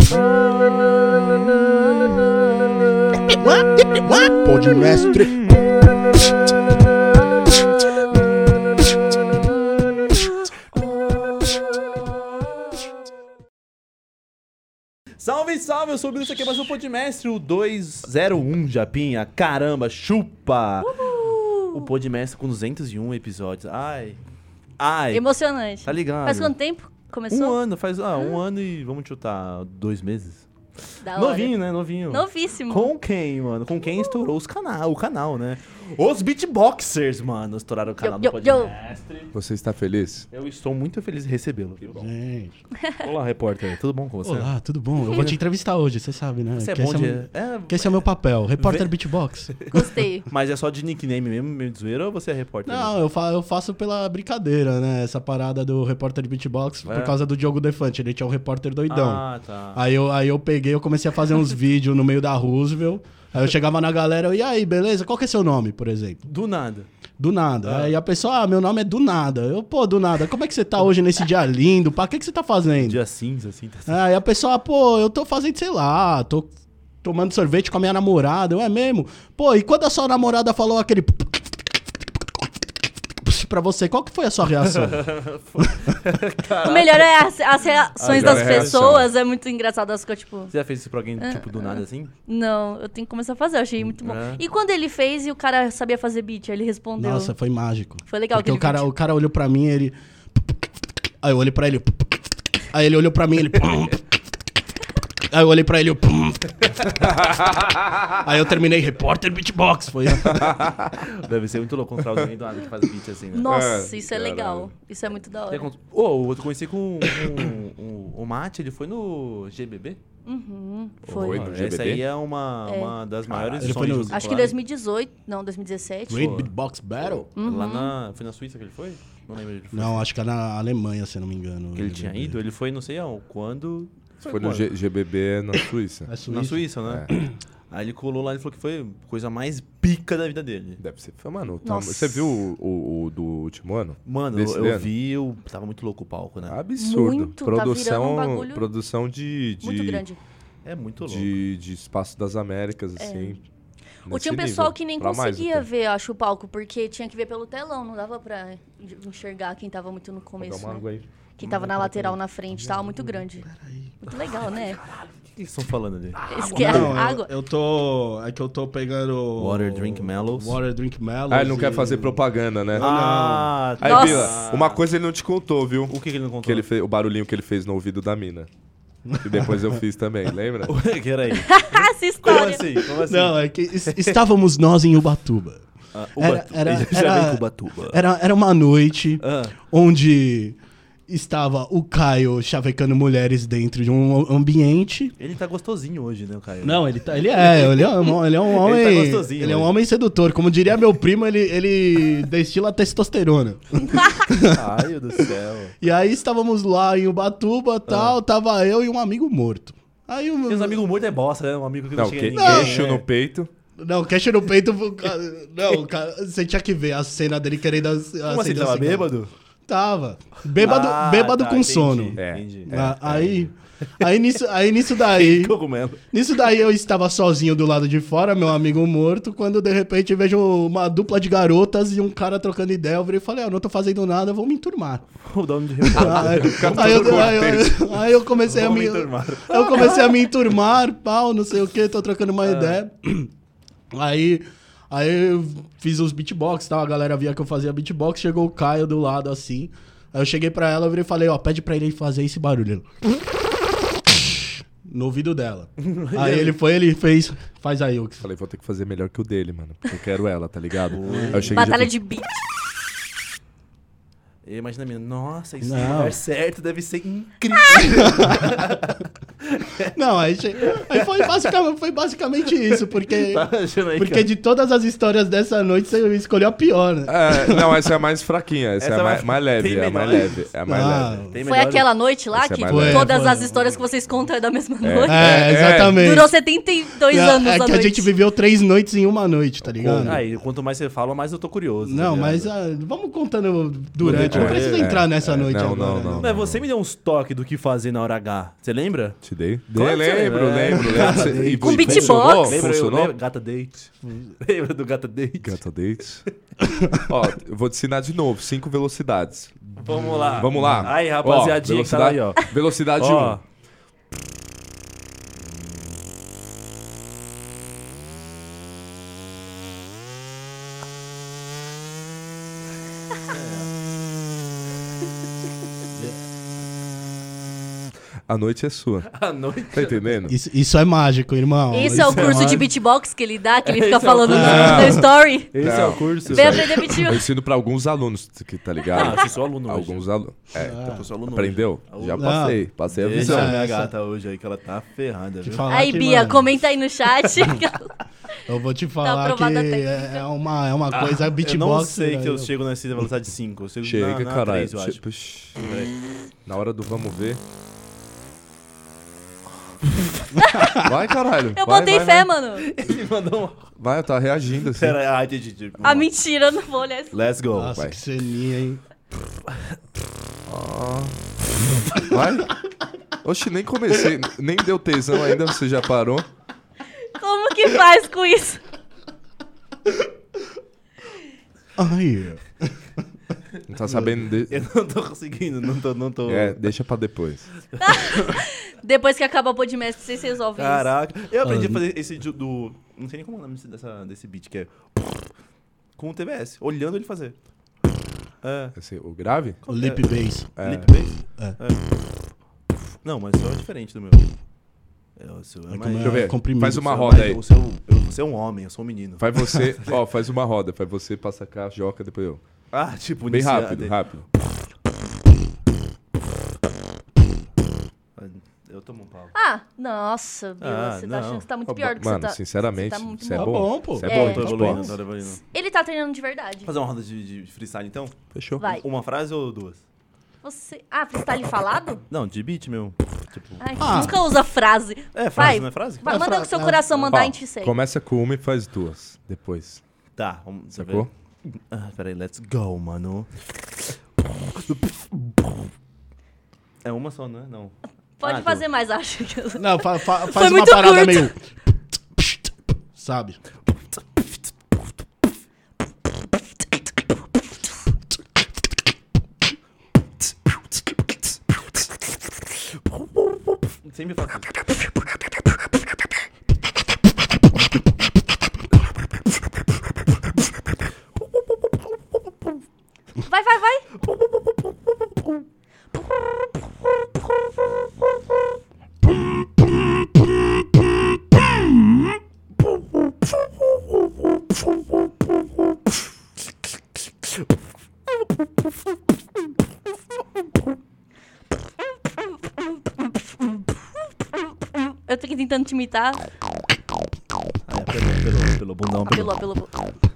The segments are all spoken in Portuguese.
Podmestre. Salve, salve, eu sou o Bruno, isso aqui é mais um Podmestre, o 201, Japinha. Caramba, chupa! O Podmestre com 201 episódios. Ai. Emocionante. Tá ligado? Faz quanto tempo começou? Um ano, um ano e vamos chutar 2 meses. Da hora. Novinho, né? Novinho. Novíssimo. Com quem, mano? Com quem estourou o canal, né? Os beatboxers, mano, estouraram o canal do Podmestre. Você está feliz? Eu estou muito feliz de recebê-lo. Gente. Olá, repórter. Tudo bom com você? Olá, tudo bom? Eu vou te entrevistar hoje, você sabe, né? Você é que bom esse de... que esse é o meu papel, repórter Vem- beatbox. Gostei. Mas é só de nickname mesmo, meio de zoeira, ou você é repórter? Não, eu faço pela brincadeira, né? Essa parada do repórter de beatbox por causa do Diogo Defante. Ele tinha um repórter doidão. Ah, tá. Aí eu peguei, eu comecei a fazer uns vídeos no meio da Roosevelt. Aí eu chegava na galera, e aí, beleza? Qual que é seu nome, por exemplo? Do nada. Do nada. Aí a pessoa, meu nome é do nada. Eu, do nada, como é que você tá hoje nesse dia lindo? Pá, o que você tá fazendo? Dia cinza, assim. Tá... Aí a pessoa, eu tô fazendo, sei lá, tô tomando sorvete com a minha namorada. Eu, é mesmo? E quando a sua namorada falou aquele... pra você, qual que foi a sua reação? O melhor é as reações das Agora é a pessoas. É muito engraçado. As coisas, tipo... Você já fez isso pra alguém, tipo, do nada, assim? Não, eu tenho que começar a fazer. Eu achei muito bom. É. E quando ele fez e o cara sabia fazer beat, aí ele respondeu. Nossa, foi mágico. Foi legal Porque aquele o cara olhou pra mim, ele... Aí eu olhei pra ele... Aí ele olhou pra mim, ele... Aí eu olhei pra ele, Aí eu terminei, repórter beatbox. Foi... Deve ser muito louco encontrar alguém do nada que faz beat assim, né? Nossa, isso é caralho. legal. Isso é muito da hora. Eu conheci com o Mate, ele foi no GBB? Foi no Essa GBB? aí é uma das maiores Ele foi no- sonhos. Acho que em 2018. Não, 2017. Great Beatbox Battle? Foi na Suíça que ele foi? Não lembro onde ele foi. Não, acho que é na Alemanha, se eu não me engano. Que ele tinha ido? Ele foi não sei quando... Foi no quando? GBB na Suíça. É Suíça? Na Suíça, né? Aí ele colou lá e falou que foi a coisa mais pica da vida dele. Deve ser. Mano, Nossa. você viu o do último ano? Mano, Desse eu ano? vi, tava muito louco o palco, né? Absurdo. Muito, tá virando um bagulho produção de Muito grande. É muito louco. de Espaço das Américas, assim. Tinha um nesse pessoal nível. que nem Pra mais conseguia até. ver, acho, o palco, porque tinha que ver pelo telão, não dava pra enxergar quem tava muito no Vou dar começo, uma né? água aí. Quem tava na lateral, na frente, tava muito grande. Muito legal, né? O que eles estão falando ali? Esse que é Não, água. eu tô... É que eu tô pegando... Water Drink Mellows. Water Drink Mellows. Ah, ele não quer e- fazer propaganda, né? Ah, Aí, Nossa. Bila, uma coisa ele não te contou, viu? O que ele não contou? Que ele fez, o barulhinho que ele fez no ouvido da mina. Que depois eu fiz também, lembra? Que era aí? Essa Como história. assim? Como assim? Não, é que estávamos nós em Ubatuba. Já vem com Ubatuba. Era uma noite Ah. onde estava o Caio chavecando mulheres dentro de um ambiente. Ele tá gostosinho hoje, né, o Caio? Não, ele é um homem. Ele tá gostosinho Ele é um hoje. homem sedutor. Como diria meu primo, ele destila testosterona. Ai, do céu. E aí estávamos lá em Ubatuba, tal, tava eu e um amigo morto. Aí o E os amigos mortos é bosta, né? Um amigo que não, Não, chega em que, ninguém. queixo né? no peito. Não, queixo no peito. Não, cara, você tinha que ver a cena dele querendo Como assim, acender tava a cigarro. bêbado? Tava. Bêbado tá, com entendi, sono. É. Entendi. Aí nisso daí. Cogumelo. Nisso daí eu estava sozinho do lado de fora, meu amigo morto, quando de repente vejo uma dupla de garotas e um cara trocando ideia. Eu virei e falei, eu não tô fazendo nada, eu vou me enturmar. O dono de repórter. Aí eu comecei a Vamos me. enturmar. Eu comecei a me enturmar, pau, não sei o que, tô trocando uma ideia. Aí eu fiz os beatbox e tal, a galera via que eu fazia beatbox, chegou o Caio do lado assim. Aí eu cheguei pra ela, eu virei e falei, pede pra ele fazer esse barulho. No ouvido dela. Aí ele fez, faz aí, Ux. Falei, vou ter que fazer melhor que o dele, mano. Porque eu quero ela, tá ligado? Aí eu cheguei Batalha já de beat. Imagina a menina, nossa, isso Não. no lugar certo deve ser incrível. Não, aí foi basicamente isso, porque, Tá achando aí, porque cara? de todas as histórias dessa noite, você escolheu a pior, né? Não, essa é a mais fraquinha. Essa é a mais leve. tem É a mais menor. leve. É a mais Ah, leve. Tem Foi melhor- aquela noite lá Essa é que mais leve. todas Foi. as histórias que vocês contam é da mesma noite. Exatamente. Durou 72 anos É a que a noite. gente viveu 3 noites em uma noite, tá ligado? Ah, e quanto mais você fala, mais eu tô curioso. Não, tá mas ligado? vamos contando durante. Não É, precisa entrar nessa noite não, agora. não. Mas você me deu uns toques do que fazer na hora H. Você lembra? Te dei? Lembro. E Com beatbox. Funcionou? Lembra? Gata Date. Lembra do Gata Date? Gata Date. Ó, eu vou te ensinar de novo, 5 velocidades. Vamos lá. Vamos lá. Aí, rapaziadinha, que tá aí, ó. Velocidade Ó. 1. A noite é sua. À noite. Tá entendendo? Isso é mágico, irmão. Isso é o curso de mágico. beatbox que ele dá, que ele fica Esse é o falando curso. no story. Esse é o curso. Vem é. aprender Eu beatbox. ensino pra alguns alunos, que tá ligado? Ah, eu sou aluno hoje. Alguns alunos. Eu sou aluno Aprendeu? hoje. Já Não. passei a Deixa visão. a minha Essa- gata hoje aí, que ela tá ferrada, Te viu? falar Aí, que, Bia, mano, comenta aí no chat. eu vou te falar que aprovada a técnica. é uma coisa beatbox. Eu não sei né? que eu chego nessa velocidade 5. Eu chego Chega, na caralho. 3, eu acho. Tipo, shh. Peraí. Na hora do vamos ver. Vai, caralho. Eu Vai, botei vai, fé, vai. mano. Ele mandou um... Vai, tá reagindo assim. Pera aí, entendi. Ah, mentira, eu não vou olhar isso. Let's go. Nossa, Vai. que ceninha, hein? Vai. Oxe, nem comecei. Nem deu tesão ainda, você já parou. Como que faz com isso? Ai, Não tá sabendo. Eu não tô conseguindo, não tô... É, deixa pra depois. Depois que acaba o Podmestre, vocês resolvem isso. Caraca. Eu aprendi a fazer esse do... Não sei nem como é o nome desse beat, que é... Com o TBS, olhando ele fazer. É. Assim, o grave? o lip bass. É. Lip bass? É. Não, mas só é diferente do meu. O seu é É mais... como Deixa eu ver. comprimido. Faz uma o seu é roda mais- aí. Você é um homem, eu sou um menino. Vai você. Ó, faz uma roda. Vai você, passa cá, a joca, depois eu. Ah, tipo, Bem iniciante. rápido, rápido. Eu tomo um pau. Ah, nossa, Bill, Ah, você tá não. achando que você tá muito Ó, pior do que mano, você tá. sinceramente, você tá muito isso é Tá bom. bom, pô. Isso é É. bom, Tô então evoluindo, esporte. tô evoluindo. Ele tá treinando de verdade. Fazer uma roda de freestyle, então? Fechou. Vai. Uma frase ou duas? Você... Ah, freestyle falado? Não, de beat, meu. Tipo... Ai, Ah. nunca usa frase. É, frase, Vai. não é frase? Vai, manda o que seu É. coração mandar, Ó, a gente segue. começa com uma e faz duas. Depois. Tá, vamos... você Sacou? vê? Ah, peraí, let's go, mano. É uma só, não é? Não. Pode Ah, fazer mais, acho. que- Não, faz Foi uma muito parada curto. meio... Sabe? Sempre faço isso. Vai, vai, vai. Eu tô aqui tentando te imitar. Ah, é pelo bundão, pelo... Apelou.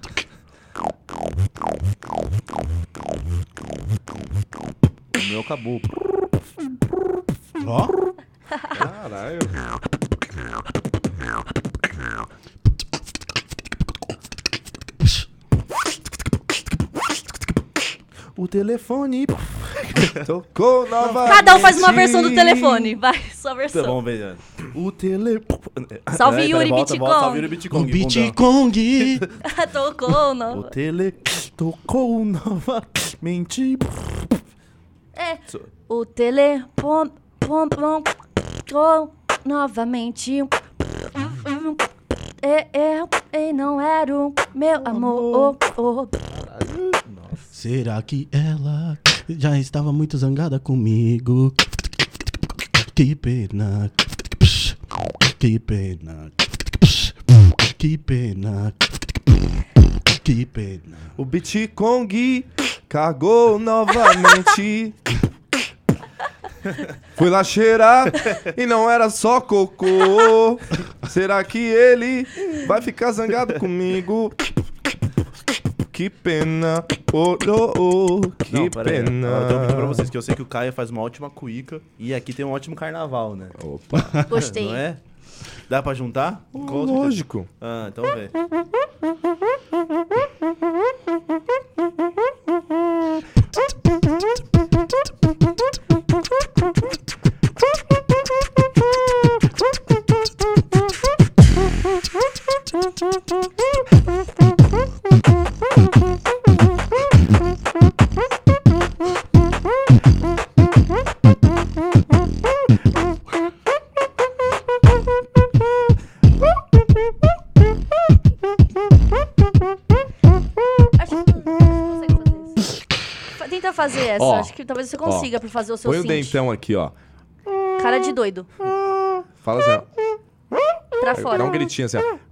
O meu acabou. Ó. Caralho. O telefone... Tocou novamente. Cada um faz uma versão do telefone. Vai, sua versão. Vamos ver, já. O telefone... Salve, Yuri Bitcoin. Salve, Yuri Bitcoin. O Bitcoin. Tocou, O não. tele tocou novamente. É. O telefone tocou novamente. Não era o meu amor. Será que ela já estava muito zangada comigo? Que pena. Que pena. Que pena. Que pena. O Bitcoin cagou novamente. Fui lá cheirar e não era só cocô. Será que ele vai ficar zangado comigo? Que pena, oh, oh, oh, que Não, pera aí. pena. Eu tenho um pedido pra vocês, que eu sei que o Caio faz uma ótima cuíca e aqui tem um ótimo carnaval, né? Opa, Gostei. Não é? Dá pra juntar? Com certeza. lógico. Ah, então vê. Tenta fazer essa. Ó, Acho que talvez você consiga pra fazer o seu Põe o synth. dentão aqui, ó. Cara de doido. Fala assim, ó. Pra fora. Dá um gritinho assim, ó.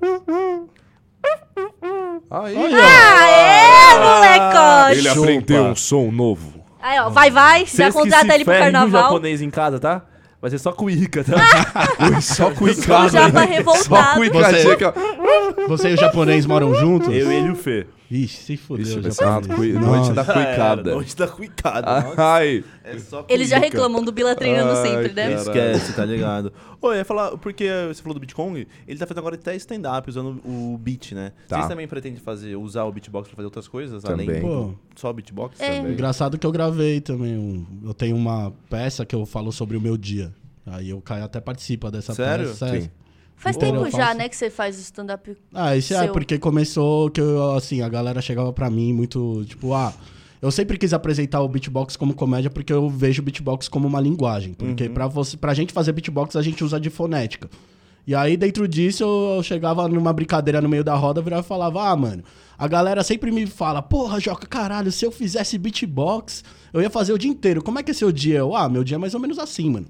Aí, Aê, molecote! Ele Chupa. aprendeu um som novo. Aí, ó, vai, já Vocês que contrata se ele pro ferrem no carnaval. japonês em casa, tá? Vai ser só cuíca, tá? Só O cuicado. Japa Só revoltado. cuicadinha aqui, ó. Você e o japonês moram juntos? Eu, ele e o Fê. Ixi, se fudeu. Ixi, o vai ser uma japonês. noite da Já era, cuicada. noite da cuicada. Ai, É só Eles já cuíca. reclamam do Bila treinando Ai, sempre, né? cara. Esquece, tá ligado? Ô, eu ia falar, porque você falou do Bitcoin, ele tá fazendo agora até stand-up usando o beat, né? Tá. Vocês também pretendem usar o beatbox pra fazer outras coisas? Também. Além Pô. do só beatbox? É. Também. Engraçado que eu gravei também. Eu tenho uma peça que eu falo sobre o meu dia. Aí o Caio até participa dessa Sério? peça. Sim. Faz Pô, tempo eu já, faço. né, que você faz o stand-up. Ah, isso é Seu. porque começou que eu, assim, a galera chegava pra mim muito, tipo, eu sempre quis apresentar o beatbox como comédia porque eu vejo o beatbox como uma linguagem. Porque pra gente fazer beatbox a gente usa de fonética. E aí dentro disso eu chegava numa brincadeira no meio da roda, virava e falava, mano, a galera sempre me fala, porra, Joca, caralho, se eu fizesse beatbox, eu ia fazer o dia inteiro. Como é que é seu dia? Meu dia é mais ou menos assim, mano.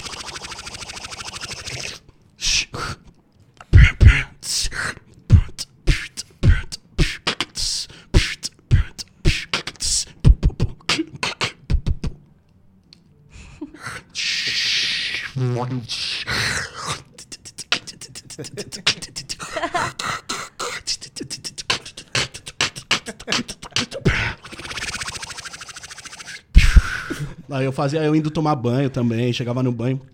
Aí eu indo tomar banho também, chegava no banho.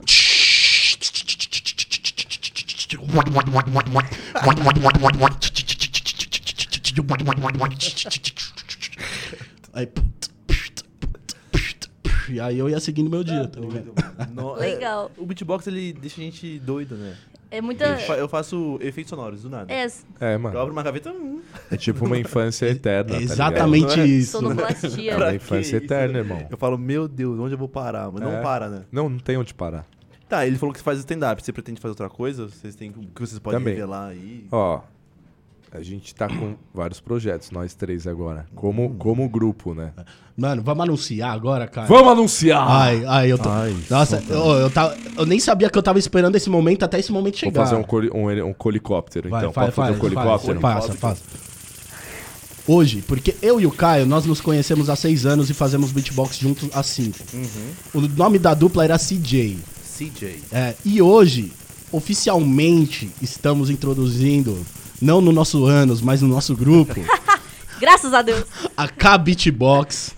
Aí. E aí eu ia seguindo meu dia, tá ligado? Legal. O beatbox, ele deixa a gente doido, né? É muita... Eu faço efeitos sonoros, do nada. É, É, Eu mano. abro uma gaveta... É tipo uma infância eterna, É tá exatamente Não é? isso. É sonoplastia. uma Pra infância que eterna, isso? irmão. Eu falo, meu Deus, onde eu vou parar? Mas É. não para, né? Não tem onde parar. Tá, ele falou que você faz stand-up. Você pretende fazer outra coisa? Vocês têm... O que vocês podem Também. revelar aí? Ó, a gente tá com vários projetos, nós três agora. Como grupo, né? Mano, vamos anunciar agora, cara? Vamos anunciar! Ai, eu tô. Nossa, eu nem sabia que eu tava esperando esse momento até esse momento Vou chegar. fazer um colicóptero, então. Pode fazer um colicóptero? Faça. Hoje, porque eu e o Caio, nós nos conhecemos há 6 anos e fazemos beatbox juntos há 5. O nome da dupla era CJ. CJ. E hoje, oficialmente, estamos introduzindo, não no nosso ânus, mas no nosso grupo, Graças a Deus. a K Beatbox.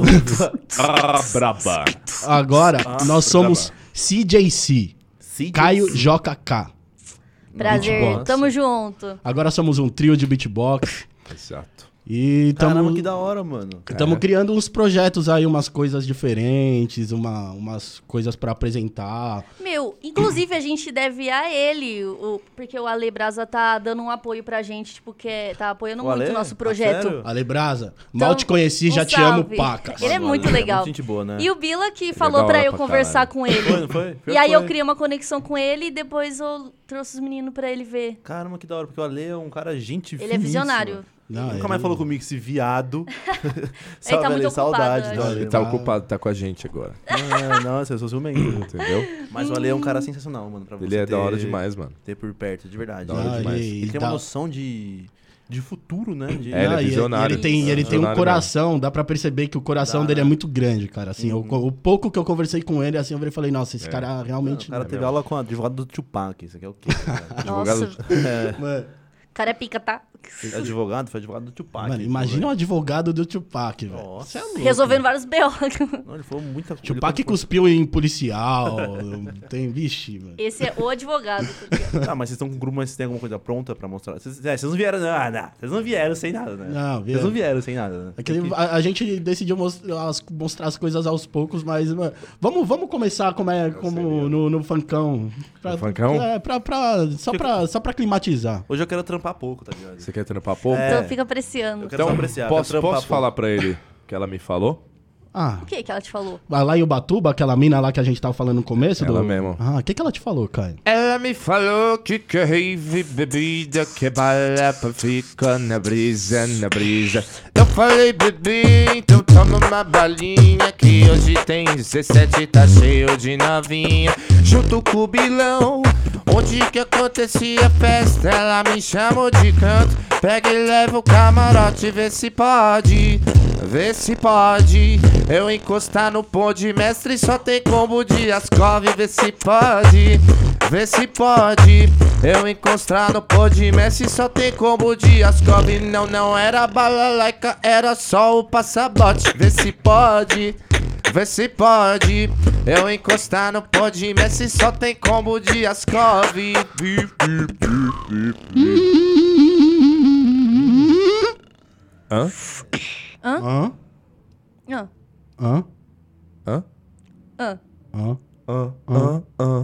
Braba. Agora, nós somos CJC. CJ. Caio Joca K. Prazer. Beatbox. Tamo junto. Agora somos um trio de beatbox. Exato. E Caramba, estamos que da hora, mano. criando uns projetos aí, umas coisas diferentes, umas coisas pra apresentar. Meu, inclusive a gente deve a ele, porque o Ale Brasa tá dando um apoio pra gente, tipo, tá apoiando O muito Ale? o nosso Ah, projeto. sério? Ale Brasa, Então, mal te conheci, já um te amo, salve. pacas. Ele é Mano, muito Ale legal. muito gente boa, né? E o Bila que é falou da pra hora eu pra conversar caralho. com ele. Foi, não foi? E aí eu criei uma conexão com ele e depois eu trouxe os meninos pra ele ver. Caramba, que da hora, porque o Ale é um cara gente Ele é visionário. Não, Nunca ele- mais falou comigo, esse viado. Ele tá muito saudade ocupado, do acho. Ale. Ele tá ocupado, tá com a gente agora. Nossa, eu sou ciumento. Entendeu? Mas o Ale é um cara sensacional, mano. Pra Ele você é da hora ter- demais, mano. Ter por perto, de verdade. Da hora demais. Ele tem uma noção de futuro, né? De... É, ele é e visionário. Ele tem um Visionário coração, dá pra perceber que o coração Dá. dele é muito grande, cara. Assim, o pouco que eu conversei com ele, assim, eu virei e falei, nossa, esse cara realmente... O cara teve aula com o advogado do Tupac. Isso aqui é o quê? cara? Nossa, Mano, o cara é pica, tá? Advogado? Foi advogado do Tupac. mano, imagina um advogado do Tupac, velho. Nossa. Você é louco. Resolvendo vários B.O. Não, ele falou muita coisa. Tupac cuspiu em policial, tem, vixe, mano. Esse é o advogado. tá ligado? Ah, mas vocês estão com o grupo, mas vocês têm alguma coisa pronta pra mostrar? Vocês não vieram... Não. Vocês não vieram sem nada, né? Não, Vocês não vieram sem nada, né? É que a gente decidiu mostrar as coisas aos poucos, mas mano, vamos começar como no funkão. No funkão? Só pra climatizar. Hoje eu quero trampar pouco, tá ligado? Você quer trampar pouco? Então fica apreciando. Eu quero Então, só apreciar. posso falar pra ele que ela me falou? O que ela te falou? Lá em Ubatuba, aquela mina lá que a gente tava falando no começo. Ela mesmo. O que ela te falou, Caio? Ela me falou que rave bebida, que bala pra ficar na brisa, na brisa. Eu falei, bebê, então toma uma balinha que hoje tem 17, tá cheio de novinha. Junto com o Bilão, onde que acontecia a festa, ela me chamou de canto. Pega e leva o camarote, vê se pode, vê se pode. Eu encostar no Podmestre, só tem combo de Ascov, vê se pode, vê se pode. Eu encostar no Podmestre, só tem combo de Ascov. Não, não era balalaica, era só o passabote, vê se pode, vê se pode. Eu encostar no Podmestre, só tem combo de Ascov. Hã? Hã? Hã? Hã? Hã? Hã? Hã?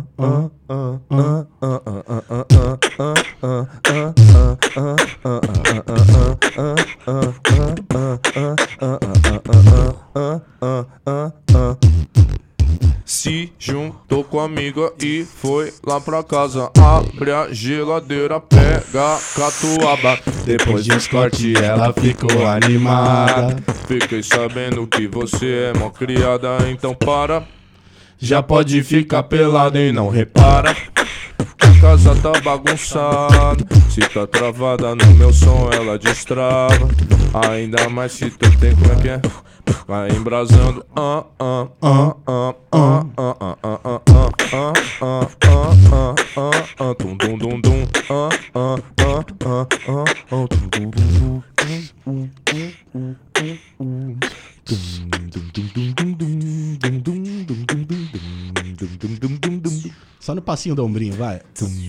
Se juntou com a amiga e foi lá pra casa. Abre a geladeira, pega catuaba. Depois de escorte ela ficou animada. Fiquei sabendo que você é mó criada, então para. Já pode ficar pelado e não repara. A casa tá bagunçada, se tá travada no meu som ela destrava. Ainda mais se tu tem, como é que é? Vai embrasando. Dum dum dum dum. Só no passinho do ombrinho, vai.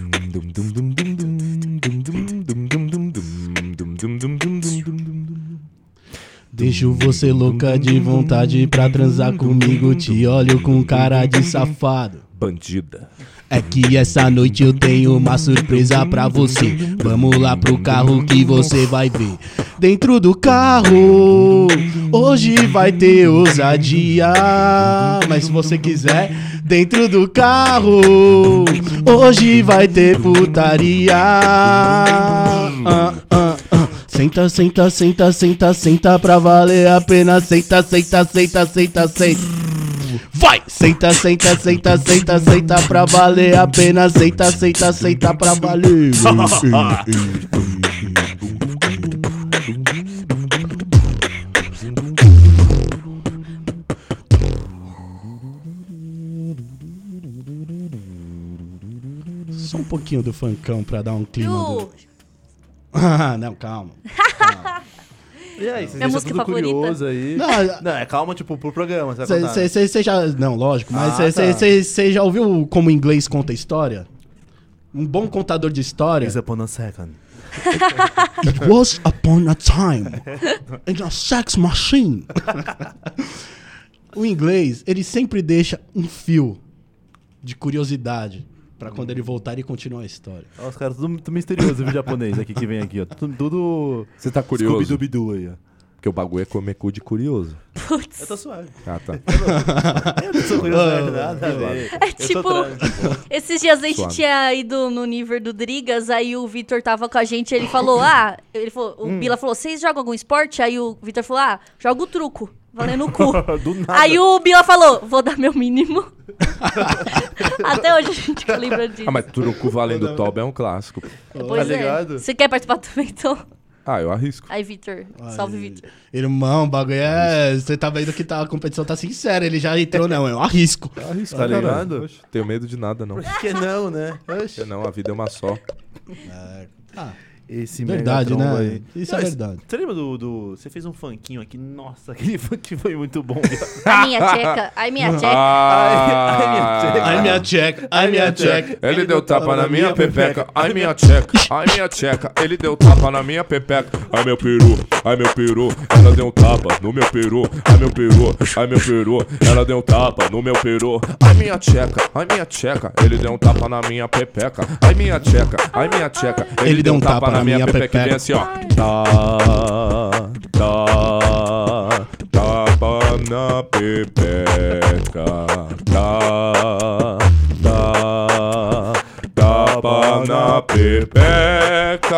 Deixo você louca de vontade pra transar comigo. Te olho com cara de safado. Bandida. É que essa noite eu tenho uma surpresa pra você. Vamos lá pro carro que você vai ver. Dentro do carro, hoje vai ter ousadia. Mas se você quiser, dentro do carro, hoje vai ter putaria. Senta, senta, senta, senta, senta pra valer a pena. Senta, senta, senta, senta, senta. Vai! Senta, senta, senta, senta, senta pra valer a pena. Senta, senta, senta pra valer. Só um pouquinho do funkão pra dar um clima do... não, calma. E aí, vocês Minha deixam música tudo favorita? curioso aí. Não, É calma, tipo, pro programa. Você vai contar. Você já... Não, lógico, mas Ah, você já ouviu como o inglês conta história? Um bom contador de história. Is upon a second. It was upon a time in a sex machine. O inglês, ele sempre deixa um fio de curiosidade pra quando ele voltar e continuar a história. Ó, os caras tudo muito misterioso, viu, japonês aqui que vem aqui, ó. Tudo... Você tá curioso? Scooby-Doo aí, ó. Porque o bagulho é comer cu de curioso. Putz. Eu tô suave. Ah, tá. Eu não sou curioso, nada a ver. É tipo, esses dias a gente Suave. tinha ido no nível do Drigas, aí o Vitor tava com a gente, ele falou, o Bila falou, vocês jogam algum esporte? Aí o Vitor falou, jogo truco, valendo o cu. Do nada. Aí o Bila falou, vou dar meu mínimo. Até hoje a gente lembra disso. Ah, mas Turucu valendo toba é um clássico. Pois tá ligado? Você quer participar também, então? Ah, eu arrisco. Aí, Vitor, salve, Vitor. Irmão, o bagulho é... Você tá vendo que a competição tá sincera. Ele já entrou, não. Eu arrisco. Eu arrisco, Tá cara. ligado? Oxe, tenho medo de nada, não. Por que não, né? Porque não, a vida é uma só. Esse Verdade, Megatron né? aí. Isso é verdade. Você lembra do... Você fez um funkinho aqui? Nossa, aquele funk foi muito bom. Ai, minha tcheca, ai, minha tcheca. Ai, minha check. Ai, minha check. Ele deu tapa na minha pepeca, ai minha tcheca, ai minha tcheca. Ele deu tapa na minha pepeca, ai meu peru, ela deu um tapa no meu peru, ai meu peru, ai meu peru, ela deu um tapa no meu peru, ai minha tcheca, ele deu um tapa na minha pepeca, ai minha tcheca, ele deu um tapa na minha pepeca, e vem assim ó, tapa na pepeca, tapa na pepeca,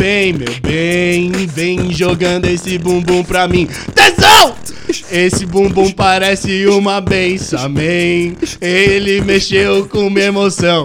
vem jogando esse bumbum pra mim. Tesão! Esse bumbum parece uma benção, amém. Ele mexeu com minha emoção.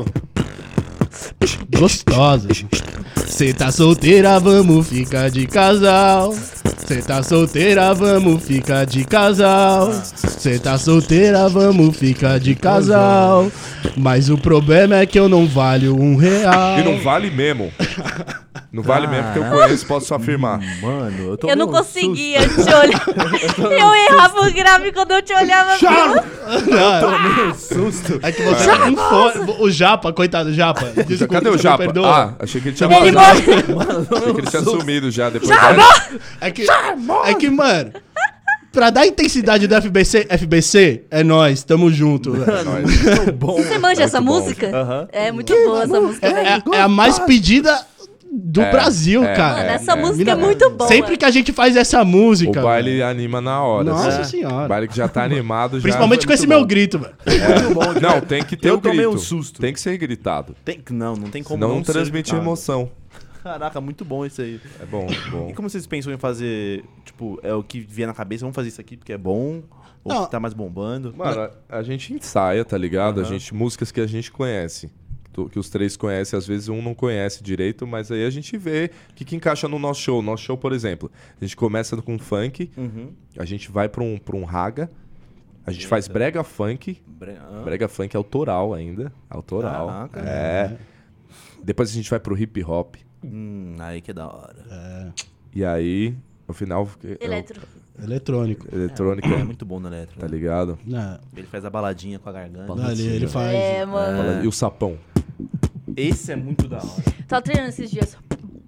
Gostosa. Cê tá solteira, vamos ficar de casal. Cê tá solteira, vamos ficar de casal. Cê tá solteira, vamos ficar de casal. Mas o problema é que eu não valho R$1. E não vale mesmo. Não vale mesmo, porque eu conheço, posso afirmar. Mano, eu tô Eu não meio conseguia te olhar. Eu errava o grave quando eu te olhava. Não, susto. é que você tá com fome. O Japa, coitado do Japa. Desculpa, Cadê o você me Japa? perdoa. Ah, achei que ele tinha Ele vazado. morre. Achei que ele tinha sumido já depois. É que, mano, pra dar intensidade do FBC, é nóis, tamo junto. velho. É nóis. Muito bom. Você manja essa bom. música? Aham. É muito boa essa música, velho. É a mais pedida do Brasil, cara. Mano, essa música Mina- é muito boa. Sempre que a gente faz essa O música. baile velho. anima na hora. Nossa assim. senhora. O baile que já tá animado já. Principalmente com esse meu grito, velho. Muito bom. Não, tem que ter Eu o grito. tomei um susto. Tem que ser gritado. Não tem como Senão não ser transmite gritado. emoção. Caraca, muito bom isso aí. É bom, bom. E como vocês pensam em fazer, tipo, é o que vier na cabeça, vamos fazer isso aqui porque é bom? Ou Não. que tá mais bombando? Mano, a gente ensaia, tá ligado? Aham. A gente, músicas que a gente conhece. Que os três conhecem, às vezes um não conhece direito, mas aí a gente vê o que encaixa no nosso show. Nosso show, por exemplo, a gente começa com funk, Uhum. a gente vai pra um raga, a gente faz brega funk. Brega funk autoral ainda. Autoral. Caraca. É. Depois a gente vai pro hip hop. Aí que é da hora. E aí, no final, Eletro. Eletrônico. eletrônica, É muito bom no eletro. tá ligado? Não, Ele faz a baladinha com a garganta. ele faz. É, mano. E o sapão. Esse é muito da hora. Tava treinando esses dias.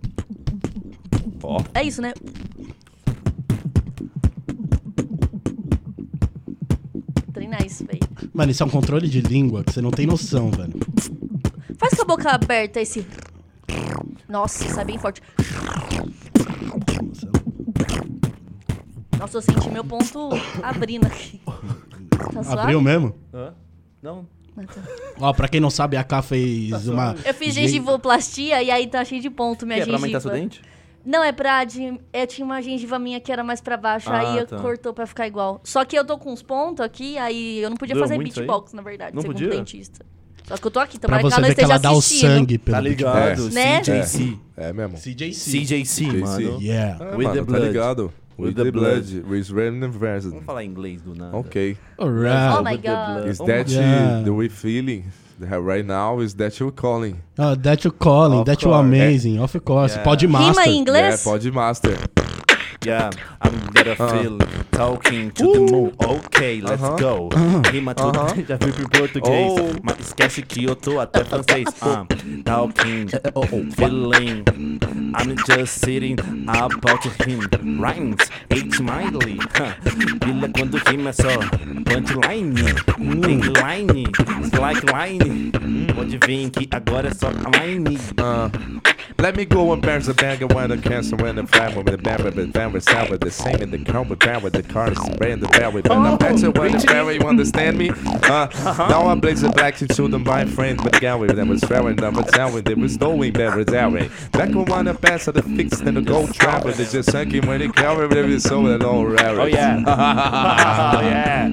Ó. É isso, né? Treinar isso, velho. Mano, isso é um controle de língua que você não tem noção, velho. Faz com a boca aberta esse. Nossa, sai bem forte. Nossa, eu senti meu ponto abrindo aqui. Tá suave? Abriu mesmo? Hã? Não. Ó, pra quem não sabe, a K fez uma. Eu fiz gengivoplastia e aí tá cheio de ponto minha Que é pra gengiva. aumentar seu dente? Não, é pra... Eu tinha uma gengiva minha que era mais pra baixo, Ah, aí tá. cortou pra ficar igual. Só que eu tô com uns pontos aqui, aí eu não podia Doeu fazer muito isso aí? beatbox, na verdade, Não segundo podia? o dentista. Só que eu tô aqui, Pra tomara que você ela não ver que esteja ela dá o assistindo. sangue pelo Tá ligado? Né? CJC. É mesmo. CJC. CJC, mano. Yeah. É, With mano, the tá blood. ligado? With the blood. With random Vamos falar inglês do nada. Ok. Alright. Oh my With the God. blood. Is that Yeah. the we feeling right now? Is that you calling? Oh, that you calling, Of that you course. amazing, of course. Yeah. Pode Rima master. em inglês? Yeah, pode master. Yeah, I'm better feeling, talking to the moon. Ok, let's go. Rima tudo, já fui pro português. Mas esquece que eu tô até francês. Talking, feeling, I'm just sitting about him. Rhymes, H. Miley. Vila quando rima é só punchline. Big line, slackline. Pode vir que agora é só a line. Let me go and bear the bag of when the cancer when the family with the band with the band with sound with the same in the come with band with the car is brand the band with the better when the barry you understand me? Now I blaze the black to them by friend but again with them was swearing them but sound with it was knowing that was airing. Back when one the pass of the fixed and the gold trap with it just sunken when it carry with it so and all rare. Oh yeah. Oh yeah.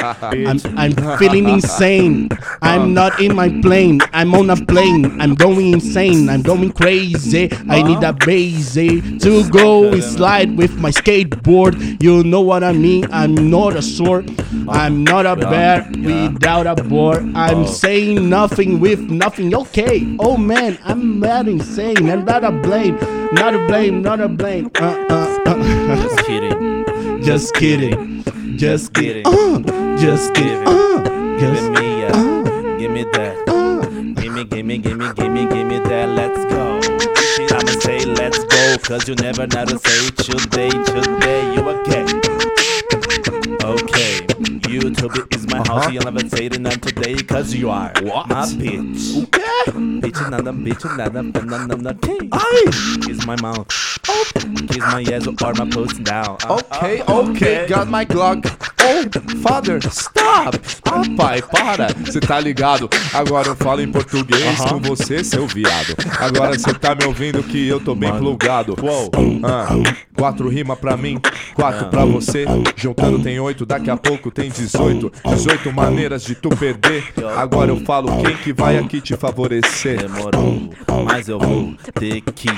I'm feeling insane. I'm not in my plane. I'm on a plane. I'm going insane. I'm going crazy. I need a base to go slide with my skateboard. You know what I mean? I'm not a sword. I'm not a bear without a board. I'm saying nothing with nothing. Okay. Oh man, I'm not insane. I'm not a blame. Not a blame. Not a blame. Just kidding. Just kidding. Just kidding. Just kidding. Give Just me give me that. Give me that. Let's go. I'ma say let's go, cause you never know to say today, you okay. Okay, you YouTube is my house, you'll never say it not today, cause you are my bitch. O quê? Bitch, nada, kiss my mouth. Kiss my ass or my pussy down. Ok, got my Glock. Oh, father, stop. Ah, pai, para. Cê tá ligado? Agora eu falo em português com você, seu viado. Agora cê tá me ouvindo que eu tô bem plugado. 4 rima pra mim, 4 pra você. Juntando tem 8, daqui a pouco tem 18. 18 maneiras de tu perder. Agora eu falo quem que vai aqui te favorecer. Demorou, mas eu vou ter que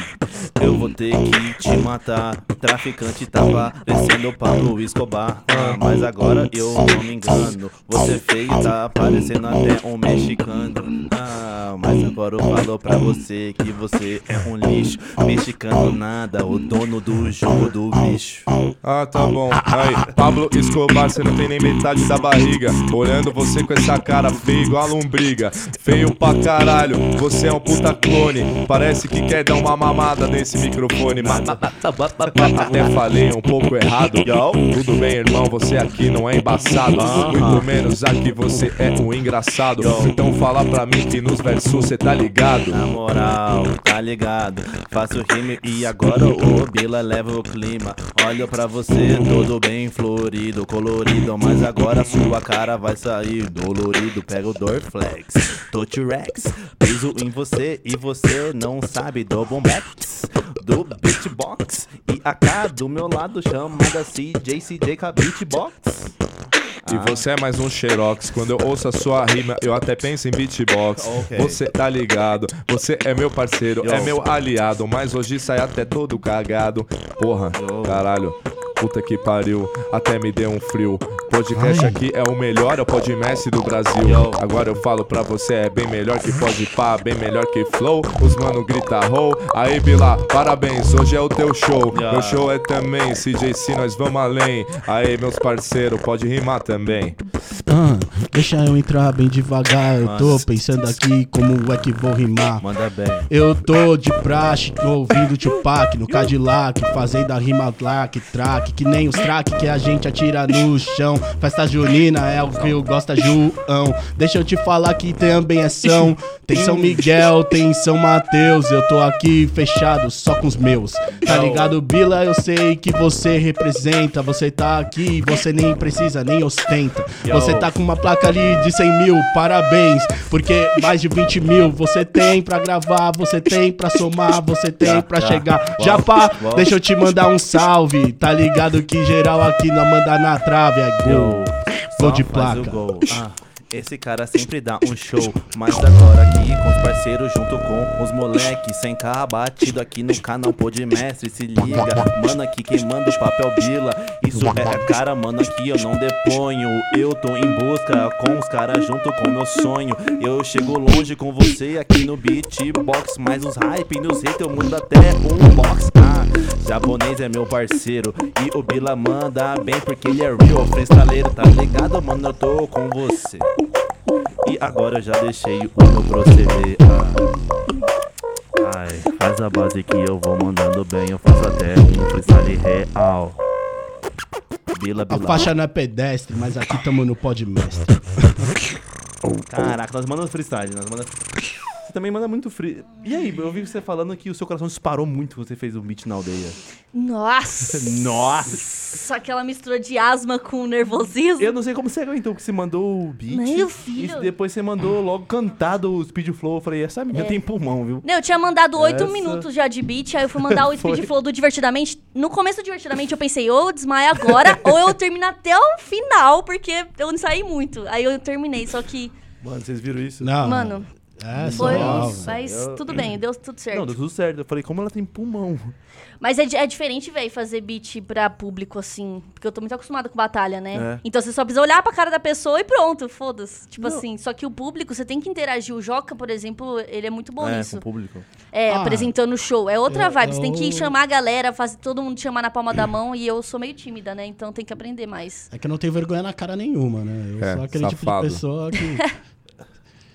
te matar. Traficante tá parecendo o Pablo Escobar. Mas agora eu não me engano, você feio tá parecendo até um mexicano. Mas agora eu falo pra você que você é um lixo. Mexicano nada, o dono do jogo do bicho. Ah, tá bom. Aí, Pablo Escobar, cê não tem nem metade da barriga. Olhando você com essa cara feia igual a lombriga. Feio pra caralho, você é um puta clone. Parece que quer dar uma mamada nesse microfone. Até falei um pouco errado. Tudo bem, irmão, você aqui não é embaçado. Muito menos aqui você é um engraçado. Então fala pra mim que nos versos cê tá ligado. Na moral, tá ligado. Faço rime e agora o Bila leva o clima. Olho pra você todo bem florido, colorido. Mas agora sua cara vai sair dolorido. Pega o Dorflex, Touch-Rex, piso em você e você não sabe do Bombex, do Beatbox. E a cara do meu lado chamada CJ com a Beatbox. E você é mais um xerox. Quando eu ouço a sua rima, eu até penso em beatbox. Você tá ligado, você é meu parceiro, é meu aliado. Mas hoje sai até todo cagado. Porra, caralho, puta que pariu, até me deu um frio. Podcast aqui é o melhor, é o Podmestre do Brasil. Agora eu falo pra você, é bem melhor que Podpah, bem melhor que Flow. Os mano grita ho. Aí Bila, parabéns, hoje é o teu show. Meu show é também, CJC, nós vamos além. Aí meus parceiros, pode rimar também. Deixa eu entrar bem devagar. Eu tô pensando aqui como é que vou rimar. Manda bem. Eu tô de praxe, ouvindo Tupac no Cadillac, fazendo a rima track, que nem os track que a gente atira no chão. Festa junina é o que eu gosto, João. Deixa eu te falar que também é São. Tem São Miguel, tem São Mateus. Eu tô aqui fechado só com os meus. Tá ligado, Bila? Eu sei que você representa. Você tá aqui, você nem precisa, nem ostenta. Você tá com uma placa ali de 100 mil, parabéns. Porque mais de 20 mil você tem pra gravar, você tem pra somar, você tem pra chegar. Já deixa eu te mandar um salve. Tá ligado que geral aqui não manda na trave. É gol de placa. Esse cara sempre dá um show. Mas agora aqui com os parceiros junto com os moleques, sem carro batido aqui no canal Podmestre. Se liga, mano, aqui quem manda o papel Bila. Isso é cara, mano, aqui eu não deponho. Eu tô em busca com os caras junto com meu sonho. Eu chego longe com você aqui no beatbox. Mais uns hype nos hits eu mudo até um box. Japonês é meu parceiro e o Bila manda bem porque ele é real, freestaleiro, tá ligado, mano? Eu tô com você. E agora eu já deixei o meu proceder. Ai, faz a base que eu vou mandando bem. Eu faço até um freestyle real. Bila. A faixa não é pedestre, mas aqui tamo no Podmestre. Caraca, nós mandamos freestyle, Você também manda muito free. E aí, eu vi você falando que o seu coração disparou muito quando você fez um beat na aldeia. Nossa! Nossa! Aquela mistura de asma com nervosismo. Eu não sei como você aguentou, que você mandou o beat. Meu filho. E depois você mandou logo cantado o Speed Flow. Eu falei, essa menina tem pulmão, viu? Não, eu tinha mandado 8 minutos já de beat, aí eu fui mandar o Speed Flow do Divertidamente. No começo do Divertidamente eu pensei, ou eu desmaio agora, ou eu termino até o final, porque eu não saí muito. Aí eu terminei, só que... Mano, vocês viram isso? Não. Mano... Foi, mas tudo bem, deu tudo certo. Não, deu tudo certo. Eu falei, como ela tem pulmão? Mas é diferente, velho, fazer beat pra público, assim. Porque eu tô muito acostumada com batalha, né? Então você só precisa olhar pra cara da pessoa e pronto, foda-se. Tipo assim, só que o público, você tem que interagir. O Joca, por exemplo, ele é muito bom nisso. Com o público. Apresentando o show. É outra vibe. Você tem que chamar a galera, fazer todo mundo chamar na palma da mão. E eu sou meio tímida, né? Então tem que aprender mais. É que eu não tenho vergonha na cara nenhuma, né? Eu sou aquele tipo de pessoa que...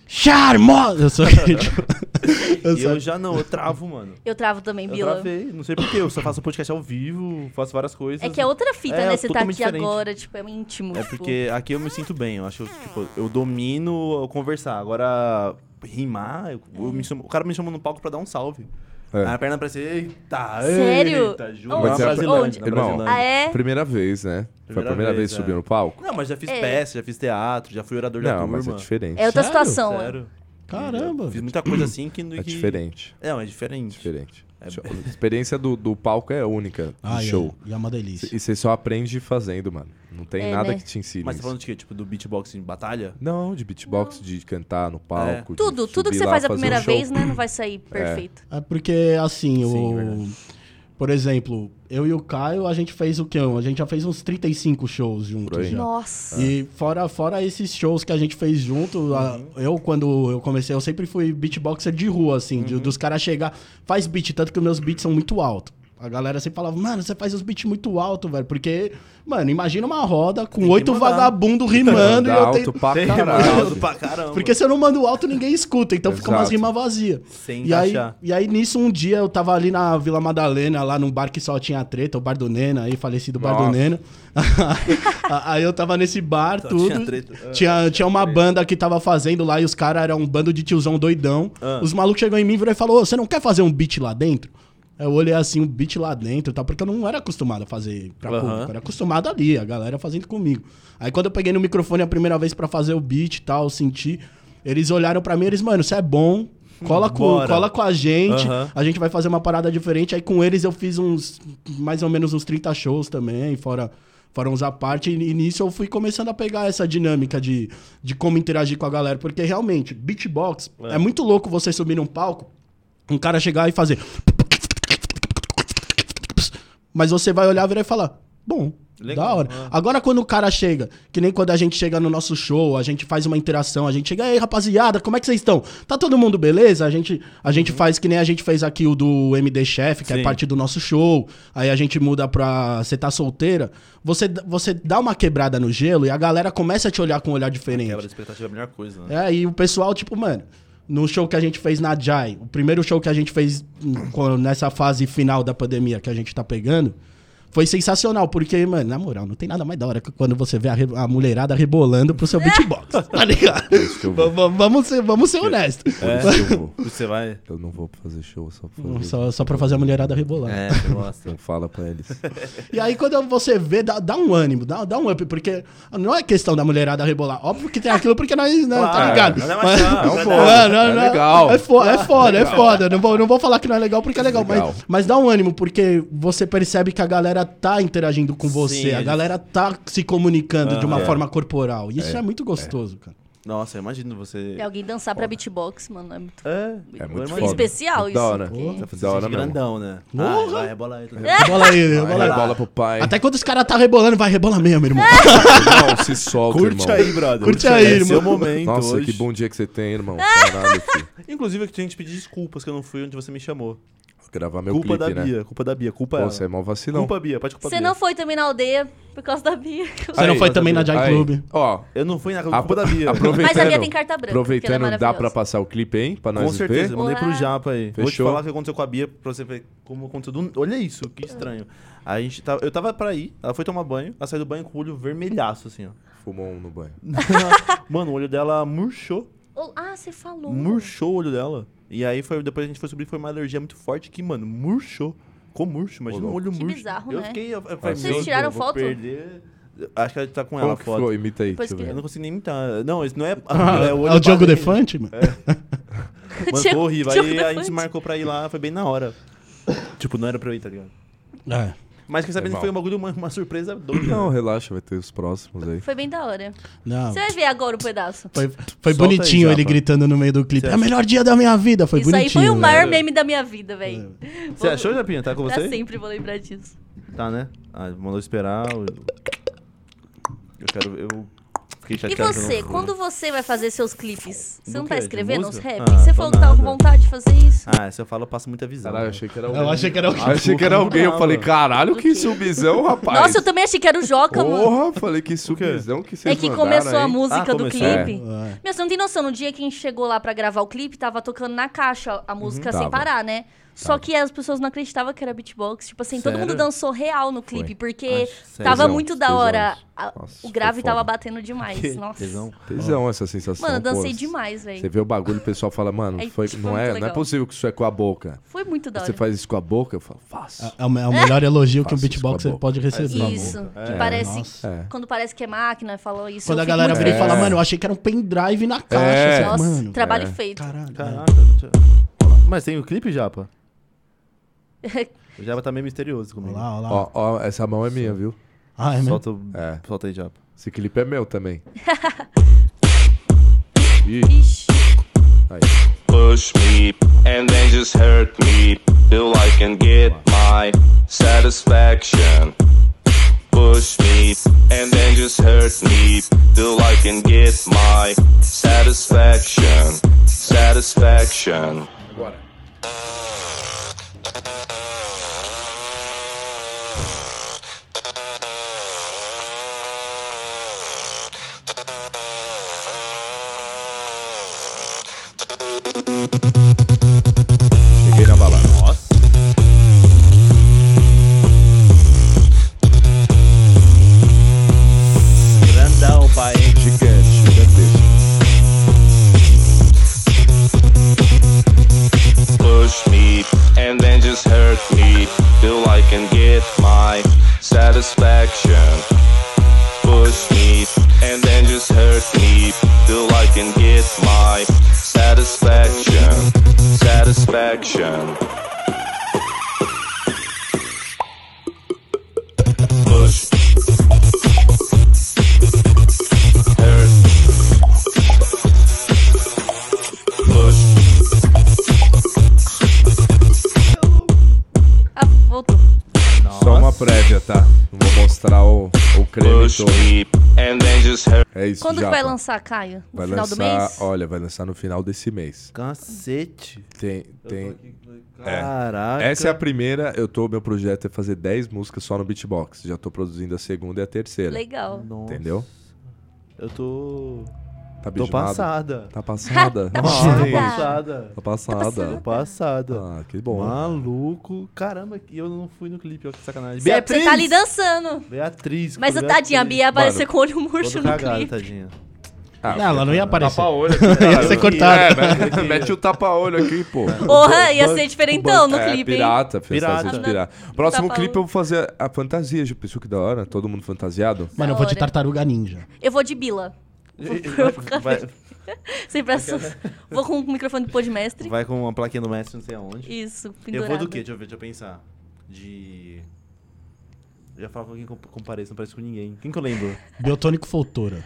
Charmosa! Eu sou tipo, Eu já não, eu travo, mano. Eu travo também, Eu Bila. travei, não sei porquê. Eu só faço podcast ao vivo, faço várias coisas. É que é outra fita, É, né? Você tá aqui totalmente diferente. agora, tipo, é íntimo. É tipo. porque aqui eu me sinto bem. Eu acho que tipo, eu domino conversar. Agora, rimar, o cara me chamou no palco pra dar um salve. É. Aí a perna parece, eita, Sério? eita, juro. Onde? Na Brasilândia, Onde? na Irmão, Brasilândia. Ah, é? Primeira vez, né? Foi a primeira vez que subiu no palco? Não, mas já fiz É. peça, já fiz teatro, já fui orador da Não, turma. mas é diferente. É outra Sério? situação. é. Sério. Caramba. Fiz muita coisa assim que... É diferente. Não, é diferente. Diferente. É Show. A experiência do palco é única, Ah, de show. E é uma delícia. E você só aprende fazendo, mano. Não tem É, nada né? que te ensine. Mas você isso. falando de quê? Tipo, do beatbox em batalha? Não, de beatbox, de cantar no palco. de Tudo que subir você lá, faz a fazer primeira um show. vez, né? Não vai sair perfeito. É porque, assim, Sim, verdade. por exemplo, eu e o Caio, a gente fez o quê? A gente já fez uns 35 shows Por juntos aí. já. Nossa. E fora esses shows que a gente fez junto, eu, quando eu comecei, eu sempre fui beatboxer de rua, assim, dos caras chegar, faz beat, tanto que os meus beats são muito altos. A galera sempre falava, mano, você faz os beats muito alto, velho. Porque, mano, imagina uma roda com Tem que 8 mandar. vagabundos rimando e Dá eu alto tenho... pra Tem caralho. alto pra caramba. Porque se eu não mando alto, ninguém escuta, então fica umas Exato. rimas vazias. Sem E aí, encaixar. e aí, nisso, um dia eu tava ali na Vila Madalena, lá num bar que só tinha treta, o Bar do Nena, aí falecido Bar do Nossa. Nena. Aí eu tava nesse bar, Só tudo. tinha treta. Tinha uma banda que tava fazendo lá e os caras eram um bando de tiozão doidão. Ah. Os malucos chegou em mim e virou e falou: "Ô, você não quer fazer um beat lá dentro?" Eu olhei assim, um beat lá dentro, tá? Porque eu não era acostumado a fazer pra Aham. público, eu era acostumado ali, a galera fazendo comigo. Aí quando eu peguei no microfone a primeira vez pra fazer o beat e tal, eu senti, eles olharam pra mim e eles, mano, você é bom, cola Bora. com a gente, Aham. a gente vai fazer uma parada diferente. Aí com eles eu fiz mais ou menos uns 30 shows também, fora uns à parte, e nisso eu fui começando a pegar essa dinâmica de como interagir com a galera, porque realmente, beatbox, é muito louco você subir num palco, um cara chegar e fazer... Mas você vai olhar, virar e falar, bom, Legal, da hora. Agora quando o cara chega, que nem quando a gente chega no nosso show, a gente faz uma interação, a gente chega, aí rapaziada, como é que vocês estão? Tá todo mundo beleza? A gente faz que nem a gente fez aqui o do MD Chef, que Sim. é parte do nosso show, aí a gente muda pra Você Tá Solteira, você dá uma quebrada no gelo e a galera começa a te olhar com um olhar diferente. Quebra de expectativa é a melhor coisa, né? E o pessoal, tipo, mano, no show que a gente fez na Jai, o primeiro show que a gente fez nessa fase final da pandemia que a gente tá pegando, foi sensacional, porque, mano, na moral, não tem nada mais da hora que quando você vê a mulherada rebolando pro seu beatbox, tá ligado? que eu vou. Vamos ser honestos. Eu vou. Você vai... Eu não vou fazer show só pra fazer. Só pra fazer a mulherada rebolar. É, você gosta. Não fala pra eles. E aí, quando você vê, dá um ânimo, dá um up, porque não é questão da mulherada rebolar. Óbvio que tem aquilo porque nós, né, tá Claro, ligado? não é machão, Mas- não, não, é legal. É foda. Não vou falar que não é legal porque é legal, Legal. mas dá um ânimo, porque você percebe que a galera tá interagindo com você, Sim, a eles- galera tá se comunicando de uma É. forma corporal. E isso é muito gostoso, cara. Nossa, eu imagino você... E alguém dançar pra beatbox, mano, é muito É, É muito eu foda. especial Muito isso. da hora. porque- Você vai fazer Da hora isso mesmo. grandão, né? Porra. Vai, rebola aí. Rebola aí, rebola aí. Bola pro pai. Até quando os caras tá rebolando, vai, rebola mesmo, irmão. Irmão, se solta, Curte irmão. aí, brother. Curte aí, É irmão. seu momento Nossa, hoje. que bom dia que você tem, irmão. Caralho, filho. Inclusive, eu tinha que te pedir desculpas que eu não fui onde você me chamou. Vou gravar meu Culpa clipe, da né? Bia, culpa da Bia, culpa Pô, ela. você é mó vacilão. Culpa Bia, pode culpar Você Bia. não foi também na aldeia por causa da Bia. Você não Aí, foi também na Jai Aí, Club. Ó, Eu não fui na culpa da Bia. aproveitando, Mas a Bia tem carta branca, Aproveitando, porque ela é dá pra maravilhosa. passar o clipe, hein? Pra Com nós certeza, ver. eu mandei pro Ué. Japa aí. Vou te Fechou. falar o que aconteceu com a Bia pra você ver como aconteceu. Olha isso, que estranho. A gente tava, eu tava pra ir, ela foi tomar banho, ela saiu do banho com o olho vermelhaço, assim, ó. Fumou um no banho. Mano, o olho dela murchou. Você falou. Murchou o olho dela. E aí depois a gente foi subir, foi uma alergia muito forte que, mano, murchou. Ficou murcho, imagina Ô, um olho Que murcho. bizarro, eu né? fiquei. Eu falei, Vocês meu Deus, tiraram eu vou foto? perder. Acho que ela tá com Como ela a que foto. ficou? Imita aí, Depois Eu deixa eu que- ver. não consigo nem imitar. Não, isso não é. É olho o Diogo pra- Defante, mano. Mano, foi horrível. Diogo Aí a gente Defante. marcou pra ir lá, foi bem na hora. Tipo, não era pra eu ir, tá ligado? É. Mas quem sabe Normal. foi um bagulho, uma surpresa doida. Não, relaxa, vai ter os próximos aí. Foi bem da hora. Não. Você vai ver agora o pedaço. Foi Solta bonitinho aí, ele Japa. gritando no meio do clipe. Você É o melhor dia da minha vida. Foi Isso bonitinho. aí foi o né? maior meme da minha vida, velho. Você achou, Japinha? Tá com Pra você? sempre vou lembrar disso. Tá, né? Ah, mandou esperar. Eu quero. Fiquei E chateado que eu você, não fui. quando você vai fazer seus clipes? Você Do não tá quê? De escrevendo os música? rap? Ah, Você tô falou que tava com nada. vontade de fazer isso. Ah, se eu falo, eu passo muita visão. Caralho, eu né? achei que era Eu achei que era o Achei que era alguém, eu falei, caralho, que subizão, rapaz. Nossa, eu também achei que era o Joca, mano. Porra, falei que subizão que vocês É que mandaram começou a aí. música do começou. clipe. É. Meu, você não tem noção, no dia que a gente chegou lá pra gravar o clipe, tava tocando na caixa a música sem Tava. parar, né? Só que as pessoas não acreditavam que era beatbox. Tipo assim, todo Sério? mundo dançou real no clipe, porque Sério? tava Tesão, muito da tesão. hora. Nossa, O grave foi tava foda. batendo demais. Nossa. Tesão. Tesão essa sensação. Mano, eu dancei pô. demais, Você velho. vê o bagulho, o pessoal fala, mano, É, foi, tipo, não, muito não é legal. possível que isso é com a boca. Foi muito da hora. Você faz isso com a boca, eu falo, faço. É o melhor elogio que um Faço isso com a beatboxer boca. pode receber. Isso. Que É. parece. Nossa. É. Quando parece que é máquina, falou isso. Quando eu a fico galera muito vira e feliz. fala, mano, eu achei que era um pendrive na caixa. É. Assim, Nossa, mano, trabalho feito. caralho. Caraca. Mas tem o clipe, Japa? O Japa tá meio misterioso Olha comigo. lá, olha lá. Ó, ó, essa mão é minha, viu? Ah, é mesmo? Solta aí, Japa. Esse clipe é meu também. Ih, Ixi. aí. Push me and then just hurt me till I can get my satisfaction. Push me and then just hurt me till I can get my satisfaction. Satisfaction. Agora. Cheguei na balada. Nossa. Grandão, pai. Gigante, gigantesco. Push me and then just hurt me till I can get my satisfaction. Push me and then just hurt me till I can get my satisfaction. Satisfaction. Push. Hurt. Push. Ah, voltou. Só uma prévia, tá? Não vou mostrar o creme Push todo. me and then just hurt. É isso, Quando que Japa. vai lançar, Caio? No Vai final lançar, do mês? olha, vai lançar no final desse mês. Cacete. Tem. Caraca. Essa é a primeira, meu projeto é fazer 10 músicas só no beatbox. Já tô produzindo a segunda e a terceira. Legal. Nossa. Entendeu? Eu tô... Tá Tô abismado? passada. Tá passada? Tá Nossa, passada. tô passada. Tá passada. Tô passada. Ah, que bom. Maluco. Caramba, e eu não fui no clipe, ó, que sacanagem. Você tá ali dançando. Beatriz. Mas a Beatriz. tadinha, a Bia ia aparecer Mano, com o olho murcho Todo no cagado, clipe. tadinha. Ah, Não, ela não ia aparecer. Tapa-olho aqui, Ia cara. ser cortado. É, mete o tapa-olho aqui, pô. Porra, ia ser diferentão no É, clipe, hein? pirata, Pirata. fantasia de pirata. Próximo Tapa-olho. clipe eu vou fazer a fantasia. Já pensou que da hora? Todo mundo fantasiado? Mano, eu vou de hora. tartaruga ninja. Eu vou de Bila. Vai, Sempre vou com o microfone do Podmestre. vai com uma plaquinha do mestre, não sei aonde. Isso, Eu pendurado. vou do quê? Deixa eu pensar. De... Eu já falava com quem que eu pareço, não pareço com ninguém. Quem que eu lembro? Biotônico Foltora.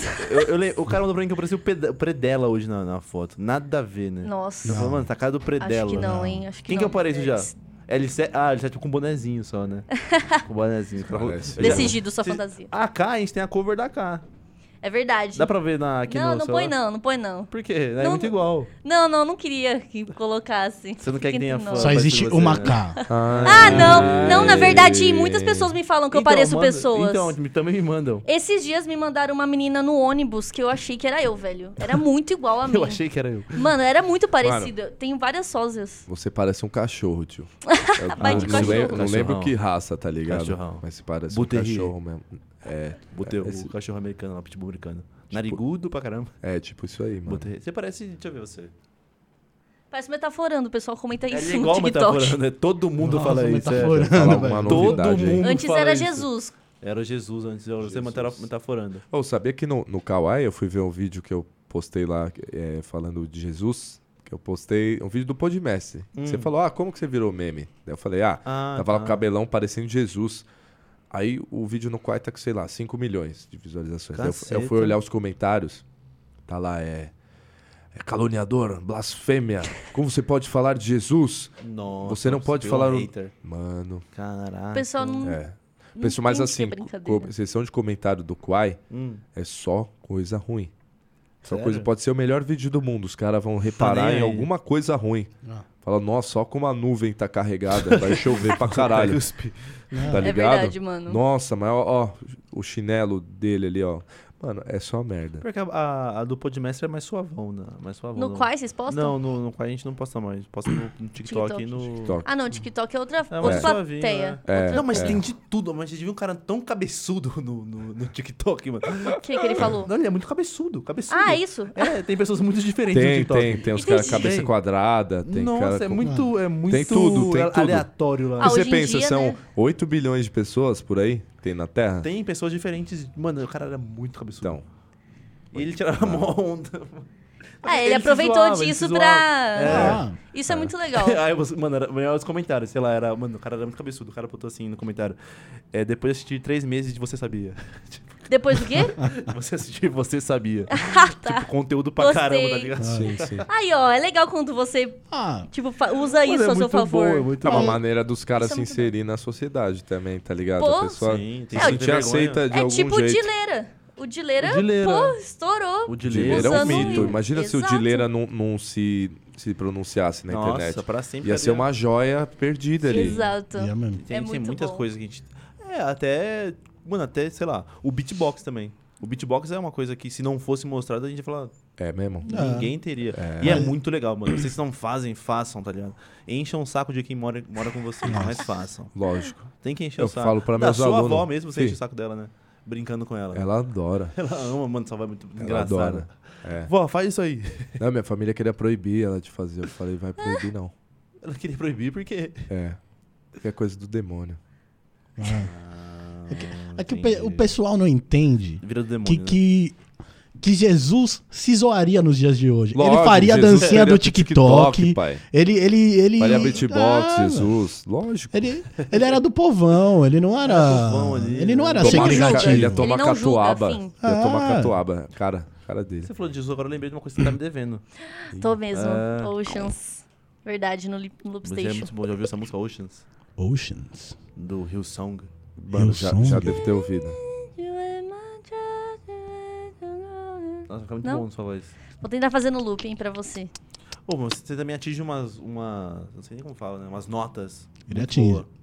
O cara mandou pra mim que eu parecia o Predella hoje na foto. Nada a ver, né? Nossa. Eu falei, mano, tá a cara do Predella. Acho que não, hein? Acho que Quem não. que eu pareço já? L7, L7 com bonezinho só, né? Com bonezinho. Parece. Eu já- Decidido sua Vocês- fantasia. A K, a gente tem a cover da K. É verdade. Dá pra ver aqui não, no não celular? põe não, não põe não. Por quê? É Não, muito igual. Não queria que colocasse. Você não quer que tenha Não. fã? Só existe você, uma né? K. Ah, não. Não, na verdade, muitas pessoas me falam que eu pareço manda- pessoas. Então, também me mandam. Esses dias me mandaram uma menina no ônibus que eu achei que era eu, velho. Era muito igual a mim. Eu achei que era eu. Mano, era muito parecida. Tenho várias sósias. Você parece um cachorro, tio. Vai de não cachorro. lembro, não lembro Cachorrão. que raça, tá ligado? Cachorrão. Mas se parece Buterrier. um cachorro mesmo. É, Botei esse- o cachorro americano lá, pitbull americano. Narigudo pra caramba. é tipo isso aí, mano. Botei... Você parece... Deixa eu ver você. Parece metaforando, o pessoal comenta isso É no igual TikTok. metaforando, né? Todo mundo Nossa, fala isso. metaforando, Fala velho. alguma Todo novidade aí. mundo Antes fala era isso. Jesus. Era Jesus antes, você metaforando. Ô, sabia que no Kawaii eu fui ver um vídeo que eu postei lá falando de Jesus? Que eu postei um vídeo do Podmestre. Você falou, como que você virou meme? Daí eu falei, tava lá com o cabelão parecendo Jesus. Aí o vídeo no Kawaii tá com, sei lá, 5 milhões de visualizações. Daí eu Caceta. fui olhar os comentários. Tá lá, é caluniador, blasfêmia. Como você pode falar de Jesus? Nossa. Você não pode virou falar... um hater. Mano, Caraca. O pessoal não... é... não Pessoal, mas entende que assim, é brincadeira. sessão de comentário do Kwai é só coisa ruim. Só Sério? coisa, pode ser o melhor vídeo do mundo. Os caras vão reparar nem em aí. alguma coisa ruim. Ah. Fala, nossa, só como a nuvem tá carregada, vai chover pra caralho. Tá É ligado? verdade, mano. Nossa, mas ó, o chinelo dele ali, ó. Mano, é só merda. Porque a do Podmestre é mais suavão, né? Mais suavão. No Quai vocês postam? Não, no Quai a gente não posta mais. Posta no TikTok e no... TikTok. Ah, não, TikTok é outra É mais outra suavinho, plateia. É. Não, mas tem de tudo. Mas você viu um cara tão cabeçudo no TikTok, mano. O que ele falou? Não, ele é muito cabeçudo. Ah, isso? É, tem pessoas muito diferentes no Tem, TikTok. tem os caras Entendi. cabeça Tem. quadrada, tem Nossa, cara é com- muito Tem tudo, tem tudo. aleatório lá. Ah, Você hoje em pensa, dia, são né? 8 bilhões de pessoas por aí, tem na Terra? Tem pessoas diferentes. Mano, o cara era muito cabeçudo. Então, E ele tirava mó onda. Ah, ele se aproveitou zoava, ele disso se pra... Ah, Isso é muito legal. Aí, mano, era melhor os comentários. Sei lá, mano, o cara era muito cabeçudo. O cara botou assim no comentário. Depois de assistir 3 meses de Você Sabia. Depois do quê? Você assistir Você Sabia. Ah, tá. Tipo, conteúdo pra Gostei. caramba, tá ligado? sim, sim. Aí, ó, é legal quando você, ah, tipo, usa isso é a seu muito favor. bom, é muito É uma bom. maneira dos caras Isso é se muito inserir na sociedade também, tá ligado? Pô, A pessoa Sim, tem É, que se ter te vergonha. aceita de É algum tipo o jeito. Dileira. O Dileira, O Dileira. pô, estourou. O Dileira é um Usando- mito. Imagina se o Exato. Dileira não se pronunciasse na Nossa, internet. pra sempre. Ia ser uma joia perdida ali. Exato. é mesmo. Tem, É tem muito muitas bom. coisas que a gente... até... Mano, até, sei lá, o beatbox também. O beatbox é uma coisa que se não fosse mostrado, a gente ia falar... É mesmo? Ninguém teria. E é muito legal, mano. Vocês não fazem, façam, tá ligado? Encham o saco de quem mora com vocês, mas façam. Lógico. Tem que encher Eu o saco. falo pra Da meus sua alunos, avó mesmo, você "Fi, enche o saco dela, né? Brincando com ela. Ela adora. Ela ama, mano, só vai muito Ela engraçado. adora. É. Vó, faz isso aí. Não, minha família queria proibir ela de fazer. Eu falei, vai proibir não. Ela queria proibir porque... É. Que é coisa do demônio. É que o pessoal não entende Vira do demônio, né? que Jesus se zoaria nos dias de hoje. Lógico, ele faria a Jesus dancinha faria do TikTok. pai. Ele Faria beatbox, Ah, Jesus. Lógico. Ele era do povão, ele não era. Era do povão ali, ele não era Ele não segregativo. julga. Ele ia tomar Ele não julga, catuaba. fim. Ia tomar Ah. catuaba. Cara dele. Você falou de Jesus, agora eu lembrei de uma coisa que você tá me devendo. Tô mesmo. É. Oceans. Verdade, no Loop Você é Station. muito bom, já ouviu essa música Oceans? Oceans. Do Hillsong? Mano, já Hillsong. deve ter ouvido. Nossa, fica muito Não? bom na sua voz. Vou tentar fazer no loop, hein, pra você. Ô, mas você também atinge umas... Não sei nem como fala, né? Umas notas. Ele muito atinge. boa.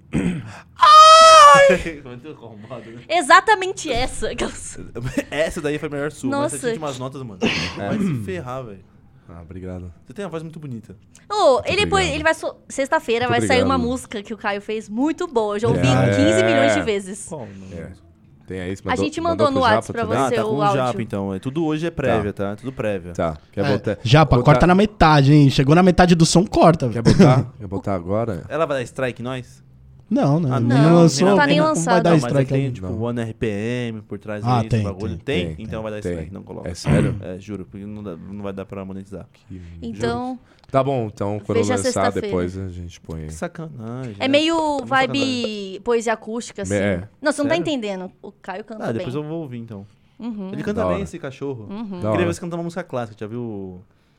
Ai! Muito arrombado, né? Exatamente essa. Essa daí foi a melhor sua. Mas Nossa. você atinge umas notas, mano. Vai se ferrar, velho. Ah, obrigado. Você tem uma voz muito bonita. Ô, ele obrigado. vai... Sexta-feira Muito vai sair uma obrigado. música que o Caio fez muito boa. Eu já ouvi É. 15 milhões de vezes. Qual? Não. É. Tem aí, você A gente mandou no pro WhatsApp Japa pra também? você. Ah, tá com o o áudio. Japa, então. Tudo hoje é prévia, tá? Tudo prévia. Tá. Quer É, botar? Japa, botar- corta na metade, hein? Chegou na metade do som, corta. Quer velho. botar? Quer botar agora? Ela vai dar strike em nós? Não, não. Ah, nem não, lançou. não tá nem como lançado. vai dar Não, mas é strike que tem, aí? tipo, Não. One RPM por trás Ah, disso, tem, bagulho. tem. Então vai dar tem. strike, não coloca. É sério? É, juro, porque não vai dar pra monetizar. Então, Tá bom, então quando Veja lançar, sexta-feira. depois a gente põe. Que sacanagem. é né? meio Tá vibe poesia acústica, assim. É. Não, você não tá Sério? entendendo. O Caio canta Ah, bem. depois eu vou ouvir, então. Uhum. Ele canta Da bem, hora. esse cachorro. Da Queria hora. ver você cantar uma música clássica, já viu?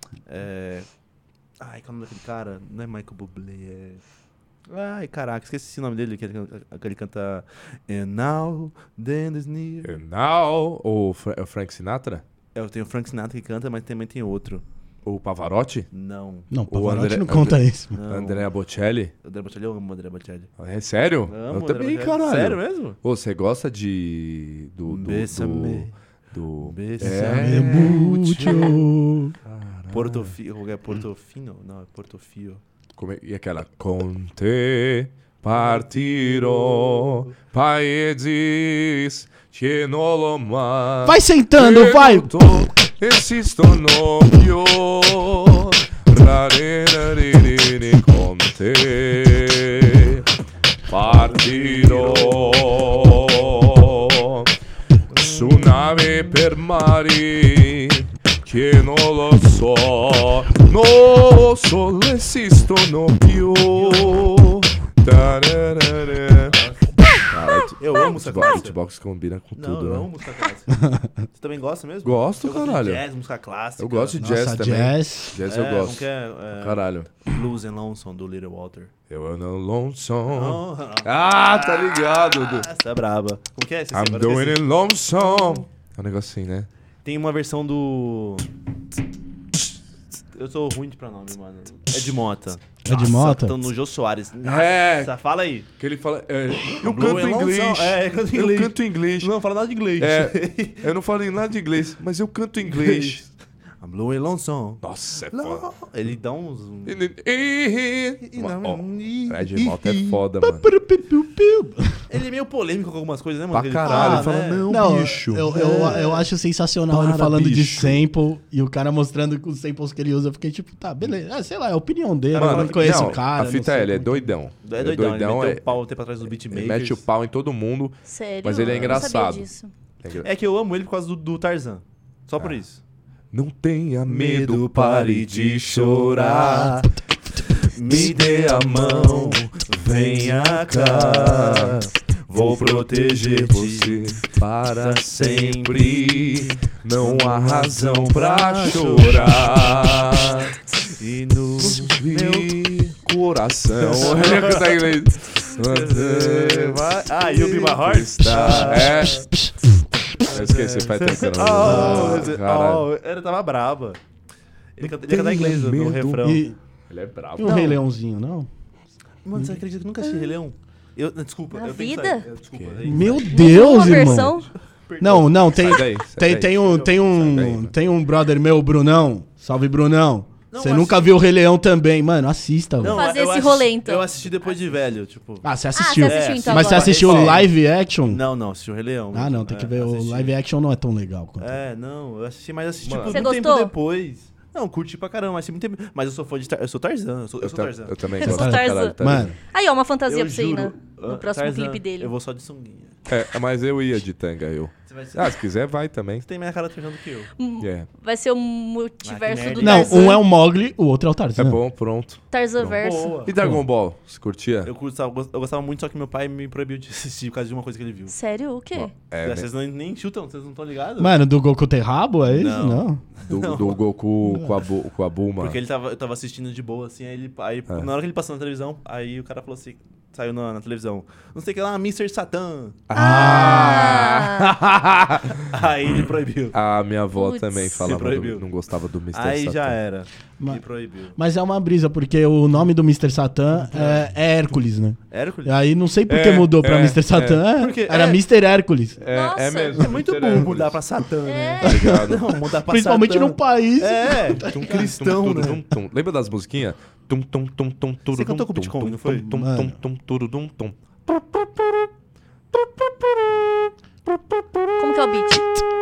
Ai, qual é o nome daquele cara? Não é Michael Bublé, é... Ai, caraca, esqueci o nome dele, que ele canta... And now, then is near... And now, o Frank Sinatra? Eu tenho o Frank Sinatra que canta, mas também tem outro. O Pavarotti? Não. Não, O Pavarotti André- não conta isso. Não. Andrea Bocelli? André Bocelli, eu amo o André Bocelli. É sério? Amo Eu o também, André Bocelli. caralho. Sério mesmo? Ô, você gosta de... Bésame. É muito. Portofino, é Portofino? Não, é Portofio. E aquela... Conte partirò paesis che non lo mai... Vai sentando, vai! Esistono più rarere con te partirò su nave per mari che non lo so esistono più tararara. Eu amo música clássica. Beatbox combina com Não, tudo, eu né? amo música clássica. Você também gosta mesmo? Gosto, Eu gosto caralho. de jazz, música clássica. Eu gosto de jazz Nossa, também. jazz. Jazz eu como gosto. que é? Caralho. Blues and Lonesome, do Little Walter. Eu não lonesome. Oh, Ah, tá ligado. essa é braba. Como que é esse? I'm Agora doing esqueci. it lonesome. É um negocinho, né? Tem uma versão do... Eu sou ruim de pronome, mano. É de Mota. É de Mota? Então, no Jô Soares. É. Nossa, fala aí. Que ele fala... eu Blue canto inglês. eu canto inglês. Eu canto inglês. Não fala nada de inglês. Eu não falo nada de inglês, mas eu canto inglês. A Blue Elonson. Nossa, é foda. Ele dá uns... Ed Mota é foda, mano. Ele é meio polêmico com algumas coisas, né, mano? Pra Ele caralho. Ele fala, fala, né? não, bicho. Eu acho sensacional ele Para, falando de bicho. sample e o cara mostrando os samples que ele usa. Eu fiquei tipo, tá, beleza. Sei lá, é a opinião dele. Mano, eu não conheço não, o cara. a fita não sei é, ele é como- doidão. É doidão, ele meteu o pau um tempo atrás dos beatmakers. Mete o pau em todo mundo. Sério? Mas ele é Eu não sabia engraçado. disso. É que eu amo ele por causa do Tarzan. Só por isso. Não tenha medo, pare de chorar. Me dê a mão, venha cá. Vou proteger Você para sempre. Não há razão pra chorar. E no meu coração. Eu ia cantar em inglês. Ah, You'll Be My Heart? É. Eu esqueci, faz tempo que eu não. Caralho. Ele tava braba. Ele canta em inglês no medo. refrão. E, Ele é e brabo. o Rei Leãozinho, não? Mano, você acredita que eu nunca assisti Rei Leão? Desculpa, Na eu tenho que vida? sair. Desculpa. Meu Deus, Uma irmão. versão? Não, tem, Sai daí, sai daí. tem um brother meu, Brunão. Salve, Brunão. Não, Você eu nunca viu o Rei Leão também, mano? Assista, velho. Fazer eu esse assisti- rolê, então. Eu assisti depois de velho, tipo... Ah, você assistiu. você assistiu, então, Mas você agora. assistiu o live action? Não, assisti o Rei Leão. Ah, não, tem que ver. O assisti. live action não é tão legal quanto. Não, eu assisti, mas assisti Mano. tipo, Você muito tempo gostou? depois. Não, curti pra caramba, assisti muito tempo. Mas eu sou fã de eu sou Tarzan, eu sou Tarzan. Eu também Eu gosto sou pra Tarzan. caralho, Mano, Aí, ó, uma fantasia Eu pra você ir juro. no próximo Tarzan, clipe dele. Eu vou só de sunguinha. Mas eu ia de tanga, eu. Você vai ser... Ah, se quiser, vai também. Você tem minha cara Tarzan do que eu. Yeah. Vai ser o multiverso Ah, que do merda. não, Tarzan. um é o Mogli, o outro é o Tarzan. É bom, pronto. Tarzan verso. Boa. E Dragon Ball? Você curtia? Eu gostava muito, só que meu pai me proibiu de assistir por causa de uma coisa que ele viu. Sério? O quê? Vocês nem chutam, vocês não estão ligados? Mano, do Goku ter rabo, é isso? Não. Não. Do Goku com a Bulma. Porque eu tava assistindo de boa, assim, aí na hora que ele passou na televisão, aí o cara falou assim, saiu na televisão, não sei o que lá, Mr. Satan. Ah! Aí ele proibiu. A minha avó Putz. também falava, proibiu. não gostava do Mr. Aí Satan. já era. Ma- Me proibiu. Mas é uma brisa, porque o nome do Mr. Satan é Hércules, né? Hércules? E aí não sei por que mudou pra Mr. Satan. Porque Era é- Mr. Hércules. Nossa. É mesmo. É muito Mr. burro Hércules. mudar pra Satã, né? Tá ligado? Não, mudar pra Principalmente Satã. num país. É, um cristão, Tum, né? tum, tum. Lembra das musiquinhas? Tum, tum, tum, tum, Você cantou com o Bitcoin, não foi? Tum, Mano. tum, tum, turudum, tum. Como que é o beat?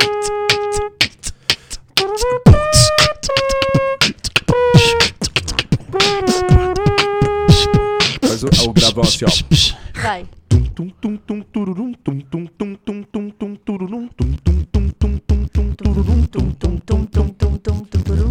Faz o gravão assim, ó. Vai. Tum, tum, tum, tum, tururum, tum, tum, tum, tum, tum, tum, tururum, tum, tum, tum, tum, tum, tum, tururum, tum, tum, tum, tum.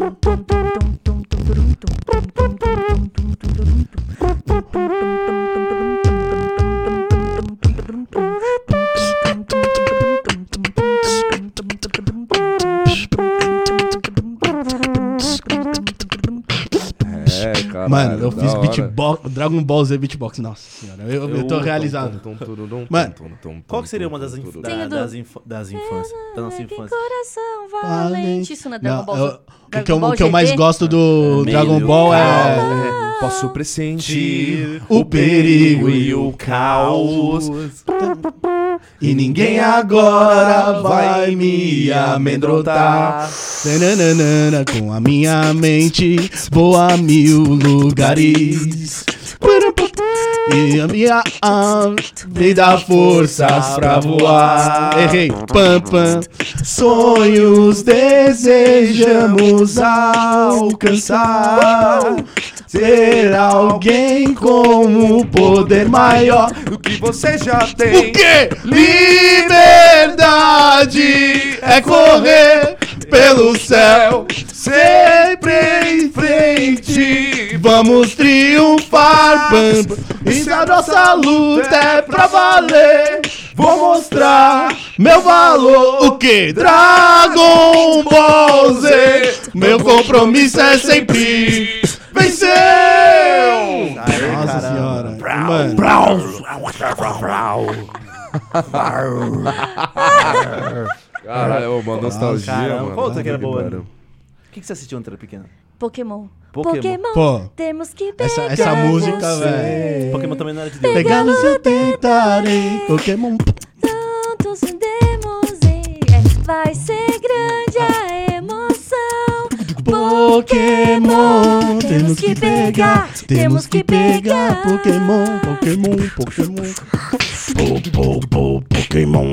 É, caralho. Mano, eu da fiz hora. beatbox, Dragon Ball Z beatbox. Nossa senhora, eu tô realizado. Tum, tum, tururum, Mano, tum, tum, tum, Qual que seria uma das, tururum. Tem o do- das infâncias? Da nossa Que infância? coração valente. Isso não é Dragon Não, Ball eu- Z? o Dragon Ball que eu mais GT? gosto do É Dragon meio Ball é Posso pressentir o perigo e o caos. E ninguém agora vai me amedrontar. Tananana, com a minha mente vou a 1000 lugares. E a minha alma me dá forças pra voar. Errei, pam pam. Sonhos desejamos alcançar. Ser alguém com um poder maior. Do que você já O tem. quê? Liberdade é correr pelo céu, sempre em frente. Vamos triunfar, bam, bam. E a nossa luta é pra valer. Vou mostrar meu valor. O quê? Dragon Ball Z. Meu compromisso é sempre vencer. Nossa senhora, mano. Caralho, uma nostalgia, Caramba, mano. qual outra que era boa? Pariu. O que você assistiu quando era pequena? Pokémon. Pô, Temos que pegar essa música, você. velho. Pokémon também não era de Deus. Pegá-los eu tentarei. Pokémon. Juntos demos vai ser grande a emoção. Pokémon. Temos que pegar. Temos que pegar. Pokémon. Pokémon. Pokémon. Pokémon.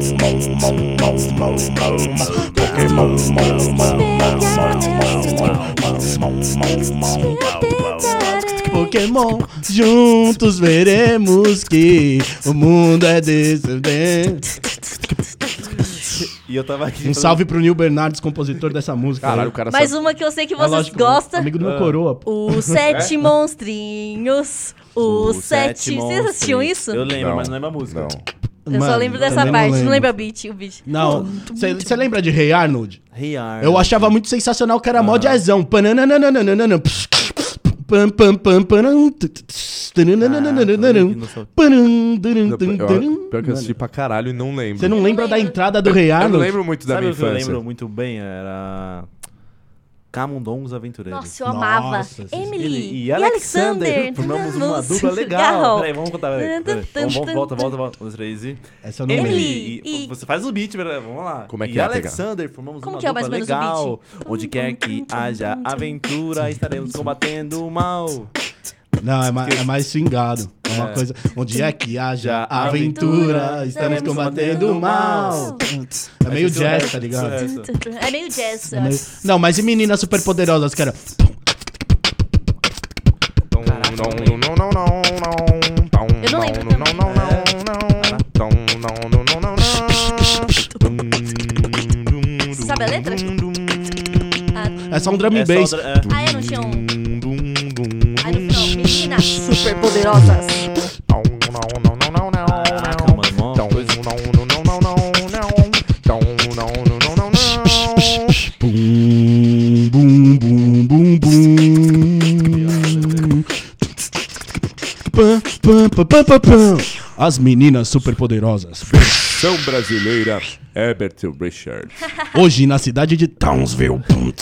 Pokémon, juntos veremos que o mundo é desse. E eu tava aqui. Um salve pro Nil Bernardes, compositor dessa música. Caralho, o cara Mais sabe. uma que eu sei que É vocês lógico, gostam. Amigo do meu coroa. pô. Os Sete Monstrinhos. Os Sete... Vocês Monstros. assistiam isso? Eu lembro, Não, mas não lembro a música. Não. Eu só Mano, lembro dessa também parte. Não lembro. lembro o beat. Não, você lembra de Hey Arnold? Hey Arnold. Eu achava muito sensacional que era mó jazzão. Panananananana, pam, pam, pam, panam, Pior que eu assisti pra caralho e não lembro. Você não lembra da entrada do Hey Eu não Arnold? lembro muito da Sabe minha o que eu infância. lembro muito bem? Era... Camundongos Aventureiros. Nossa, eu amava. Nossa, Emily E Alexander. Formamos uma dupla legal. Peraí, vamos contar. Peraí. Vamos, volta. 1, 2, 3 e... Essa eu não Emily. lembro. E- Você faz o beat, peraí, vamos lá. Como é que e é, Alexander, formamos Como uma que é mais dupla ou menos o legal. Onde quer que haja aventura, estaremos combatendo o mal. Não, é mais swingado. É uma coisa. Onde é que haja aventura, estamos combatendo o mal. É meio jazz, tá ligado? É meio jazz. É meio- Não, mas e meninas superpoderosas, que era. Eu não lembro também. Você sabe a letra? É só um drum and É só bass. Ah, eu não tinha um... Aí no final, meninas super poderosas. Caraca, mano, mó coisa. Bum, bum, bum, bum, bum. Pam, pam, pam, pam, pam, pam. As meninas superpoderosas. Versão brasileira, Herbert Richard. Hoje na cidade de Townsville.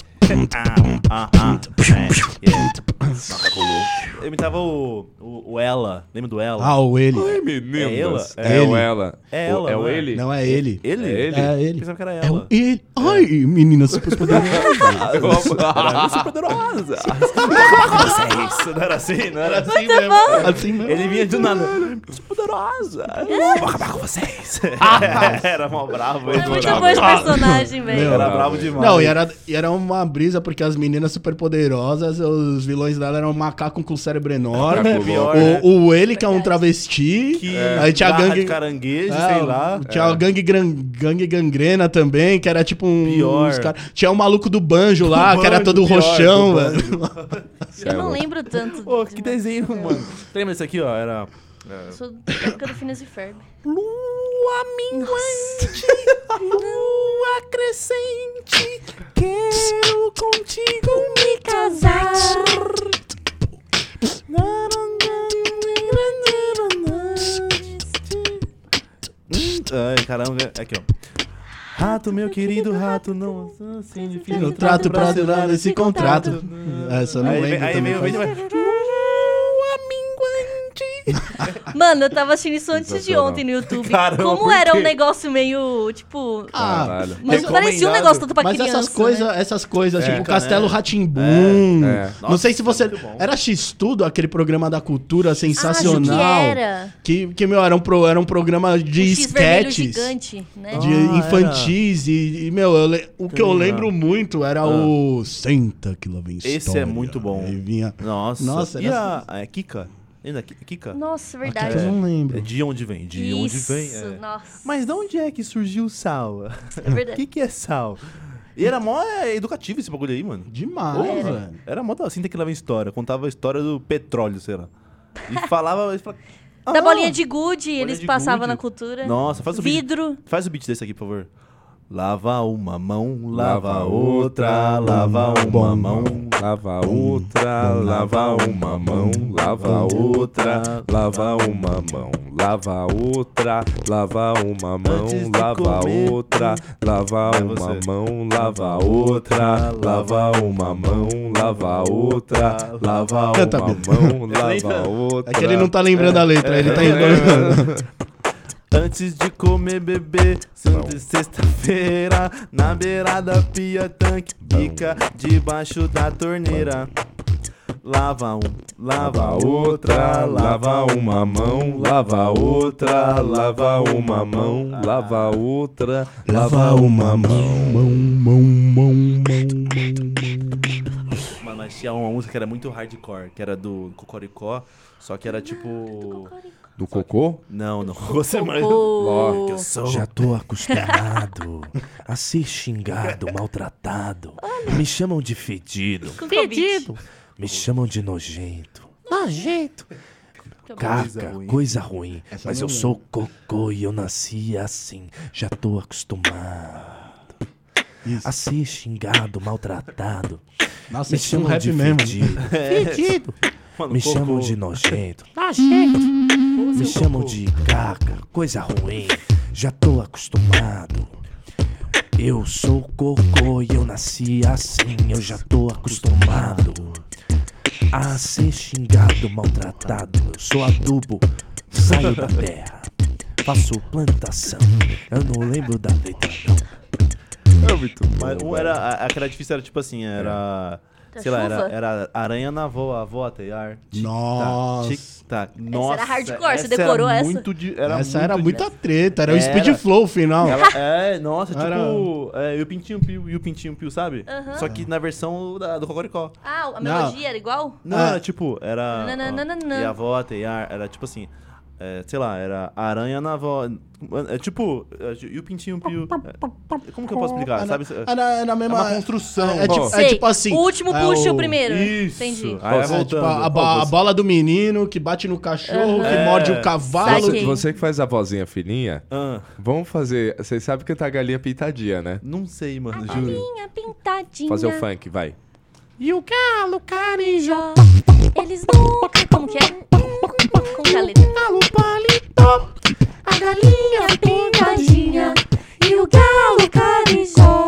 Eu imitava o Ela. Lembra do Ela? Ah, o ele. Ai, meninas. É ela? É Ele. o ela. É ela, É o não é? ele? Não é ele. Ele? É ele? É ele. Pensava que era É o ela. ele. Ai, meninas superpoderosas. Era super poderosa. Vocês. Não era assim? Não era assim? Assim mesmo. Ele vinha do nada. Super poderosa. Vou acabar com vocês. Era mó bravo. É muito bom esse personagem, Meu, velho. Era bravo demais. Não, e era uma brisa, porque as meninas superpoderosas, os vilões dela eram um macaco com cérebro enorme. Macaco pior, louco. né? O ele, que é um travesti. Que Aí tinha a garra gangue. de caranguejo, É, sei lá. Tinha a gangue gangrena também, que era tipo um. Pior. Tinha o maluco do banjo lá, que era banjo, todo pior, roxão, do velho. Eu não lembro tanto. Pô, que desenho, mano. Lembra desse aqui, ó? Era... Eu sou da época do Phineas e Ferb. Lua minguante, lua crescente, quero contigo me casar. Ai, caramba, aqui, ó. Rato, meu querido rato, não assim difícil. No trato pra durar esse contrato. Essa eu não Aí lembro vem, também. Lua minguante. Mano, eu tava assistindo isso antes de Sensacional. ontem no YouTube. Caramba, Como por era quê? um negócio meio, tipo... Caralho. Mas parecia um negócio todo pra Mas criança. essas coisas, tipo né? Castelo Rá-Tim-Bum. É. Não sei se você. muito bom. Era X-Tudo, aquele programa da cultura sensacional. Acho que era. Que, meu, era um programa de Um X vermelho sketches. gigante, né? De Ah, infantis. E, meu, o que eu ligado. lembro muito era o Senta que lá vem história. Esse é muito bom. Aí vinha. Nossa. era E a Kika? Lembra da Kika? Nossa, Aqui verdade. que eu não É lembro. de onde vem? De onde vem? Isso, É. nossa. Mas de onde é que surgiu o sal? É O verdade. que é sal? E era mó educativo esse bagulho aí, mano. Demais, Porra. velho. Era mó assim que leva história. Contava a história do petróleo, sei lá. E falava... eles falavam, Da "Ah, bolinha de gude, eles de passavam gude." na cultura. Nossa, faz o beat. Vidro. Faz o beat desse aqui, por favor. Lava uma mão, lava outra, lava uma mão, lava outra, lava uma mão, lava outra, lava uma mão, lava outra, lava uma mão, lava outra, lava uma mão, lava outra, lava uma mão, lava outra, lava uma mão, lava outra. É que ele não tá lembrando a letra, ele tá indo. Antes de comer, bebê, de sexta-feira, na beirada, pia, tanque, pica, debaixo da torneira. Lava um, lava outra, lava uma mão, lava outra, lava uma mão, lava outra, lava uma mão. Mano, mas tinha uma música que era muito hardcore, que era do Cocoricó, só que era tipo... Do cocô? Não, você mais. Cocô. Que eu sou. Já tô acostumado a ser xingado, maltratado. Me chamam de fedido. Fedido. Me chamam de nojento. Nojento. Caca, coisa ruim. Mas eu sou cocô e eu nasci assim. Já tô acostumado a ser xingado, maltratado. Nossa, Me esse é um chamam rap de mesmo. fedido. Fedido. Mano, Me cocô. chamam de nojento. Nojento. Me chamam de caca, coisa ruim. Já tô acostumado. Eu sou cocô e eu nasci assim. Eu já tô acostumado a ser xingado, maltratado. Eu sou adubo, saio da terra, faço plantação. Eu não lembro da letra não. É muito bom. Mas um era. A que era difícil era tipo assim, era. Sei lá, chuva? era aranha na avó a tear. Nossa. Tic-tac. Nossa. era hardcore, você decorou era essa? Essa era muito muita treta, era o Era. Speed Flow o final. Nossa, Era- tipo. E o Pintinho Piu, sabe? Só que na versão do Cocoricó. Ah, a melodia era igual? Não, Ah. era tipo, era. Nananana. Ó, e a avó a tear, era tipo assim. Sei lá, era aranha na avó. É tipo. E o Pintinho Piu. Como que eu posso explicar? Sabe? Era a mesma. É uma construção. É tipo, Sei. tipo assim. O último puxa o primeiro. Isso. Entendi. Aí É, voltando. tipo, a bola do menino que bate no cachorro, que É. morde o cavalo. Saquei. Você que faz a vozinha fininha, Ah, vamos fazer... Vocês sabem que tá a galinha pintadinha, né? não sei, mano, juro. Galinha pintadinha. Fazer o funk, vai. E o galo carijó. Eles nunca... Como que é? Como que é a letra? Galo palito, a galinha pintadinha e o galo carijó.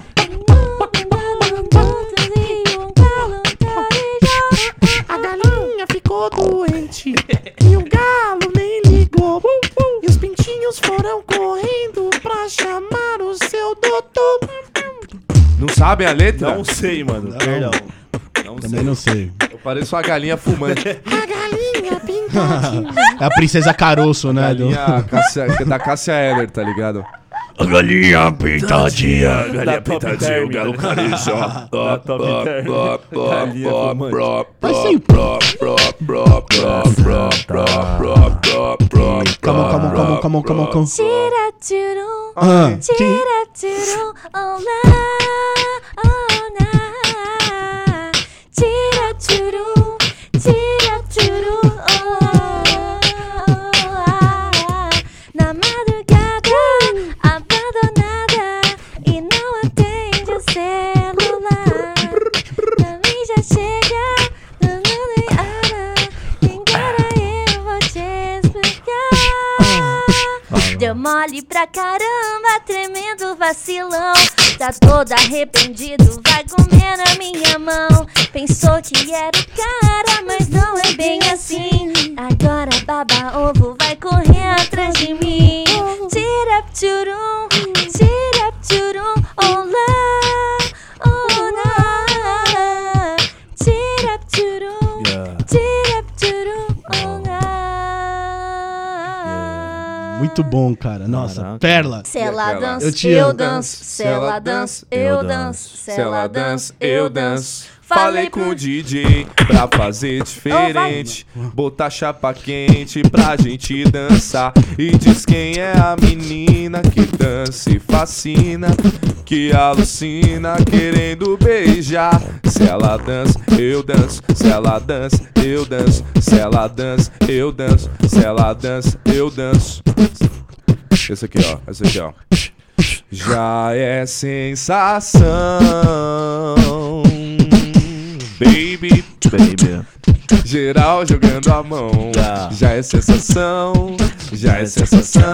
A galinha ficou doente e o galo nem ligou. E os pintinhos foram correndo pra chamar o seu doutor. Não sabem a letra? Não sei, mano. Perdão. Não sei. Também não sei. Eu pareço uma galinha fumante. A galinha pintadinha. É a princesa Caroço, né? Galinha da Cássia Eller, tá ligado? A galinha pintadinha. Da Top Term. galo carijó. Da Top Term. Galinha fumante. Faz sempre. Calma. Tira, tirum, Ah, tira, tirum, olá, olá. Tira, tirum, olá. Na madrugada, abandonada e não atende o celular. Pra mim já chega, quem quer eu vou te explicar. Deu mole pra caramba, tremendo vacilão. Tá todo arrependido, vai comer na minha mão. Pensou que era o cara, mas não é bem assim. Agora baba ovo, vai correr atrás de mim. Tira, tchurum, olá, olá. Tira, tchurum, olá. Muito bom, cara. Nossa, Caraca. pérola. Se ela dança, Eu te eu amo. danço. Se ela dança, eu danço. Se ela dança, eu danço. Falei com o DJ pra fazer diferente. Botar chapa quente pra gente dançar. E diz quem é a menina que dança e fascina, que alucina querendo beijar. Se ela dança, eu danço. Se ela dança, eu danço. Se ela dança, eu danço. Se ela dança, eu danço. Esse aqui, ó. Esse aqui, ó. já é sensação. Baby, geral jogando a mão, já é sensação, já é sensação.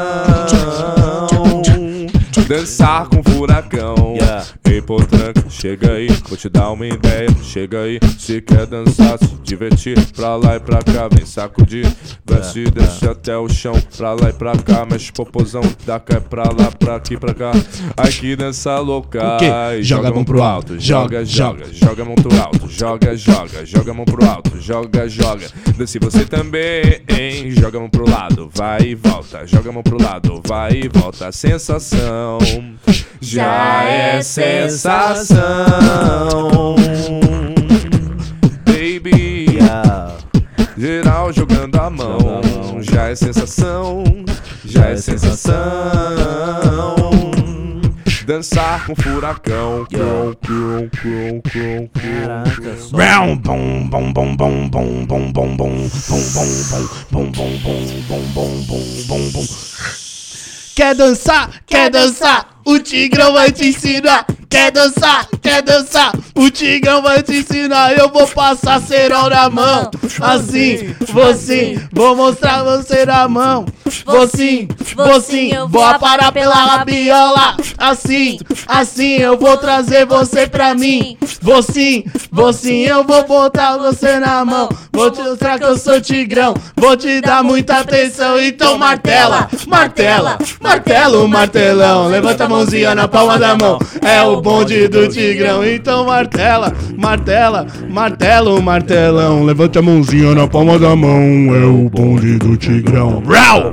Dançar com furacão, ei potranca, chega aí, vou te dar uma ideia. Chega aí, se quer dançar, se divertir, pra lá e pra cá, vem sacudir, vai se desce até o chão, pra lá e pra cá, mexe popozão, da cá pra lá, pra aqui, pra cá. Aqui dança louca, joga a mão pro alto, joga, joga, joga a mão pro alto, joga, joga, joga a mão pro alto, joga, joga. Desce você também, hein? Joga a mão pro lado, vai e volta, joga a mão pro lado, vai e volta. Sensação, já é sensação. Baby, geral jogando a mão, já é sensação, já é sensação. Dançar com furacão. Quer dançar? Quer dançar? O Tigrão vai te ensinar. Quer dançar? Quer dançar? O Tigrão vai te ensinar. Eu vou passar cerol na mão. Assim, vou sim, vou mostrar você na mão. Vou sim, vou aparar pela rabiola. Assim, assim eu vou trazer você pra mim. Vou sim, eu vou botar você na mão. Vou te mostrar que eu sou Tigrão. Vou te dar muita atenção. Então martela, martela, martela o martelão. Levanta a mãozinha na palma da mão. É o bonde do Tigrão. Então martela, martela, martela o martelão. Levanta a mãozinha na palma da mão. É o bonde do Tigrão. Rau!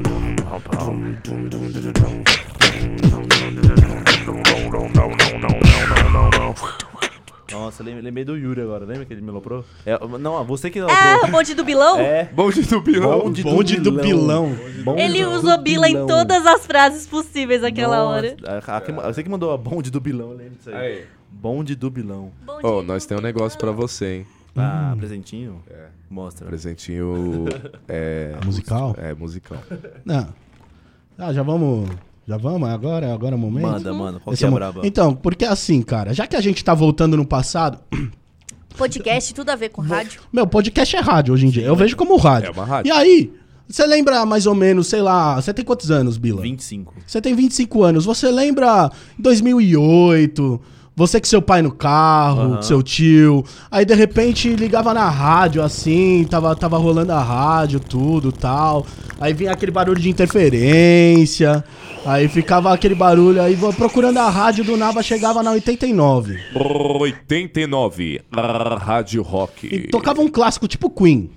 Nossa, lembrei do Yuri agora, lembra que ele me aloprou? Não, você que aloprou. É, o bonde do Bilão? É. Bonde do Bilão. Bonde do Bilão. Ele usou Bila em todas as frases possíveis naquela hora. Você que mandou a bonde do Bilão, eu lembro disso aí. Bonde do Bilão. Ó, nós temos um negócio pra você, hein? Presentinho? É. Mostra. Presentinho Musical? É, musical. Não. Já vamos agora é o momento? Manda, qual que é a braba? Então, porque assim, cara, já que a gente tá voltando no passado... Podcast, tudo a ver com rádio. Meu, podcast é rádio hoje em dia. Eu vejo como rádio. É uma rádio. E aí, você lembra mais ou menos, sei lá... Você tem quantos anos, Bila? 25. Você tem 25 anos. Você lembra em 2008... Você com seu pai no carro, com seu tio. Aí, de repente, ligava na rádio, assim, tava rolando a rádio, tudo, tal. Aí vinha aquele barulho de interferência. Aí ficava aquele barulho, aí procurando a rádio do nada, chegava na 89. 89, Rádio Rock. E tocava um clássico tipo Queen.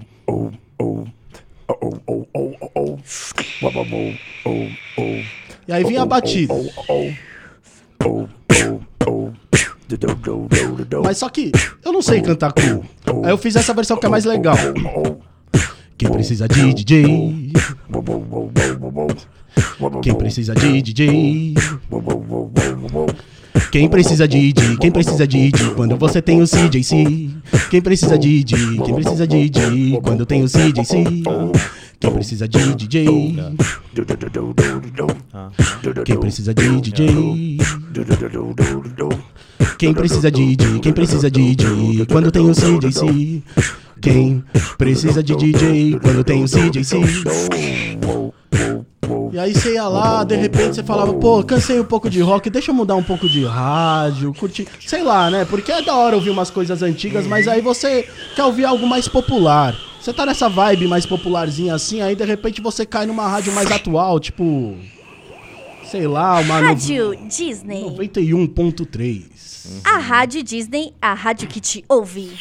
E aí vinha a batida. Mas só que eu não sei cantar Queen. Aí eu fiz essa versão que é mais legal. Quem precisa de DJ? Quem precisa de DJ? Quem precisa de DJ? Quem precisa de DJ? Quando você tem o CJC. Quem precisa de DJ? Quem precisa de DJ? Quando eu tenho o CJC. Quem precisa de DJ? Quem precisa de DJ? Quem precisa de DJ? Quem precisa de DJ? Quando tem o CJC. Quem precisa de DJ? Quando tem o CJC. E aí você ia lá, de repente você falava, pô, cansei um pouco de rock, deixa eu mudar um pouco de rádio, curtir, sei lá, né? Porque é da hora ouvir umas coisas antigas, mas aí você quer ouvir algo mais popular. Você tá nessa vibe mais popularzinha assim, aí de repente você cai numa rádio mais atual, tipo... Sei lá, uma... Rádio Disney. 91.3. A Rádio Disney, a rádio que te ouve.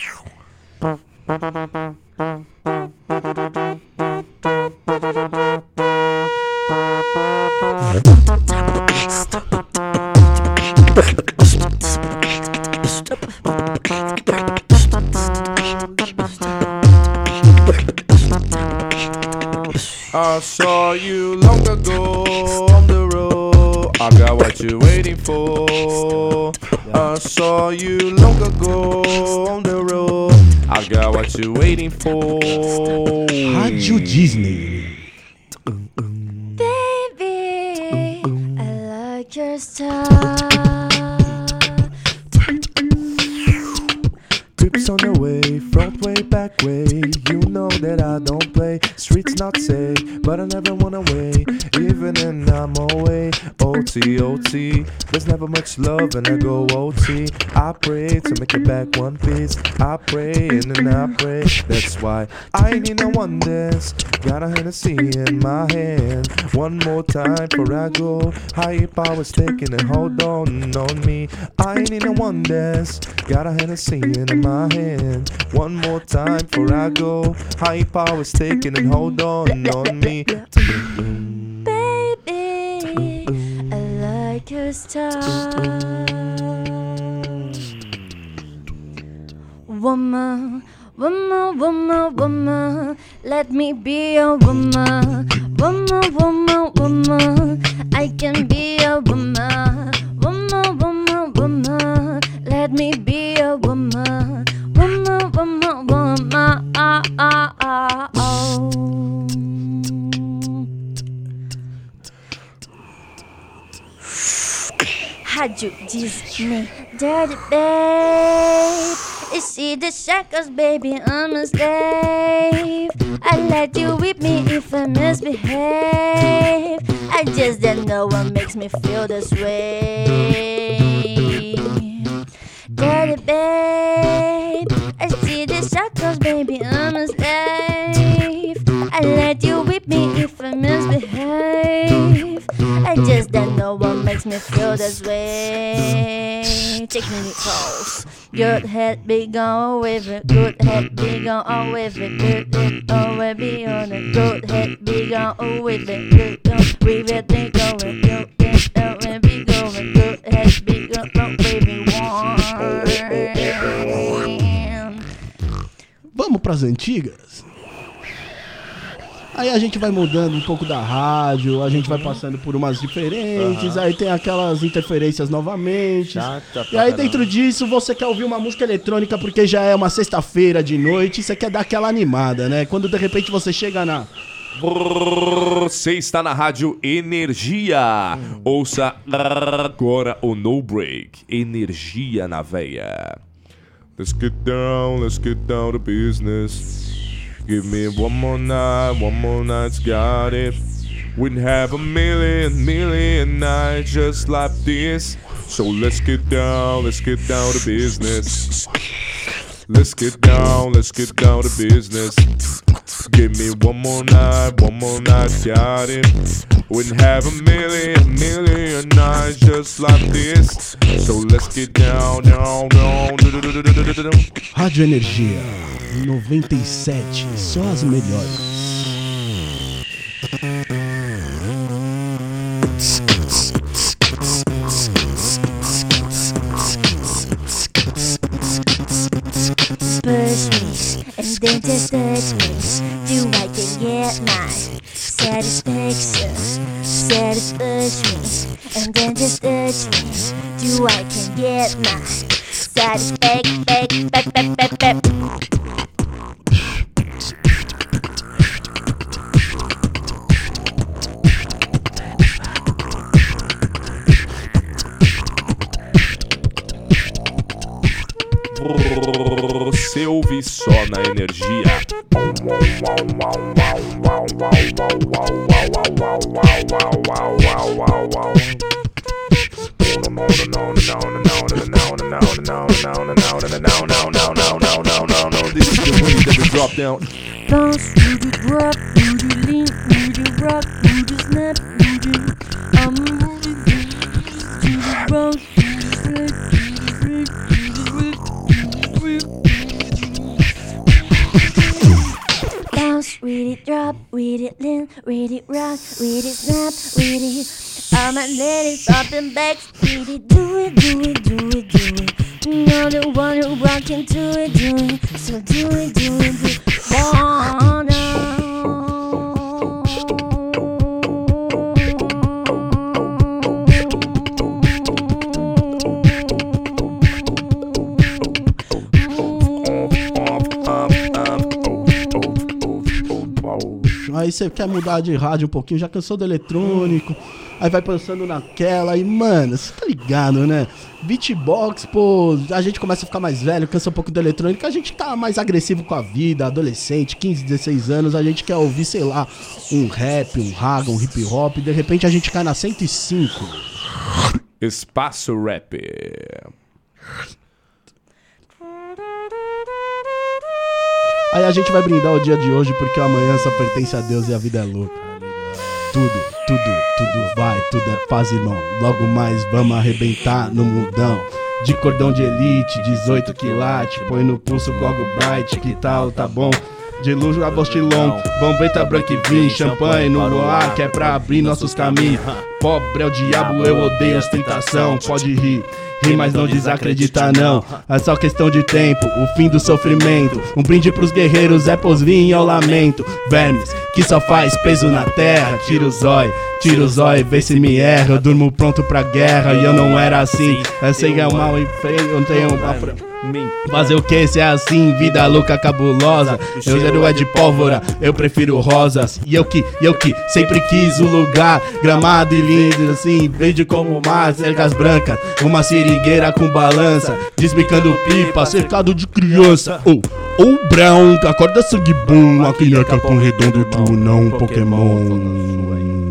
I saw you long ago on the road. I got what you're waiting for. I saw you long ago on the road. I got what you're waiting for. Rádio Disney. Baby, I like your on the way, front way, back way. You know that I don't play, streets not safe, but I never wanna wait, even when I'm away. OT, OT, there's never much love and I go OT. I pray to make it back one piece. I pray and then I pray. That's why I ain't need no one dance. Got a Hennessy in my hand. One more time before I go. Higher powers taking a hold on me. I ain't need no one dance. Got a Hennessy in my hand. One more time before I go. High powers taking and hold on me. Baby, I like your style. Woman, woman, woman, woman, let me be a woman. Woman, woman, woman, I can be a woman. Woman, woman, woman, let me be a woman. Woman, woman, woman, oh. Rádio Disney, dirty babe. You see the shackles, baby, I'm a slave. I let you whip me if I misbehave. I just don't know what makes me feel this way. Dirty babe, I see the shackles, baby, I'm a slave. I let you whip me if I misbehave. I just don't know what makes me feel this way. Technicals, good head be gone with it. Good head be gone with it. Good head always be on it. Good head be gone with it. Good go with it. They go with it. Good always be going. Good head be gone with it. Vamos pras antigas? Aí a gente vai mudando um pouco da rádio, a gente vai passando por umas diferentes, aí tem aquelas interferências novamente. Chata E aí dentro disso você quer ouvir uma música eletrônica porque já é uma sexta-feira de noite e você quer dar aquela animada, né? Quando de repente você chega na... Você está na Rádio Energia. Ouça agora o No Break. Energia na veia. Let's get down to business. Give me one more night's got it. We'd have a million nights just like this. So let's get down to business. Let's get down to business. Give me one more night, got it. We'd have a million nights just like this. So let's get down. Rádio Energia 97, só as melhores. Push me, and then just touch me. Do I can get my satisfaction? Satisfaction, and then just touch me. Do I can get my satisfaction? Você ouve só na Energia. This is the way that we drop down. Bounce, booty drop, booty lean, booty rock, booty snap, booty. I'm moving, booty bounce, bounce, with it drop, with it lean, with it rock, with it snap, with it. All my ladies up and back, with it, do it. You're the one who rockin' to it, do it. So do it. Aí você quer mudar de rádio um pouquinho, já cansou do eletrônico, aí vai pensando naquela, e mano, você tá ligado, né? Beatbox, pô, a gente começa a ficar mais velho, cansa um pouco do eletrônico, a gente tá mais agressivo com a vida, adolescente, 15, 16 anos, a gente quer ouvir, sei lá, um rap, um raga, um hip hop, e de repente a gente cai na 105. Espaço Rap. Aí a gente vai brindar o dia de hoje porque o amanhã só pertence a Deus e a vida é louca. Tudo vai, tudo é paz, irmão. Logo mais vamos arrebentar no mundão. De cordão de elite, 18 quilates, põe no pulso Gogo Bright, que tal, tá bom? De luz a Bostilon, bombeta branca e vinho, champanhe no ar, que é pra abrir nossos caminhos. Pobre é o diabo, eu odeio ostentação, pode rir, mas não desacredita não. É só questão de tempo, o fim do sofrimento. Um brinde pros guerreiros é pros vinhos ao lamento. Vermes, que só faz peso na terra. Tira o zói, vê se me erra. Eu durmo pronto pra guerra e eu não era assim. Eu sei que é mal e feio, eu não tenho mal pra fazer o que se é assim, vida louca cabulosa. Meu zero é de pólvora, eu prefiro rosas. E eu que sempre quis o lugar gramado e lindo assim, verde como mar, cercas brancas, uma sirigueira com balança, desbicando pipa, cercado de criança. Ou brown, acorda sangue bom, aquele é capão redondo, tu não Pokémon.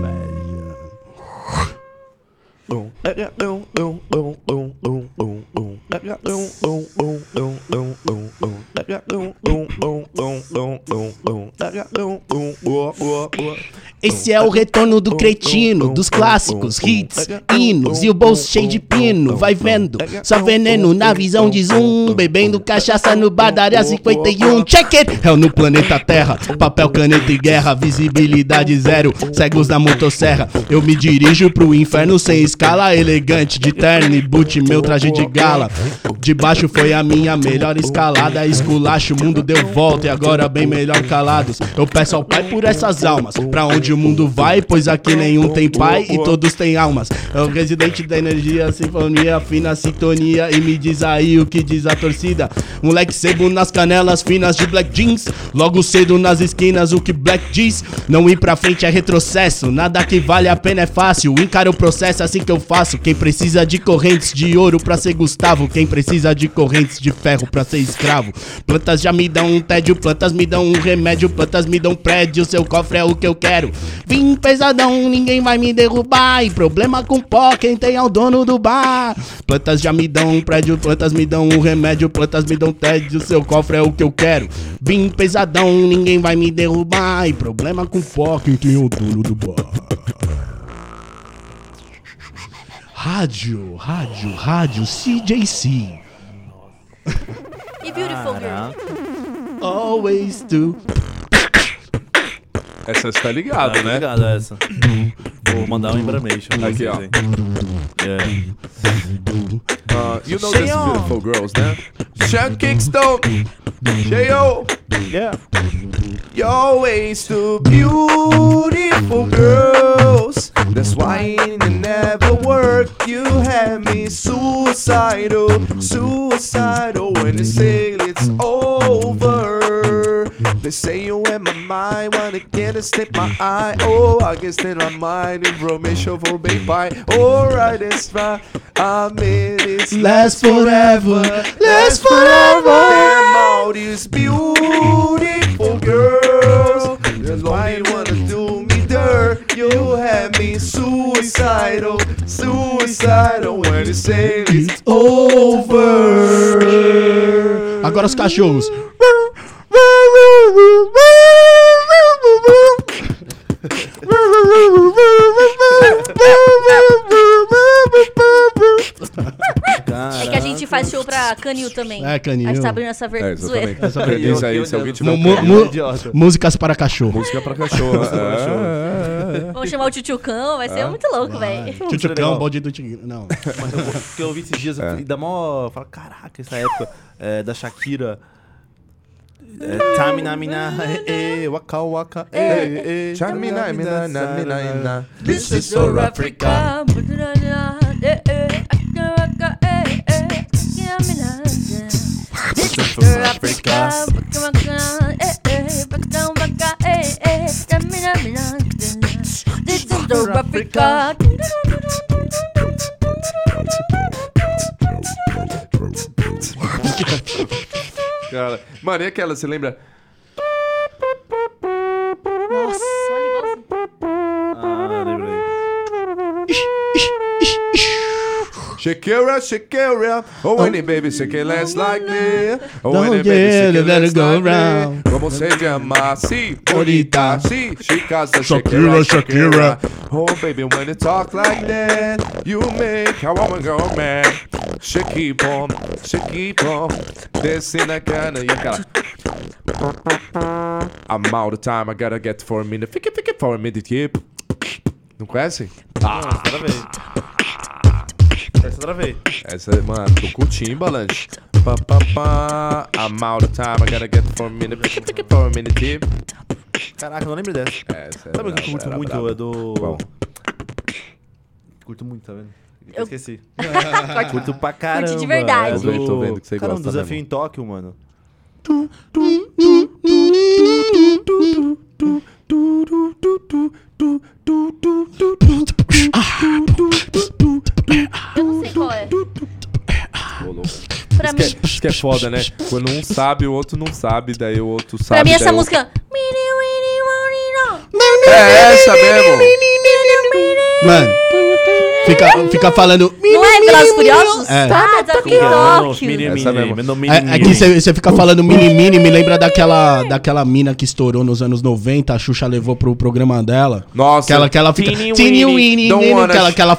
Esse é o retorno do cretino, dos clássicos, hits, hinos e o bolso cheio de pino. Vai vendo, só veneno na visão de zoom, bebendo cachaça no bar da área 51. Check it! Hell no planeta Terra, papel, caneta e guerra, visibilidade zero, cegos na motosserra. Eu me dirijo pro inferno sem escala, elegante de terno e boot, meu traje de gala. De baixo foi a minha melhor escalada, esculacho, o mundo deu volta e agora bem melhor calados. Eu peço ao Pai por essas almas, pra onde o mundo vai, pois aqui nenhum tem pai e todos têm almas. É o residente da energia, sinfonia, fina sintonia, e me diz aí o que diz a torcida. Moleque sebo nas canelas finas de black jeans, logo cedo nas esquinas o que black diz. Não ir pra frente é retrocesso, nada que vale a pena é fácil, encara o processo assim que eu faço. Quem precisa de correntes de ouro pra ser Gustavo, quem precisa de correntes de ferro pra ser escravo. Plantas já me dão um tédio, plantas me dão um remédio, plantas me dão prédio, seu cofre é o que eu quero. Vim pesadão, ninguém vai me derrubar, e problema com pó, quem tem é o dono do bar. Plantas já me dão um prédio, plantas me dão um remédio, plantas me dão tédio, seu cofre é o que eu quero. Vim pesadão, ninguém vai me derrubar, e problema com pó, quem tem é o dono do bar. Rádio, CJC. E Beautiful Girl? Always do. Essa você tá ligado, né? Tá ligado essa. Vou mandar um embramation. Aqui, ó. Yeah. You know this Beautiful Girls, né? Sean Kingston. J.O. Yeah. You're always too beautiful girls. That's why it never worked. You had me suicidal when you say it's over. They say you in my mind, wanna get a slip my eye. Oh, I guess that I might information for big pie. Alright, it's fine. I made it Last forever. Damn, all these beautiful girls. That's why you wanna do me dirt. You had me suicidal when you say it's over. Agora os cachorros. É que a gente faz show pra Canil também. É, Canil. A gente tá abrindo essa zoeira. Diz aí, se alguém tiver Músicas para cachorro. música pra cachorro. Vamos chamar o Tchutchucão, vai ser muito louco, velho. Tchutchucão, balde do tigre. Não. Mas porque eu ouvi esses dias e dá mó. Fala, caraca, essa época da Shakira. Tamina, waka waka, Chamina, mina, mina. This is South Africa. This is South Africa. This is South Africa. Cara, mano, e aquela, você lembra? Nossa, olha igualzinho. Ah, lembrei. Shakira, Shakira, oh when baby, shake it less like me. Oh Don't when get baby, shake it, it let less it go like me. round. Como se llama? Si, bonita, si, Shakira, Shakira, Shakira. Oh baby, when you talk like that, you make a woman go mad. Shakira, Shakira, descendo a cana e aquela. I'm out of time, I gotta get for a minute. Fique for a minute, yep. Não conhece? Ah, travei. Essa travei. Essa, mano, tô com o Timbaland. Pa, pa, pa. I'm out of time, I gotta get for a minute. Fique for a minute, yep. Caraca, eu não lembro dessa. Essa Sabe o que eu curto muito? brava. É do... Qual? Curto muito, tá vendo? Eu- Esqueci. Curto pra caramba. de verdade. É do... Tô vendo que você Caramba, gosta Desafio mesmo. em Tóquio, mano. Eu não sei qual é. Ô, louco. Pra mim, Isso que é foda, né? Quando um sabe, o outro não sabe, daí o outro sabe. pra mim daí essa o música... É essa mesmo! Mano, fica falando... Não é Velozes e Furiosos? É. Ah, tá aqui Tóquio. Essa mesmo. É que você fica falando mini, me lembra daquela mina que estourou nos anos 90, a Xuxa levou pro programa dela. Nossa. Que ela fica... Teeny Teeny weeny, weeny, don't weeny, wanna- que ela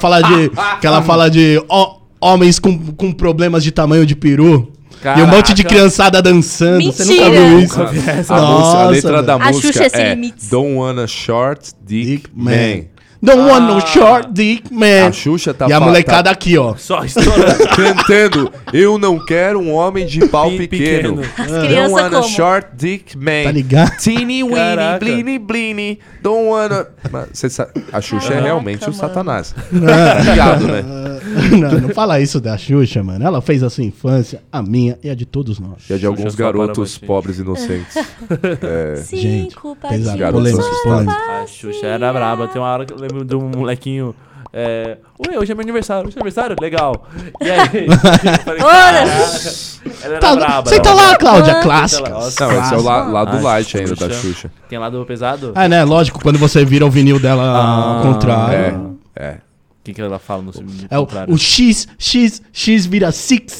fala de homens com problemas de tamanho de peru. E um monte de criançada dançando. Você nunca Mentira. viu isso? A, música, Nossa, a letra velho. da A música Xuxa é sem é limites. Don't wanna short dick, man. Don't want no short dick man. A Xuxa tá E a fa- molecada aqui, ó. Só estourando. cantando Eu não quero um homem de pau pequeno. Don't crianças wanna como? short dick man. Tá ligado? Teeny weeny, Caraca. blini blini. Don't wanna... Mas cê sabe, a Xuxa é Caraca, realmente o mano. satanás. Obrigado, né? Não fala isso da Xuxa, mano. Ela fez a sua infância, a minha e a de todos nós. E a de alguns só para garotos baixinho. pobres inocentes. Gente, Cinco pesado. Garotos Polêmico, assustados. polêmico. A Xuxa era braba. Tem uma hora que eu lembro de um molequinho. Oi, hoje é meu aniversário. Hoje é aniversário? Legal. E aí? Eu falei, Olha! caraca, ela era Tá, braba. senta ela lá, era Cláudia. Nossa. Clássica. Não, esse é o lado Ah, light ainda Xuxa. da Xuxa. Tem lado pesado? Ah, né? Lógico, quando você vira o vinil dela ao contrário. É. O que ela fala no É contrário? o X vira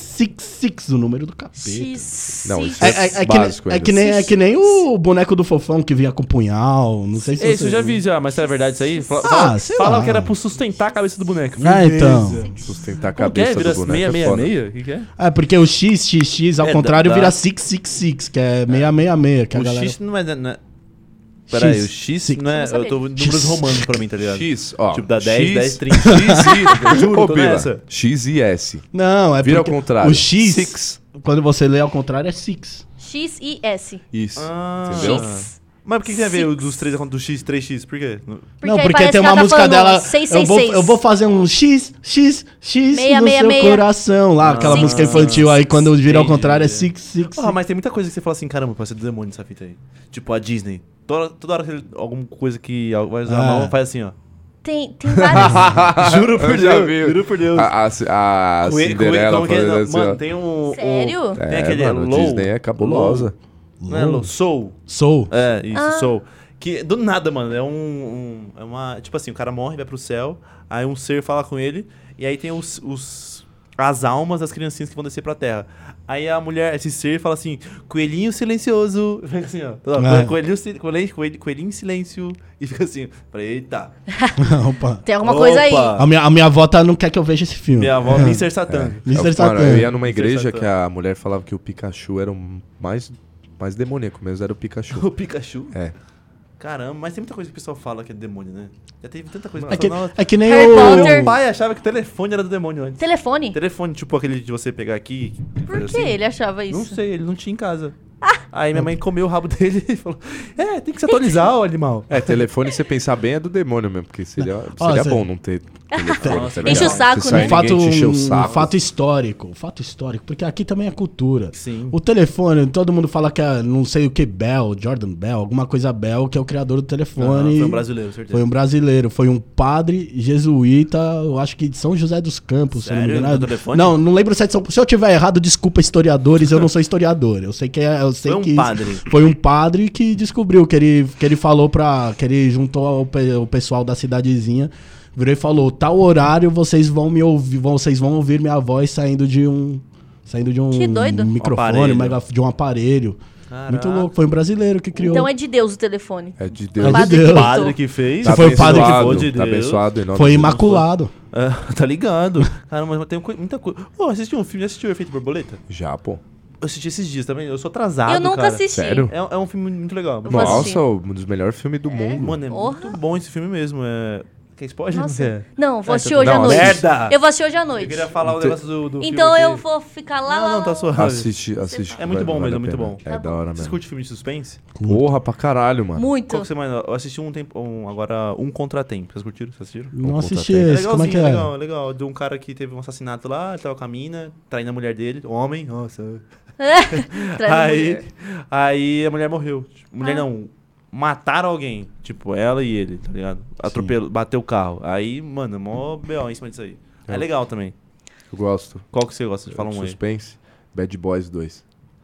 666, o número do capeta. Não, isso básico É que nem o boneco do Fofão que vinha com punhal. Não sei se Isso eu você já vi já, mas é verdade isso aí? sei Fala lá. que era pra sustentar a cabeça do boneco. Ah, então. Sustentar a Como que é? cabeça Vira do boneco. é foda. 666? O que é? É porque o X ao É, contrário dá- vira 666, que é 666, que a O galera... X não é... Peraí, o X não é... Eu não Eu tô sabia. números romanos pra mim, tá ligado? X, ó. Tipo, dá 10, X, 10, 30. X e... Juro, Ô, tô Bila, nessa. X e S. Não, é Vira ao porque contrário. o X, Six. quando você lê ao contrário, é 6. X e S. Isso. Ah. Entendeu? X. Mas por que tem a ver Six. o dos 3 do X, 3X? Por quê? Não, aí porque parece tem que uma ela tá música falando dela. 666. Eu vou fazer um X no 666. seu coração lá, aquela Six, música six, infantil aí, quando vira ao entendi. contrário é 666. Ah, mas tem muita coisa que você fala assim, caramba, pode ser do demônio essa fita aí. Tipo, a Disney. Toda hora que alguma coisa que vai usar a mão, faz assim, ó. Tem vários. Juro por Eu já Deus, vi. juro por Deus. A Cinderela como que é? fazendo Não, assim, mano, ó. tem um... Sério? Tem aquele mano, Low. Disney é cabulosa. Não é Low, Soul. Sou. É, isso, Ah. Soul. Que do nada, mano, é é uma... Tipo assim, o cara morre, vai pro céu, aí um ser fala com ele, e aí tem as almas das criancinhas que vão descer pra terra. Aí a mulher, esse ser, fala assim, coelhinho silencioso. Fica assim, ó. É. Coelhinho em silêncio. E fica assim, falei, eita. Opa. Tem alguma coisa aí. Opa. A minha avó não quer que eu veja esse filme. Minha avó, Mr. Satan. Mr. Mano, Satan. eu ia numa Mr. igreja Satan. que a mulher falava que o Pikachu era o mais demoníaco mesmo, era o Pikachu. O Pikachu. É. Caramba, mas tem muita coisa que o pessoal fala que é demônio, né? Já teve tanta coisa. É que nem Harry o... Potter. Meu pai achava que o telefone era do demônio antes. Telefone? Telefone, tipo aquele de você pegar aqui. Por fazer que assim. ele achava isso? Não sei, ele não tinha em casa. Aí minha mãe comeu o rabo dele e falou: tem que se atualizar, ô animal. É, telefone, você pensar bem, é do demônio mesmo, porque seria Ó, bom você- não ter Telefone, Enche o saco, Você né? sai, Um fato, ninguém te encheu o um saco. fato histórico, porque aqui também é cultura. Sim. O telefone, todo mundo fala que é não sei o que Bell, Jordan Bell, alguma coisa Bell, que é o criador do telefone. Foi um brasileiro, certeza. Foi um brasileiro, foi um padre jesuíta, eu acho que de São José dos Campos, se eu não me Sério? engano. Do telefone? Não lembro se é de São Paulo. Se eu tiver errado, desculpa historiadores, eu não sou historiador. Eu sei que Foi um padre. Foi um padre que descobriu que ele falou que ele juntou o pessoal da cidadezinha, virou e falou: "Tal horário vocês vão me ouvir, vocês vão ouvir minha voz saindo de um Que doido. microfone, Aparelho. de um aparelho". Caraca. Muito louco, foi um brasileiro que criou. Então é de Deus o telefone. É de É Deus. de Padre Deus. O padre que fez. Se foi o padre que foi de Tá Deus. abençoado em nome Foi de Jesus. imaculado. Tá ligado? Caramba, mas tem muita coisa. Pô, assisti um filme, já assistiu o Efeito Borboleta? Já, pô. Eu assisti esses dias também, eu sou atrasado, Eu nunca cara. assisti. Sério? É um filme muito legal. Eu vou assistir. Nossa, um dos melhores filmes do mundo. Mano, é Porra. muito bom esse filme mesmo. Quer spoiler? Nossa. Não, vou Ah, assistir então hoje à não, noite. merda! Eu vou assistir hoje à Eu noite. queria falar o negócio do filme. Então aqui. eu vou ficar lá. Não, tá suave. Assiste. É muito bom mesmo, é muito bom. É da hora Vocês mesmo. curtem filme de suspense? Porra, pra caralho, mano. Muito. Qual que você mais... Eu assisti agora Um Contratempo. Vocês curtiram? Vocês assistiram? Não assisti contra-tempo. esse, como é que é? legal, legal. De um cara que teve um assassinato lá, ele tava com a mina, traindo a mulher dele, homem, nossa. Traz a mulher. Aí a mulher morreu. Mulher Ah. não, mataram alguém. Tipo, ela e ele, tá ligado? Atropelou, bateu o carro. Aí, mano, mó B.O. em cima disso aí. É legal também. Eu gosto. Qual que você gosta de falar um aí? Suspense. Bad Boys 2.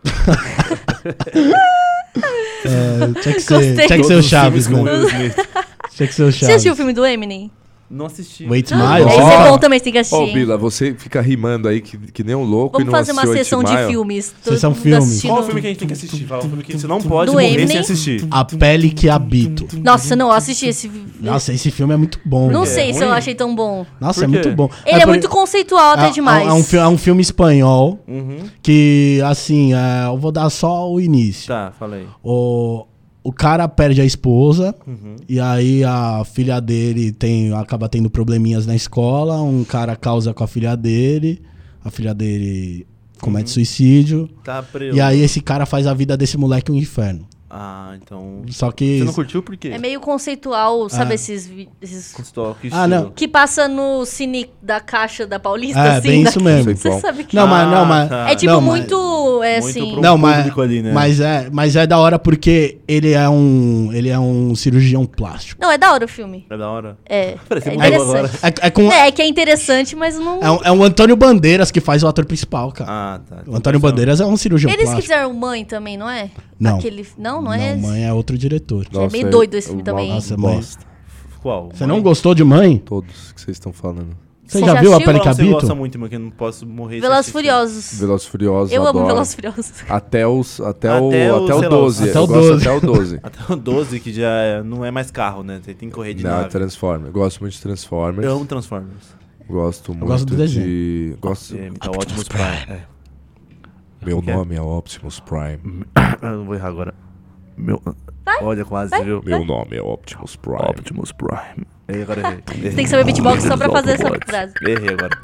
Tinha que Gostei. ser o Todos os Chaves, filmes com mano. Will Smith. Tinha que ser o Você Chaves. assistiu o filme do Eminem? Não assisti. Wait Esse Miles? é bom também, você tem que assistir. Ô, hein? Bila, você fica rimando aí que nem um louco Vamos e não fazer uma assistiu 8 sessão de Mile? filmes. Sessão Todo mundo filmes. assistindo. Qual o filme que a gente tem que assistir? Fala um filme que você não pode Do morrer Eminem? sem assistir. A Pele que Habito. Nossa, não, eu assisti esse. Nossa, esse filme é muito bom. Não velho. sei se eu ruim? achei tão bom. Nossa, Por é quê? muito bom. Ele é por- muito conceitual até demais. É um filme espanhol Uhum. que, assim, eu vou dar só o início. Tá, fala aí. O cara perde a esposa Uhum. e aí a filha dele acaba tendo probleminhas na escola. Um cara causa com a filha dele comete suicídio. Tá preso. E aí esse cara faz a vida desse moleque um inferno. Ah, então... Só que... Você não curtiu por quê? É meio conceitual, sabe Ah. esses Conceitual, que Ah, não. estilo? que passa no cine da caixa da Paulista, É, assim. bem isso mesmo. Sei Você qual. sabe que Não, mas... tá. é tipo não, mas- muito, é Muito assim. pro- Não, mas, público ali, né? mas é da hora porque ele é um cirurgião plástico. Não, é da hora o filme. É da hora. É, Parece é que mudou interessante. É com... É que é interessante, mas não... É um Antônio Bandeiras que faz o ator principal, cara. Ah, tá. O Antônio Bandeiras é um cirurgião Eles que plástico. fizeram Mãe também, não é? Não. Não é esse? Mãe é outro diretor. É meio doido esse filme também. Nossa, Mãe. Bosta. Qual? Você não gostou de Mãe? Todos que vocês estão falando. Você Você já já viu a assistiu? Pele Qual você gosta Cabito? muito, mas que eu não posso morrer sem Velozes assistir? Furiosos. Velozes e Furiosos, Eu amo adoro. Velozes e Furiosos. Até o sei lá, 12. até eu o gosto 12. até o 12. Até o 12, que já não é mais carro, né? Você tem que correr de Não, nave. Transformers. Eu gosto muito de Transformers. Eu amo Transformers. Gosto muito gosto do desenho. de... Gosto... Tá o Optimus Prime. Meu que é? nome é Optimus Prime. Eu não vou errar agora. Olha, quase, viu? Meu nome é Optimus Prime. Optimus Prime. Errei, agora errei. Você tem que saber beatbox só pra fazer essa frase. Errei agora.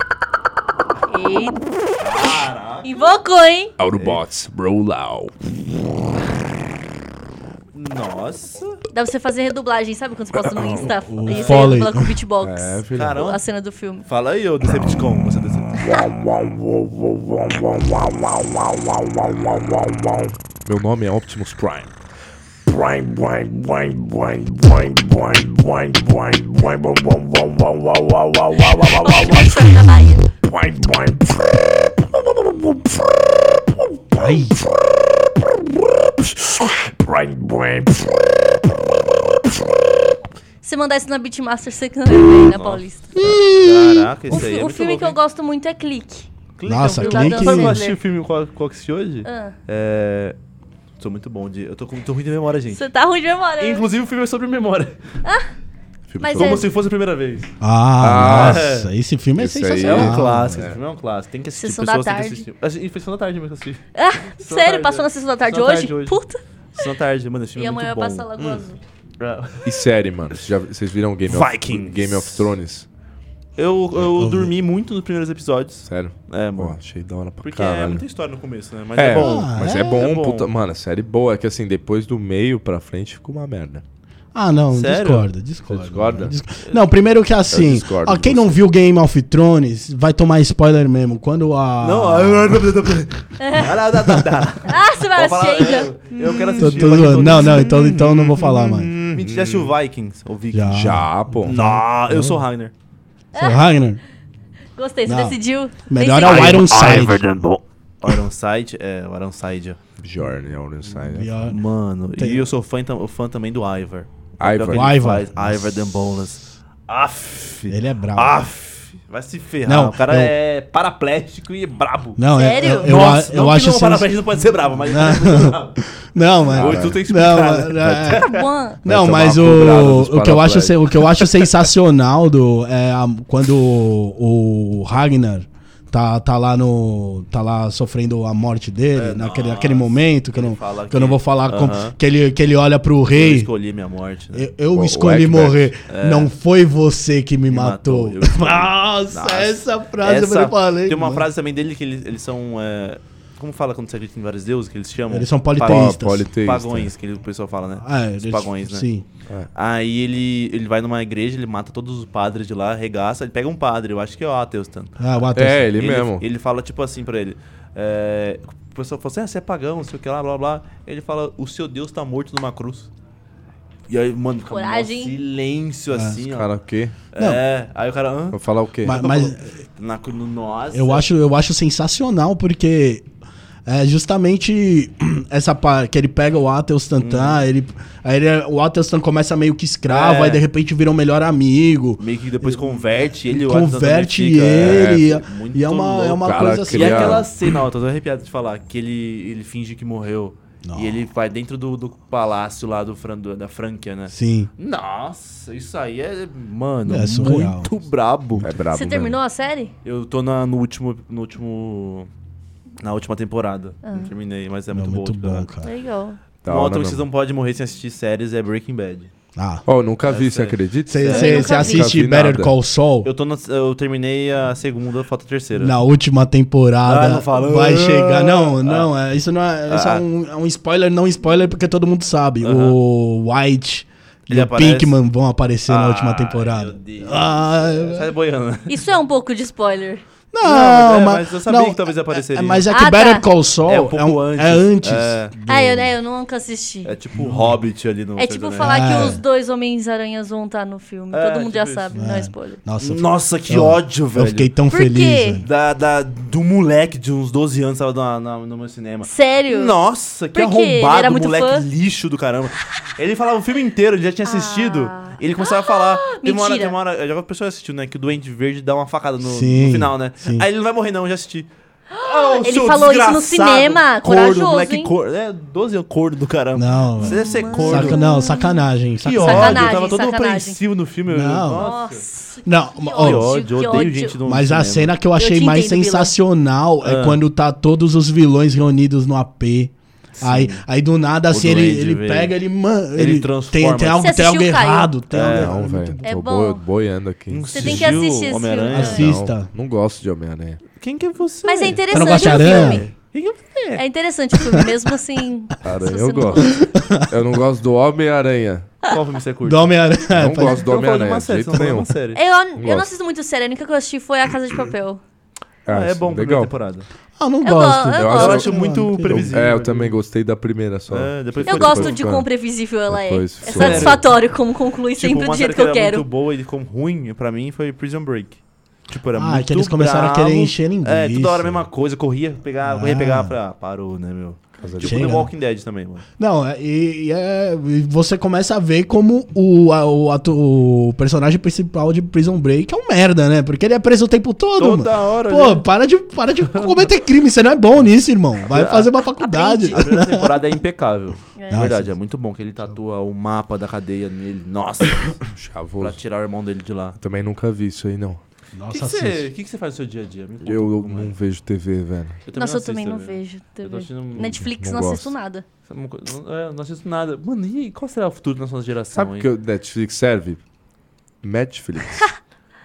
Eita. Invocou, hein? Autobots, roll out. Nossa. Dá pra você fazer redublagem, sabe quando você posta no Insta? O Aí você Foley. redubla com beatbox. É, filho. Caramba. A cena do filme. Fala aí, ô Decepticon. Você é Decepticon. Meu nome é Optimus Prime. Na Bahia. Ai, Se mandar isso na Beatmaster, você canta bem na Paulista. Caraca, esse aí é O muito filme louco, que eu hein? gosto muito é Clique. Clique Nossa, é um filme- Clique- Sabe qual eu assisti o filme qual que eu assisti hoje? Ah. É... Sou muito bom de... Eu tô ruim de memória, gente. Você tá ruim de memória. né? Inclusive o filme é sobre memória. Mas Como é- se fosse a primeira vez. nossa, esse filme é Esse aí É sensacional. um clássico, esse filme é um clássico. Tem que assistir. Sessão da pessoas têm que tarde. assistir. E foi sessão da tarde mesmo que eu assisti. Ah, Sessão da sério? tarde, Passou é. na sessão da tarde Sessão da hoje? tarde hoje. Puta. Sessão da tarde, mano, esse filme E é muito amanhã bom. passa Lagoa Azul. E série, mano? Vocês viram Vikings. Game of Thrones? Eu dormi muito nos primeiros episódios. Sério? É, Pô, mano. achei da hora pra Porque é caralho. muita história no começo, né? Mas É, é bom. mas é é bom, é bom. puta. Mano, série boa. É que assim, depois do meio pra frente ficou uma merda. Ah, não, Sério? discorda. Não, primeiro que assim, discordo ó, de quem você. não viu Game of Thrones vai tomar spoiler mesmo. Quando a... Ah, Sebastião! Eu quero Tô assistir. zoando. Não, então não vou falar mais. Mentira, já assistiu Vikings? Ou Vikings? Já, pô. Não, eu sou Ragnar. Seu Ragnar, Gostei, você Não. decidiu. melhor Nem é sei. o Ironside. O Ironside, o Ironside. Jordan, Ironside. Melhor- Mano, Tem- e eu sou fã também do Ivar. Ivar. Que ele O Ivar. faz, Ivar the Boneless. Aff. Ele é brabo. Vai se ferrar. Não, o cara eu- é paraplégico e é brabo. Não, Sério? eu Nossa, eu não acho que um paraplégico não pode ser brabo, mas... Não, mas... Hoje tu tem que Não, explicar, né? é- Tá bom. Não, tomar mas uma cobrada dos o que eu acho, paraplégicos. o que eu acho sensacional quando o Ragnar tá lá sofrendo a morte dele, naquele momento, que eu fala não vou falar, Aham. que ele olha pro Eu rei. escolhi minha morte, né? Eu O escolhi Eckbert. morrer. Não foi você que me matou. matou, eu escolhi. Nossa, essa frase eu falei. Tem uma mano. frase também dele que eles são... como fala quando você acredita em vários deuses, que eles chamam? Eles são politeístas. Pagões, que o pessoal fala, né? Os eles- pagões, né? Sim. Aí ele vai numa igreja, ele mata todos os padres de lá, arregaça, ele pega um padre, eu acho que é o Atheustan. Ah, o Atos. É, ele mesmo. Ele fala tipo assim pra ele. O pessoal fala assim, você é pagão, não sei o que lá, blá blá. Ele fala, o seu Deus tá morto numa cruz. E aí, mano, fica um Coragem. silêncio assim, ó. Cara, o quê? Aí o cara, Vou falar o quê? Mas Nossa. eu acho sensacional, porque é justamente essa parte que ele pega o Athelstan, o Athelstan começa meio que escravo, É. aí de repente vira o melhor amigo. Meio que depois converte ele, o Converte Atheustan também ele, fica, e muito é uma louco. Cara, coisa assim. E cria- aquela cena, ó, tô todo arrepiado de falar, que ele finge que morreu. E ele vai dentro do palácio lá da Franquia, né? Sim. Nossa, isso aí é, mano, É surreal. muito brabo. É brabo Você mesmo. terminou a série? Eu tô na última temporada. Não terminei, mas é muito, Muito bom. bom, cara. Legal. Da Uma hora outra que mesmo. vocês não podem morrer sem assistir séries é Breaking Bad. Ah. Ó, nunca vi, você Essa é- acredita? Você nunca vi. assiste Nunca vi Better nada. Call Saul? Eu terminei a segunda, falta a terceira. Na última temporada Ah, não fala. vai chegar. Não, isso não é. Isso é um spoiler, não spoiler, porque todo mundo sabe. O White e Ele o aparece? Pinkman vão aparecer na última temporada. Meu Deus. Ah, Sai boiando. Isso é um pouco de spoiler. não, mas eu sabia que talvez apareceria. Mas é que Ah, Better tá. Call Saul É um pouco antes. É antes. Eu nunca assisti. É tipo o Hobbit ali no... É tipo né? falar É. que os dois Homens-Aranhas vão estar no filme. É, Todo mundo já tipo sabe, não é spoiler. Nossa, que eu- ódio, velho. Eu fiquei tão Por feliz. quê? velho. Do moleque de uns 12 anos tava no meu cinema. Sério? Nossa, que Por quê? Ele arrombado, era muito moleque fã? lixo do caramba. Ele falava o filme inteiro, ele já tinha assistido. E ele começava a falar. Tem uma mentira. hora, já a pessoa assistiu, né? Que o Duende Verde dá uma facada no Sim, final, né? sim. Aí ele não vai morrer, não, já assisti. Oh, Ele seu falou isso no desgraçado, cinema, corno, corajoso, moleque hein? corno. 12 anos corno do caramba. Não, Você deve ser corno. Não, sacanagem. Que ódio, eu Sacanagem, tava todo sacanagem. apreensivo no filme. Não. Nossa. Não, Que ó, ódio, eu odeio gente no mas cinema. a cena que eu Eu achei te mais entendo, Bila. sensacional é quando tá todos os vilões reunidos no AP. Aí do nada, assim, duende ele veio. pega, Ele ele transforma. tem algo, Você tem algo assistiu, Caio? errado. Tem algo Não, errado. velho. É Tô bom. boiando aqui. Você tem que assistir esse Homem-Aranha? filme. Assista. Não gosto de Homem-Aranha. Quem que é você? Mas é Você interessante não gosta de o aranha? filme. Quem que é você? É interessante o filme, mesmo assim. Cara, se você eu não gosto. Eu não gosto do Homem-Aranha. Qual filme você curte? Do Homem-Aranha. Não gosto do Eu falo de Homem-Aranha, uma de série, jeito você não fala de nenhum. uma série. Eu não gosto. assisto muito série, a única que eu assisti foi A Casa de Papel. É bom a primeira legal. temporada. Ah, não Eu gosto. gosto, Eu Eu acho acho muito previsível. Eu também gostei da primeira só. Depois Eu foi gosto depois. de quão previsível ela é. Depois É foi. satisfatório como conclui Tipo, sempre uma do série jeito que eu era quero. muito boa e ficou ruim pra mim foi Prison Break. Tipo, era Ah, muito que eles começaram a querer encher linguiça. toda hora a mesma coisa, corria, pegava, parou, né, meu? Tipo Chega. The Walking Dead também, mano. Não, e você começa a ver como o personagem principal de Prison Break é um merda, né? Porque ele é preso o tempo todo, Toda mano. hora, Pô, né? para de cometer crime, você não é bom nisso, irmão. Vai fazer uma faculdade. A primeira temporada é impecável. É. Na verdade, é muito bom que ele tatua o mapa da cadeia nele. Nossa, pra Chavoso. tirar o irmão dele de lá. Também nunca vi isso aí, não. O Nossa, que você faz no seu dia a dia? Me conta um Eu pouco mais. não vejo TV, velho. Nossa, eu também assisto, não velho. vejo Eu TV. tô assistindo- Netflix não não assisto gosto. nada. Não assisto nada. Mano, e qual será o futuro da nossa geração, Sabe o hein? que o Netflix serve? Netflix.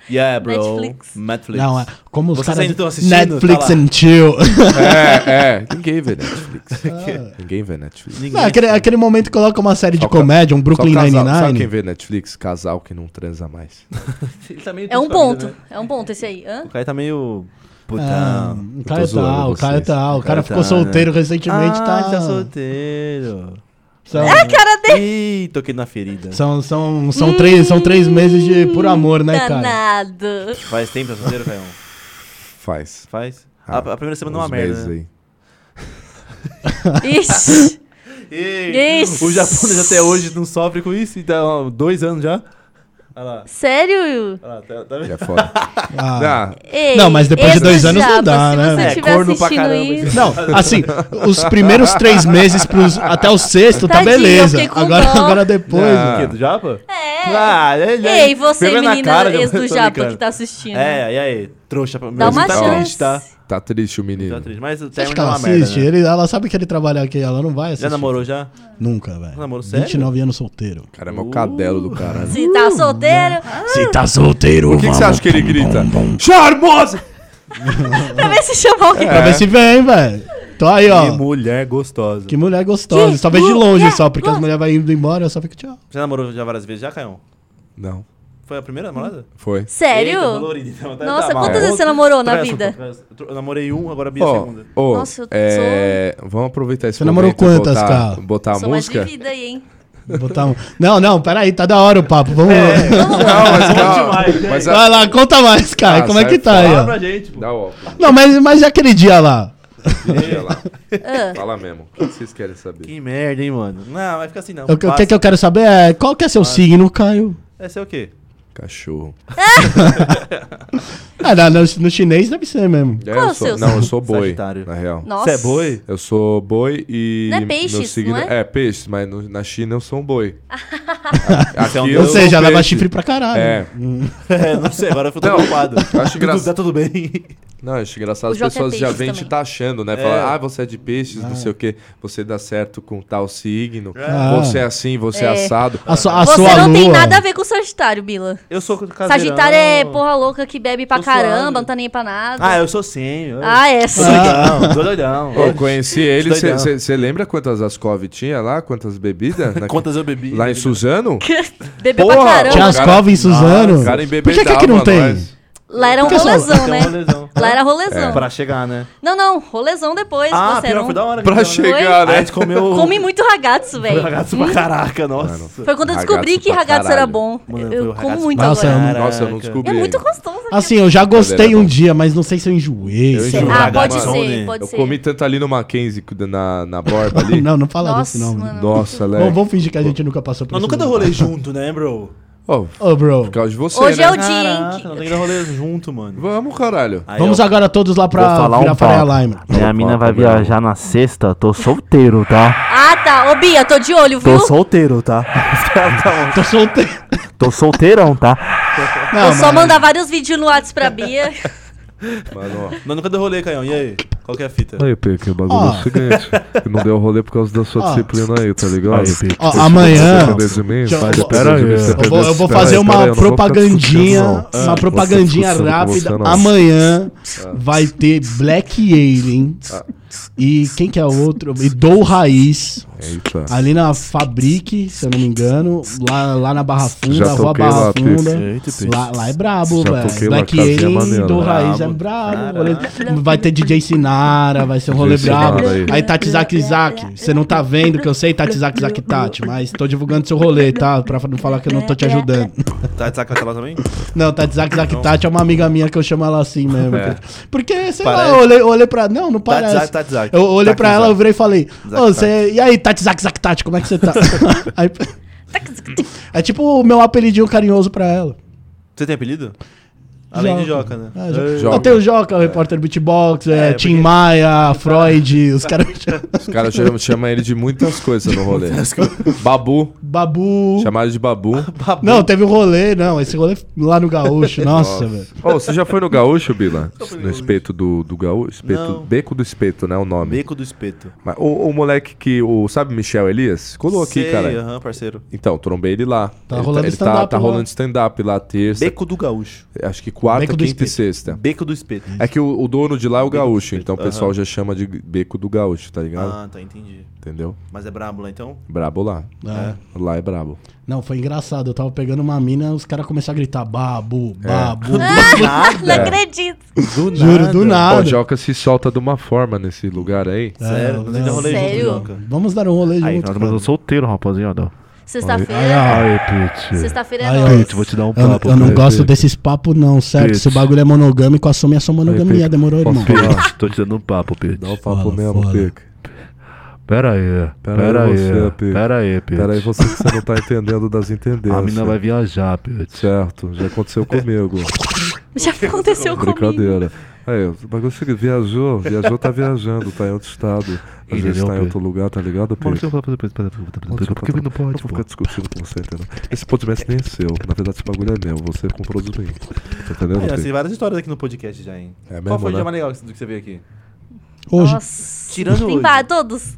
Yeah, bro. Netflix. Não, é como os Vocês caras... ainda estão assistindo? Netflix Tá lá. and chill. Ninguém vê Netflix. Ninguém vê Netflix. Não, aquele momento que coloca uma série de Só comédia, um Brooklyn Só casal. Sabe quem Nine-Nine. vê Netflix? Casal que não transa mais. Ele tá meio É um triste com a vida, ponto. né? É um ponto esse aí. Hã? O Caio tá meio... Putão. O cara tô zoando tá, o cara vocês. tá. O cara ficou tá, solteiro recentemente, Ah, tá... tá solteiro. Ih, toquei na ferida. São 3 meses de por amor, né, cara? Danado. Faz tempo tá solteiro, Caio? Faz. Faz? Ah, A primeira semana é uma uns merda, meses né? aí. Ixi. Ih, o japonês até hoje não sofre com isso, então 2 anos já. Olha lá. Sério? Olha lá, tá vendo? É foda. Ah. Ei, Não, mas depois de 2 anos não ex-japa, dá, se né? você É, estiver corno pra assistindo caramba, isso... Não, assim, os primeiros 3 meses até o sexto, tá Tadinho, eu beleza. fiquei com Agora, dó. agora depois... O quê? Do Japa? É. Ah, Ei, você, vergonha na menina cara, ex eu do tô Japa brincando. que tá assistindo. É, e aí? Trouxa. Dá uma tá chance. triste, tá? Tá triste o menino. Tá triste. Mas o Você acha término que é ela uma merda, assiste? né? Ela sabe que ele trabalha aqui, ela não vai assistir. Já namorou já? Nunca, velho. Namorou sério? 29 anos solteiro. Cara, é meu cadelo do caralho. Se tá solteiro, Se tá solteiro, Por que você acha que ele grita? Charmosa! pra ver se chamar alguém. Pra ver se vem, velho. Tô aí, ó. Que mulher gostosa. Que mulher gostosa. Só vê de longe só, porque as mulheres vão indo embora, eu só fico tchau. Você namorou já várias vezes já, Caião? Não. Foi a primeira namorada? Foi. Sério? Eita, dolorido, então, Nossa, mal. quantas vezes você namorou na Traz vida? Eu namorei um, agora a Bia a segunda. Nossa, eu Vamos aproveitar esse Você namorou momento e quantas, botar, cara? botar a Sou mais de música? vida aí, hein? Botar um... Não, peraí, tá da hora o papo. Vamos Não, mas calma. demais, né? Mas Vai lá, conta mais, cara. Ah, Como é sai que tá aí, Fala ó? pra gente, pô. Dá o óculos. Não, mas e aquele dia lá? Deixa lá. Ah. Fala mesmo. O que vocês querem saber? Que merda, hein, mano? Não, vai ficar assim não. O que eu quero saber é qual que é seu signo, Caio? Esse é o quê? Cachorro. No chinês deve ser mesmo. Qual é o seu eu sou boi, Sagitário. na real. Nossa. Você é boi? Eu sou boi e. Não é peixes, meu signo não é? É, peixes, mas na China eu sou um boi. Você é um Aqui deus. Ou eu sou seja, leva peixe. chifre pra caralho. É. É, não sei, agora eu tô Não, preocupado. eu acho engraçado. Tá tudo bem. Não, eu acho engraçado, O as Joca é pessoas já peixes vêm também. te taxando, né? É. Falar, você é de peixes, não sei o quê. Você dá certo com tal signo. Ah. Você é assim, você é assado. A sua Você lua... não tem nada a ver com o Sagitário, Bila. Eu sou caseirão. Sagitário é porra louca que bebe pra Tô caramba, suave. não tá nem pra nada. Ah, eu sou sim. Ah, é sim. Tô doidão. Eu conheci ele, Doidão. você lembra quantas Ascov tinha lá? Quantas bebidas? Quantas eu bebi? Lá em Suzano? Bebeu pra Porra, caramba. Tinha né? as covas em Suzano. O cara Por que aqui não tem? nós. Lá era um Porque só- rolezão, Tem né? um rolezão. Lá era rolezão. Pra chegar, né? Não, rolezão depois. Ah, você pior, era um... foi da hora. Pra então, né? chegar, Aí a né? gente comeu... Comi muito ragazzo, velho. Ragazzo pra caraca, nossa. Foi quando eu descobri Ragazzo que pra ragazzo era caralho. bom. Mano, foi Eu o como ragazzo muito pra Nossa, agora. caraca. Nossa, eu não descobri. É muito ainda. gostoso. Assim, eu já gostei Era um bom. dia, mas não sei se eu enjoei. Eu sei enjoei. lá. Ah, Ragazzo, pode né? ser, pode Eu ser. comi tanto ali no Mackenzie na borba ali. Não fala Nossa, desse nome. mano. Nossa, Léo. Vamos fingir que a gente nunca passou por Nós isso. nunca deu rolê junto, né, bro? Oh, Ô, bro. por causa de você, Hoje né? é o dia, hein? Caraca, que- não tem que dar rolê junto, mano. Vamos, caralho. Aí, Vamos ó, agora todos lá Vou pra falar virar um Faria papo. Lima. Minha mina vai viajar na sexta, tô solteiro, tá? Ah, tá. Ô, Bia, tô de olho, viu? Tô solteiro, tá? Tô solteiro. Tô solteirão, tá? Não, Vou só mandar vários vídeos no WhatsApp pra Bia. Mano, ó. Nós nunca deu rolê, Caião. E aí? Qual que é a fita? Aí, Peque, o bagulho Ó. é o seguinte. Não deu rolê por causa da sua Ó. disciplina aí, tá ligado? Aí, Peque. Ó, amanhã... Depender de mim, Deixa eu- vai eu- depender pera de mim, aí. se Eu depender vou de- fazer Pera aí, uma eu não vou ficar propagandinha, discutindo, não. uma Vou propagandinha ficar discutindo com rápida. você, não. Amanhã vai ter Black Alien e quem que é o outro? E Dou Raiz, Eita. ali na Fabrique, se eu não me engano, lá na Barra Funda, Já Rua toquei Barra lá, Funda. Eita, peixe. Lá é brabo, Já velho. toquei lá, Black casinha Alien e maneira. Dou Raiz é brabo. Vai ter DJ Sinara, vai ser um rolê DJ brabo. Sinara aí. Aí Tati Zaki Zaki, você não tá vendo que eu sei Tati Zaki Zaki Tati, mas tô divulgando seu rolê, tá? Pra não falar que eu não tô te ajudando. Tá de saco lá também? Não, Tati Zaki Zaki Tati é uma amiga minha que eu chamo ela assim mesmo. É. Porque, sei Parece. lá, eu olhei pra... Não parece. Tá de saco. Eu olhei pra ela, eu virei e falei, Zaki, ô, você... E aí, Tati Zaki Zaki Tati, como é que você tá? Aí, é tipo o meu apelidinho carinhoso pra ela. Você tem apelido? Além de Joca, né? Eu tenho o Joca, o repórter beatbox, Tim porque- Maia, Freud, os caras... Os caras chamam ele de muitas coisas no rolê. Babu. Babu... Chamaram ele de Babu. Não, teve um rolê, esse rolê lá no Gaúcho, nossa, velho. Ô, você já foi no Gaúcho, Bila? No espeto do Gaúcho? Não. Beco do Espeto, né? O nome. Beco do Espeto. Mas o moleque que... Sabe Michel Elias? Colou aqui, Sei, cara. aham, parceiro. Então, trombei ele lá. Tá Ele rolando ele stand-up tá lá. rolando stand-up lá, terça. Beco do Gaúcho. Acho que quarta, Beco do quinta e Espeto. sexta. Beco do Espeto. É que o dono de lá é o Beco do Gaúcho, Espeto, então o pessoal aham. já chama de Beco do Gaúcho, tá ligado? Ah, tá, entendi. Entendeu? Mas é brabo lá, então? Brabo lá. É. Lá é brabo. Não, foi engraçado. Eu tava pegando uma mina, os caras começaram a gritar babu, babu. Não acredito. Juro, do Pô, nada. o Joca se solta de uma forma nesse lugar aí. Sério? Não tem rolê Sério? junto, Joca. Vamos dar um rolê Aí, junto. nós cara. estamos solteiro, rapaziada. Sexta-feira. Aí, Pete. Sexta-feira é Ai, nóis. Pete, vou te dar um Eu, papo. eu não Pete. gosto desses papos não, certo? Pete. Se o bagulho é monogâmico, assume a sua monogamia, Pete. demorou, irmão? Posso falar? Pete, tô te dando um papo, Pete. Dá um papo Fala, mesmo, fala. Pique. Pera aí, Pera aí você, Pique. Pera aí, Pete. Pera aí, você que você não tá entendendo das entendências. A mina vai viajar, Pete. Certo, já aconteceu comigo. Já aconteceu comigo. Brincadeira. Aí, o bagulho é o seguinte, viajou, tá viajando, tá em outro estado. Às vezes Entendeu, tá em Pedro? outro lugar, tá ligado, Mano, Pique? você vai fazer por que não Eu pode, vou pô? ficar discutindo com você, entendeu? Esse podcast nem é seu. Na verdade, esse bagulho é meu. Você comprou de mim. Tá entendendo, Já Pique? tem várias histórias aqui no podcast já, hein? É Qual mesmo, foi o né? dia mais legal do que você veio aqui? Hoje. Nossa. Tirando Tem hoje. todos.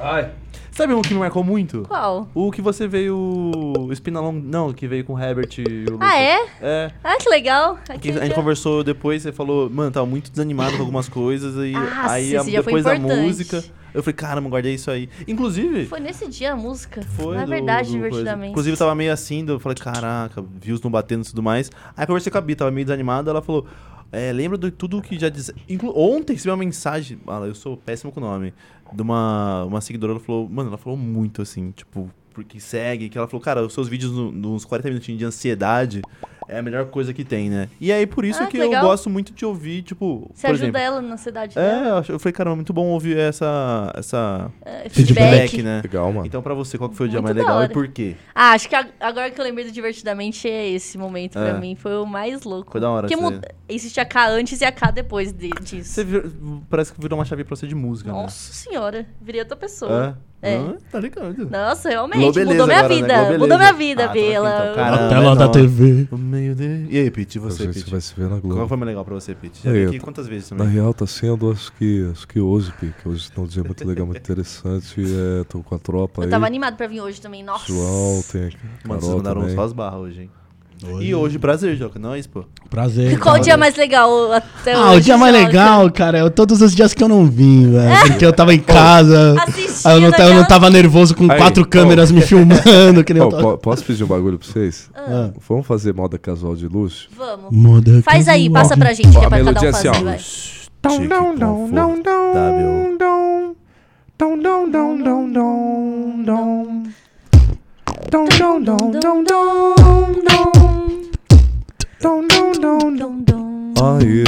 Sabe um que me marcou muito? Qual? O que você veio... O Spinalong... Não, que veio com o Herbert e o Lucas. Ah, é? É. Ah, que legal. Que Aquele a gente dia- conversou depois, você falou, mano, tava muito desanimado com algumas coisas. E Ah, aí esse dia foi depois da importante. música, eu falei, caramba, guardei isso aí. Inclusive... Foi nesse dia a música. Foi Na do- verdade, do coisa. divertidamente. Inclusive, eu tava meio assim, eu falei, caraca, views não batendo e tudo mais. Aí eu conversei com a Bia, tava meio desanimada, ela falou, lembra de tudo que já disse. Ontem recebi uma mensagem, eu sou péssimo com o nome, de uma seguidora, ela falou, mano, ela falou muito assim, tipo, porque segue, que ela falou, cara, os seus vídeos nos 40 minutinhos de ansiedade é a melhor coisa que tem, né? E aí, por isso Ah, que que eu legal. gosto muito de ouvir, tipo, Você por ajuda exemplo, ela na cidade dela? eu falei, caramba, muito bom ouvir essa Feedback. né? Legal, mano. Então, pra você, qual que foi o dia Muito mais da legal e hora. por quê? Ah, acho que agora que eu lembrei do Divertidamente é esse momento É. pra mim. Foi o mais louco. Foi da hora Porque isso aí. existe a K antes e a K depois disso. Você parece que virou uma chave pra você de música, Nossa senhora, virei outra pessoa. né? É. Ah, tá ligado. Nossa, realmente, Globeleza mudou minha agora, né? vida. Globeleza. Mudou minha vida, Ah, tô aqui, Bela. então, A caramba. tela da não. TV. O meio de... E aí, Pete, e A você, gente Pete? vai se ver na Qual Globo. foi mais legal pra você, Pete? Já E aí, veio aqui eu- quantas vezes Na também? real, tá sendo acho que hoje, Pique. Hoje tá um dia muito legal, muito interessante. Tô com a tropa Eu aí. tava animado pra vir hoje também. Nossa. João, tem a Mano, vocês Carol mandaram também. só as barras hoje, hein? E hoje, prazer, Joca. Não é isso, pô? Prazer. Qual o cara. dia mais legal até hoje? Ah, o dia mais Joca? legal, cara, é todos os dias que eu não vim, velho. Porque eu tava em casa. Assistindo Aí eu não aquela- tava nervoso com Aí, 4 câmeras me filmando. Que nem Ó, eu tava... posso pedir um bagulho pra vocês? Ah. Vamos fazer moda casual de luxo? Vamos. Moda Faz aí, casual. passa pra gente, que Ó, é a pra cada melodia um assim, fazer, ó. vai. Chique, Aí,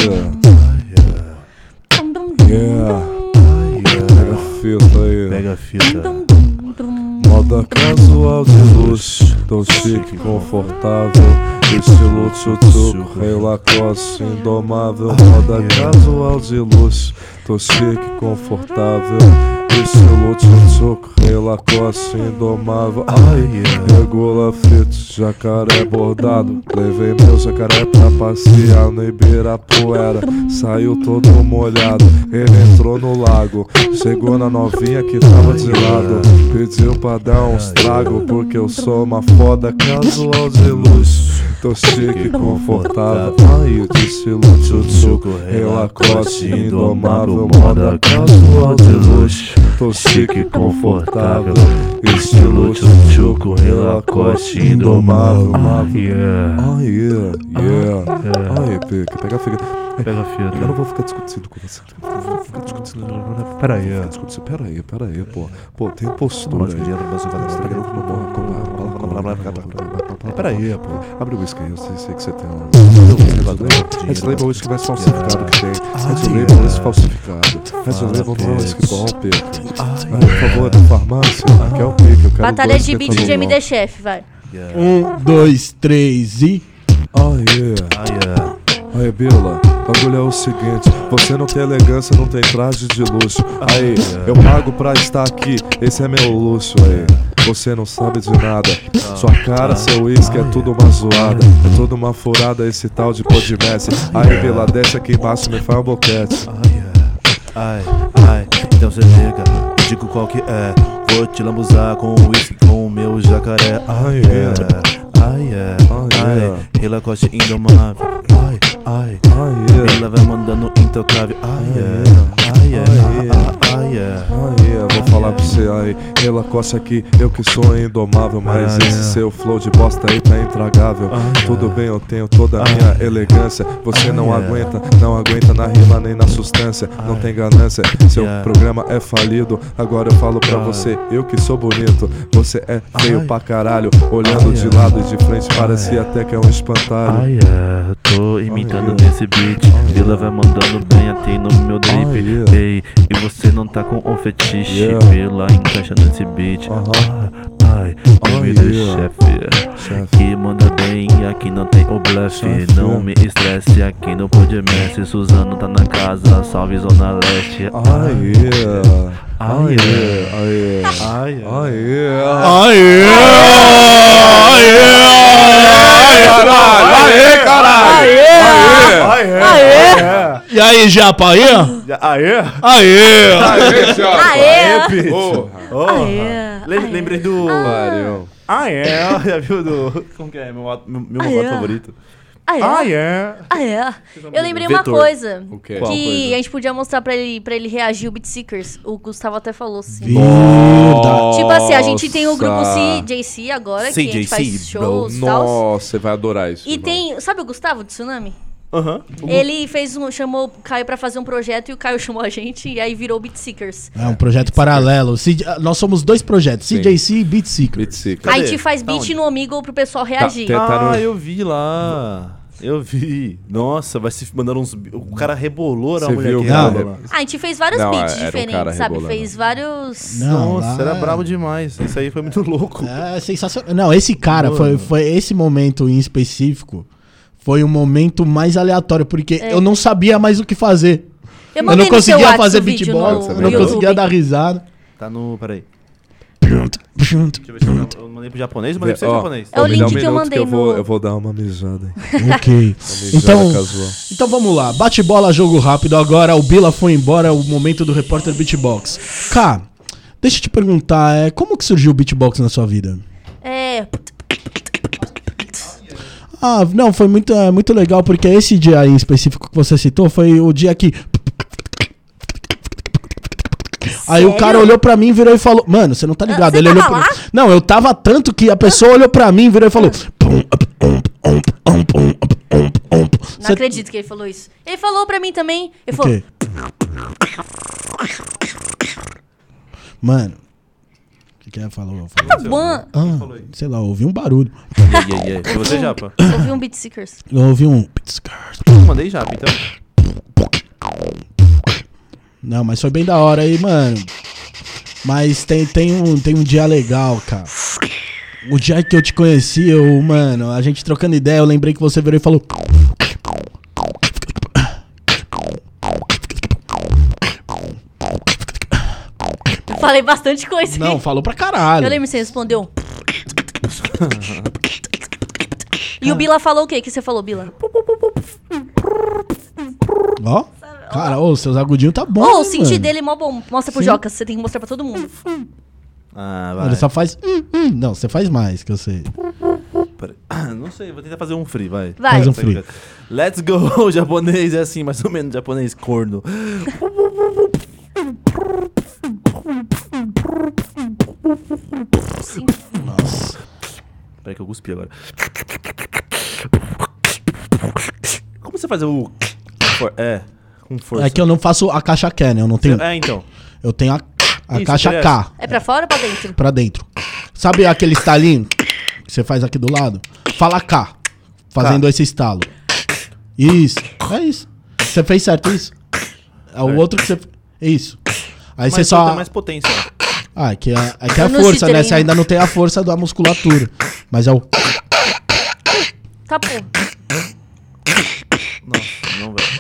pega a fita aí. Pega a fita. Moda casual de luxo, tão chique, confortável. Estilo tchutchuco, rei Lacoste, indomável. Moda casual de luxo, tão chique, confortável. Estilo tchutchuco, rei Lacoste, indomável. Ai, regula fit, jacaré bordado. Levei meu jacaré pra passear no Ibirapuera. Saiu todo molhado, ele entrou no lago. Chegou na novinha que tava de lado. Pediu pra dar uns trago, porque eu sou uma foda casual de luxo. Tô chique, confortável. Aí, de estilo tchutchuco, rei Lacoste, indomável. Moda casual de luxo. Tô chique, confortável. Estilo tchutchuco, rei Lacoste, indomável. Oh yeah, yeah. Aí, Pique, pega a fita. Pega a fita. Eu não vou ficar discutindo com você. Eu não vou ficar discutindo. Pera aí, Pera aí, pô. Pô, tem postura aí. Pera aí, pô. Abre o whisky aí, eu sei que você tem lá. Red Label é o whisky mais falsificado que tem. Red Label é o whisky falsificado. Red Label não é um whisky bom, Pique. Por favor, da farmácia. Quer o Pique, eu quero Batalha dois de beat de tentados MD Chef, vai. 1, 2, 3 e. Oh yeah. Aí, Bila, bagulho é o seguinte, você não tem elegância, não tem traje de luxo. Aí, eu pago pra estar aqui, esse é meu luxo. Aí, você não sabe de nada, sua cara, seu uísque é tudo uma zoada, é tudo uma furada esse tal de Podmessi. Aí, Bila, desce aqui embaixo, me faz um boquete. Ai, então cê liga, eu digo qual que é. Vou te lambuzar com o uísque, com o meu jacaré. Ai, Rila Costa indomável. Ai, Rila vai mandando intocável. Vou falar pra você aí, Rila Costa aqui, eu que sou indomável. Mas esse seu flow de bosta aí tá intragável. Tudo bem, eu tenho toda a minha elegância. Você não aguenta na rima nem na substância. Não tem ganância, seu programa é falido. Agora eu falo pra você, eu que sou bonito. Você é feio pra caralho. Olhando de lado e de frente, parecia até que é um espantalho. Eu tô imitando nesse beat. Vila vai mandando bem até no meu drip. Ei, e você não tá com um fetiche. Vila encaixa nesse beat. Comida chefe, que manda bem, aqui não tem o blefe. Não me estresse, aqui no Podmessi. Suzano tá na casa, salve Zona Leste. E aí, Japa, aí? Lembrei do... Já viu do... Como que é? Meu modo favorito. Eu lembrei uma Vetor. coisa. O quê? Que Qual coisa? a gente podia mostrar pra ele reagir o Beat Seekers. O Gustavo até falou assim. Tipo assim, a gente tem o grupo CJC agora, que a gente faz shows e tal. Nossa, você vai adorar isso. E irmão. tem... Sabe o Gustavo do Tsunami? Ele chamou o Caio pra fazer um projeto e o Caio chamou a gente e aí virou Beat Seekers. É um projeto paralelo. Nós somos dois projetos, CJC e Beat Seeker. Beat Seeker. Aí a gente faz beat no Omegle pro pessoal reagir. Eu vi lá. Eu vi. Nossa, vai se mandando uns... O cara rebolou na Você mulher viu, que cara? rebola lá. A gente fez vários Não, beats era um cara diferentes, sabe? rebolando. Fez vários... Não, Nossa, lá era é- brabo demais. Isso aí foi muito louco. É sensacional. Não, esse cara, foi esse momento em específico, foi o momento mais aleatório, porque eu não sabia mais o que fazer. Eu Eu mandei não no seu conseguia WhatsApp fazer o vídeo beatbox, no eu não YouTube. conseguia dar risada. Tá no... Peraí. Deixa eu ver se eu mandei pro japonês ou mandei pro seu japonês? É o Me dá link que eu minuto mandei eu vou dar uma mijada. Ok. Então vamos lá. Bate-bola, jogo rápido. Agora o Bila foi embora, é o momento do repórter beatbox. Cá, deixa eu te perguntar, como que surgiu o beatbox na sua vida? Não, foi muito legal, porque esse dia aí em específico que você citou foi o dia que... Aí o cara olhou pra mim, virou e falou... Mano, você não tá ligado. Você Ele olhou tava pra... lá? Não, eu tava tanto que a pessoa olhou pra mim, virou e falou... Não acredito que ele falou isso. Ele falou pra mim também. Ele falou... quê? Mano... O que ele falou? Sei lá, eu ouvi um barulho. E você, Japa? Ouvi um Beat Seekers. Eu ouvi um... Eu mandei Japa, então. Não, mas foi bem da hora aí, mano. Mas tem um dia legal, cara. O dia que eu te conheci, mano, a gente trocando ideia, eu lembrei que você virou e falou... Eu falei bastante coisa. Não, falou pra caralho. Eu lembro que você respondeu. E o Bila falou o quê? O que você falou, Bila? Ó, cara, seus agudinhos tá bom, O hein, senti mano? dele é mó bom. Mostra pro Sim. Joca, você tem que mostrar pra todo mundo. Vai. Ele só faz... Não, você faz mais, que eu sei. Não sei, vou tentar fazer um free, vai. Vai. Faz um free. Let's go, japonês é assim, mais ou menos, japonês corno. Sim. Nossa. Peraí que eu cuspi agora. Como você faz o... com força. É que eu não faço a caixa K, né? Eu não tenho... Então. Eu tenho a Isso, caixa interessa. K É pra fora ou pra dentro? pra dentro. Sabe aquele estalinho que você faz aqui do lado? Fala K, fazendo esse estalo. Isso, é isso. Você fez certo isso? É o outro que você... Isso. Aí você Mas só... tem mais potência. É que é a Eu não força, te né? treino. Você ainda não tem a força da musculatura. Mas é o... Tá bom. Nossa, não, velho.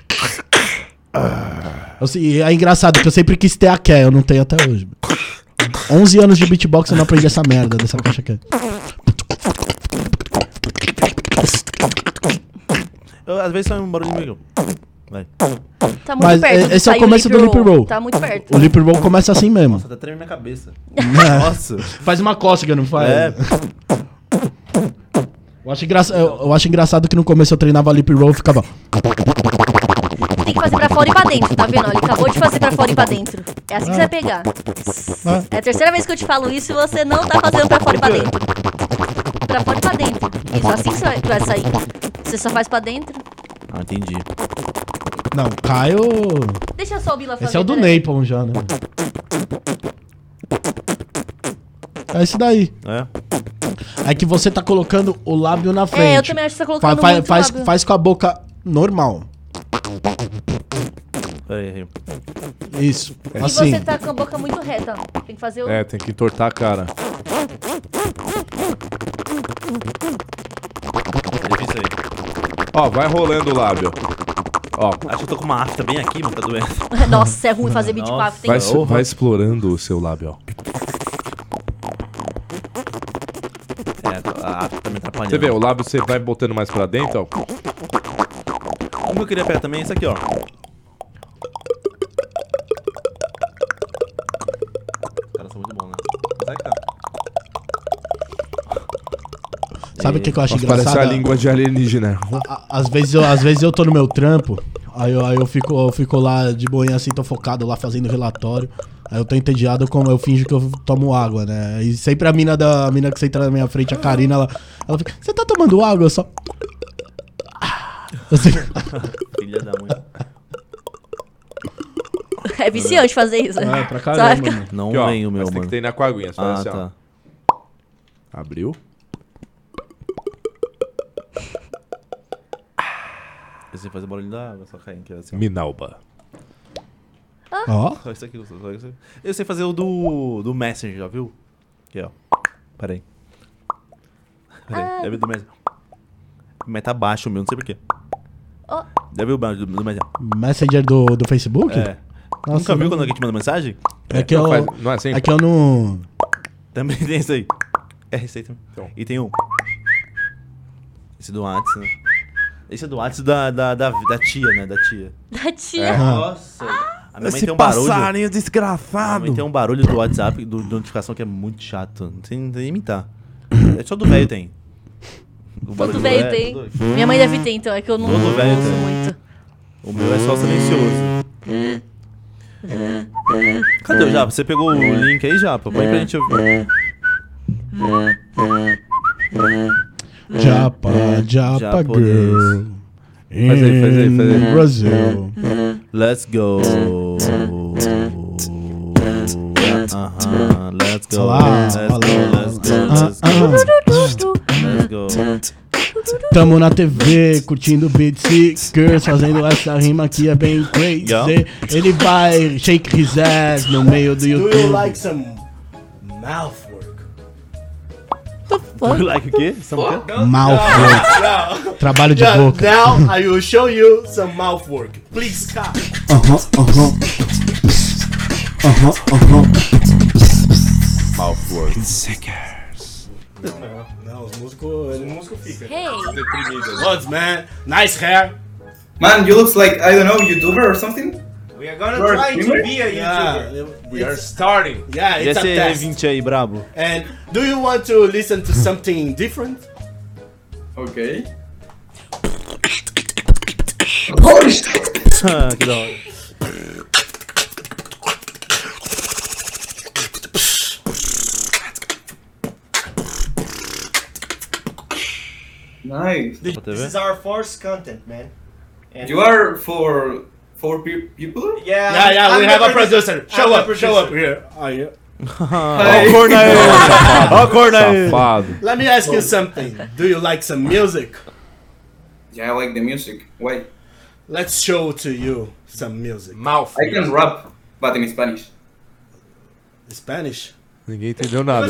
É engraçado que eu sempre quis ter a Ké, eu não tenho até hoje. 11 anos de beatbox eu não aprendi essa merda dessa caixa Ké. Às vezes sai um barulho meio... Vai. Tá muito Mas perto. esse é o começo do Lip Roll. Tá muito perto. O Lip Roll começa assim mesmo. Nossa, até treme minha cabeça. Nossa. Faz uma cócega, não faz? É. Eu acho engraçado que no começo eu treinava Lip Roll e ficava... Tem que fazer pra fora e pra dentro, tá vendo? Ele acabou de fazer pra fora e pra dentro. É assim que você vai pegar. É a terceira vez que eu te falo isso e você não tá fazendo pra fora e pra dentro. Pra fora e pra dentro. Isso, assim que você vai sair. Você só faz pra dentro. Ah, entendi. Não, Caio... Deixa só o Bila fazer. Esse é o do peraí. Napalm já, né? É esse daí. É? É que você tá colocando o lábio na frente. É, eu também acho que você tá colocando muito lábio. Faz com a boca normal. Peraí. Isso. E Assim. você tá com a boca muito reta. Tem que fazer o... É, tem que entortar a cara. É difícil aí. Ó, vai rolando o lábio. Ó, Acho que eu tô com uma afta bem aqui, mas tá doendo. Nossa, é ruim fazer beat com Nossa. afta, hein? vai explorando o seu lábio, ó. É, a afta tá me atrapalhando. Você vê, o lábio você vai botando mais pra dentro, ó. O que eu queria pegar também é isso aqui, ó. Os caras são muito bons, né? Sai, cara. Sabe o que eu acho Nossa, engraçado? parece a língua de alienígena. Às vezes eu tô no meu trampo, aí eu fico lá de boinha assim, tô focado lá fazendo relatório. Aí eu tô entediado, como eu finjo que eu tomo água, né? E sempre a mina que senta na minha frente, a Karina, ela fica, você tá tomando água? Eu só... Assim. Filha da mãe. É viciante fazer isso. É, pra Só vai caramba, ficar- mano. Não Aqui, ó, vem o meu, mas tem mano. que treinar com a aguinha. Você faz assim, tá. ó. Abriu. Eu sei fazer barulho da água, só caindo aqui assim. Minalba. Ó. Só isso aqui, só isso aqui. Eu sei fazer o do Messenger, já viu? Aqui, ó. Pera aí. Deve do Messenger. Mas tá baixo o meu, não sei porquê. Ó. Já viu o barulho do Messenger? Messenger do Facebook? É. Nossa, Nunca viu não. quando alguém te manda mensagem? É que eu... Não é assim? É que eu não... Também tem isso aí. É receita. Então. E tem um. Esse do WhatsApp, né? Esse é do WhatsApp da tia, né? Da tia. Da tia. Nossa. A minha mãe tem um barulho. A minha desgraçado. mãe tem um barulho do WhatsApp, do notificação, que é muito chato. Não tem nem imitar. É só do velho tem. O barulho Todo do velho é, tem. todo- Minha mãe deve ter, então. É que eu não Todo velho uso tem. muito. O meu é só silencioso. Cadê o Japa? Você pegou o link aí, Japa? Põe pra gente ouvir. Japa Japonês. girl. Faz aí. Brasil. Let's go. Let's go. Olá, Let's go. Let's go. Tamo na TV, curtindo beats e girls, fazendo essa rima que é bem crazy. Go. Ele vai shake his ass no meio do YouTube. Do you like some mouth work? Like o quê? Mouth work. Trabalho de boca. Now I will show you some mouth work. Please stop. Não, os músicos ficam. Hey. What's man? Nice hair. Man, you look like, I don't know, YouTuber or something? We are gonna You're a try to streamer? be a YouTuber. Yeah, We are starting. Yeah, E it's a esse test. 20 aí, brabo? And do you want to listen to something different? Okay. Que da hora. Nice. This is our first content, man. And You are for people? Yeah, we have a producer. Show up here. Oh, yeah. Hi. Corna aí! Ó, corna aí! Safado. Let me ask you something. Do you like some music? Yeah, I like the music. Why? Let's show to you some music. I can rap, but in Spanish. Spanish? Ninguém entendeu nada.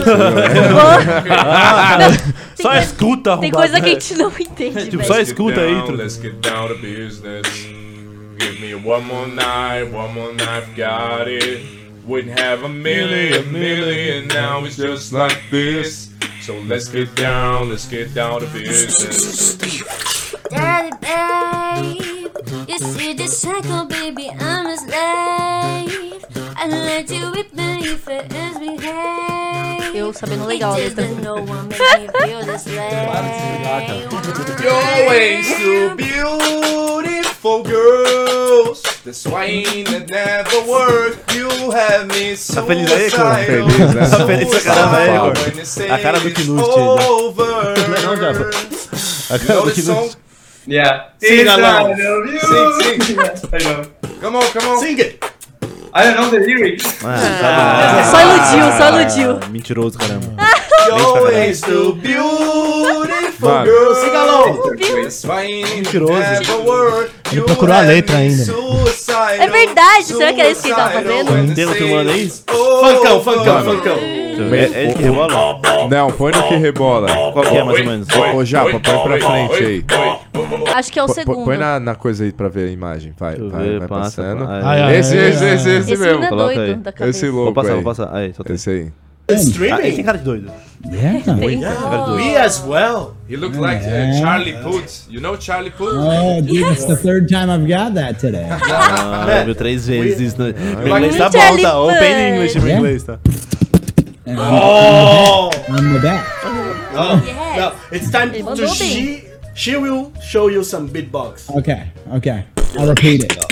Só escuta, Tem coisa que a gente não entende, Tipo, velho. só escuta aí. Let's get down to business. Give me one more night, got it. Wouldn't have a million, now it's just like this. So let's get down to business. Daddy, babe, you see this cycle, baby, I'm a slave. I let you whip me if it is behave. Eu sabendo legal a letra. No one make me feel this way. You're always too beautiful, girls. The swine that never worked. You have me so Tá feliz aí, cara? Feliz, né? Tá feliz pra caramba aí, mano. A cara do Knut. Não, Japa. A cara do Knut. Yeah. Sing along. Sing. I know. Come on. Sing it. I don't know the lyrics. Só iludiu. Mentiroso, caramba. You're always too beautiful, Mano. girls. Sing along. The swine that Mentiroso. never worked. Ele procurou a letra ainda. É verdade, será que era isso que ele tava fazendo? Tem outro mano aí? Funkão. É ele que rebola? Não, põe no que rebola. Qual que é, mais ou menos? Ô, Japa, põe pra frente aí. Acho que é o segundo. Põe na coisa aí pra ver a imagem. Vai passando. Esse Esse Esse menino é mesmo. Coloca doido aí. da cabeça. Esse louco Vou aí. passar. Aí, só tem. Esse aí. Ah, ele tem cara de doido. Me as well. He looked like Charlie Puth. You know Charlie Puth? Oh, dude, it's the third time I've got that today. Viu 3 vezes isso. Meu inglês tá Charlie bom, tá? Open Puth. English, meu inglês, tá? And Oh. I'm the back. Yes. No, it's time Ele to mandou bem. she will show you some beatbox. Okay. I'll repeat it.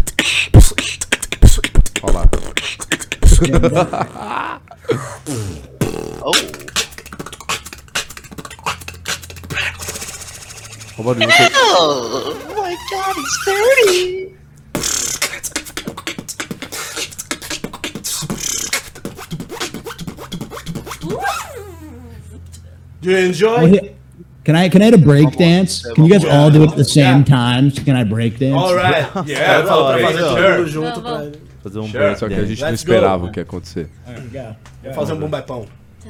Olha lá. O barulho que... Do you enjoy? Oh, here- Can I hit a break dance? Can you guys all do it at the same time? Can I break dance? All right. Yeah, Pra okay, fazer todo sure. mundo junto pra Fazer um Sure. Só que a gente não Let's esperava go. o que ia acontecer. fazer um bombepão.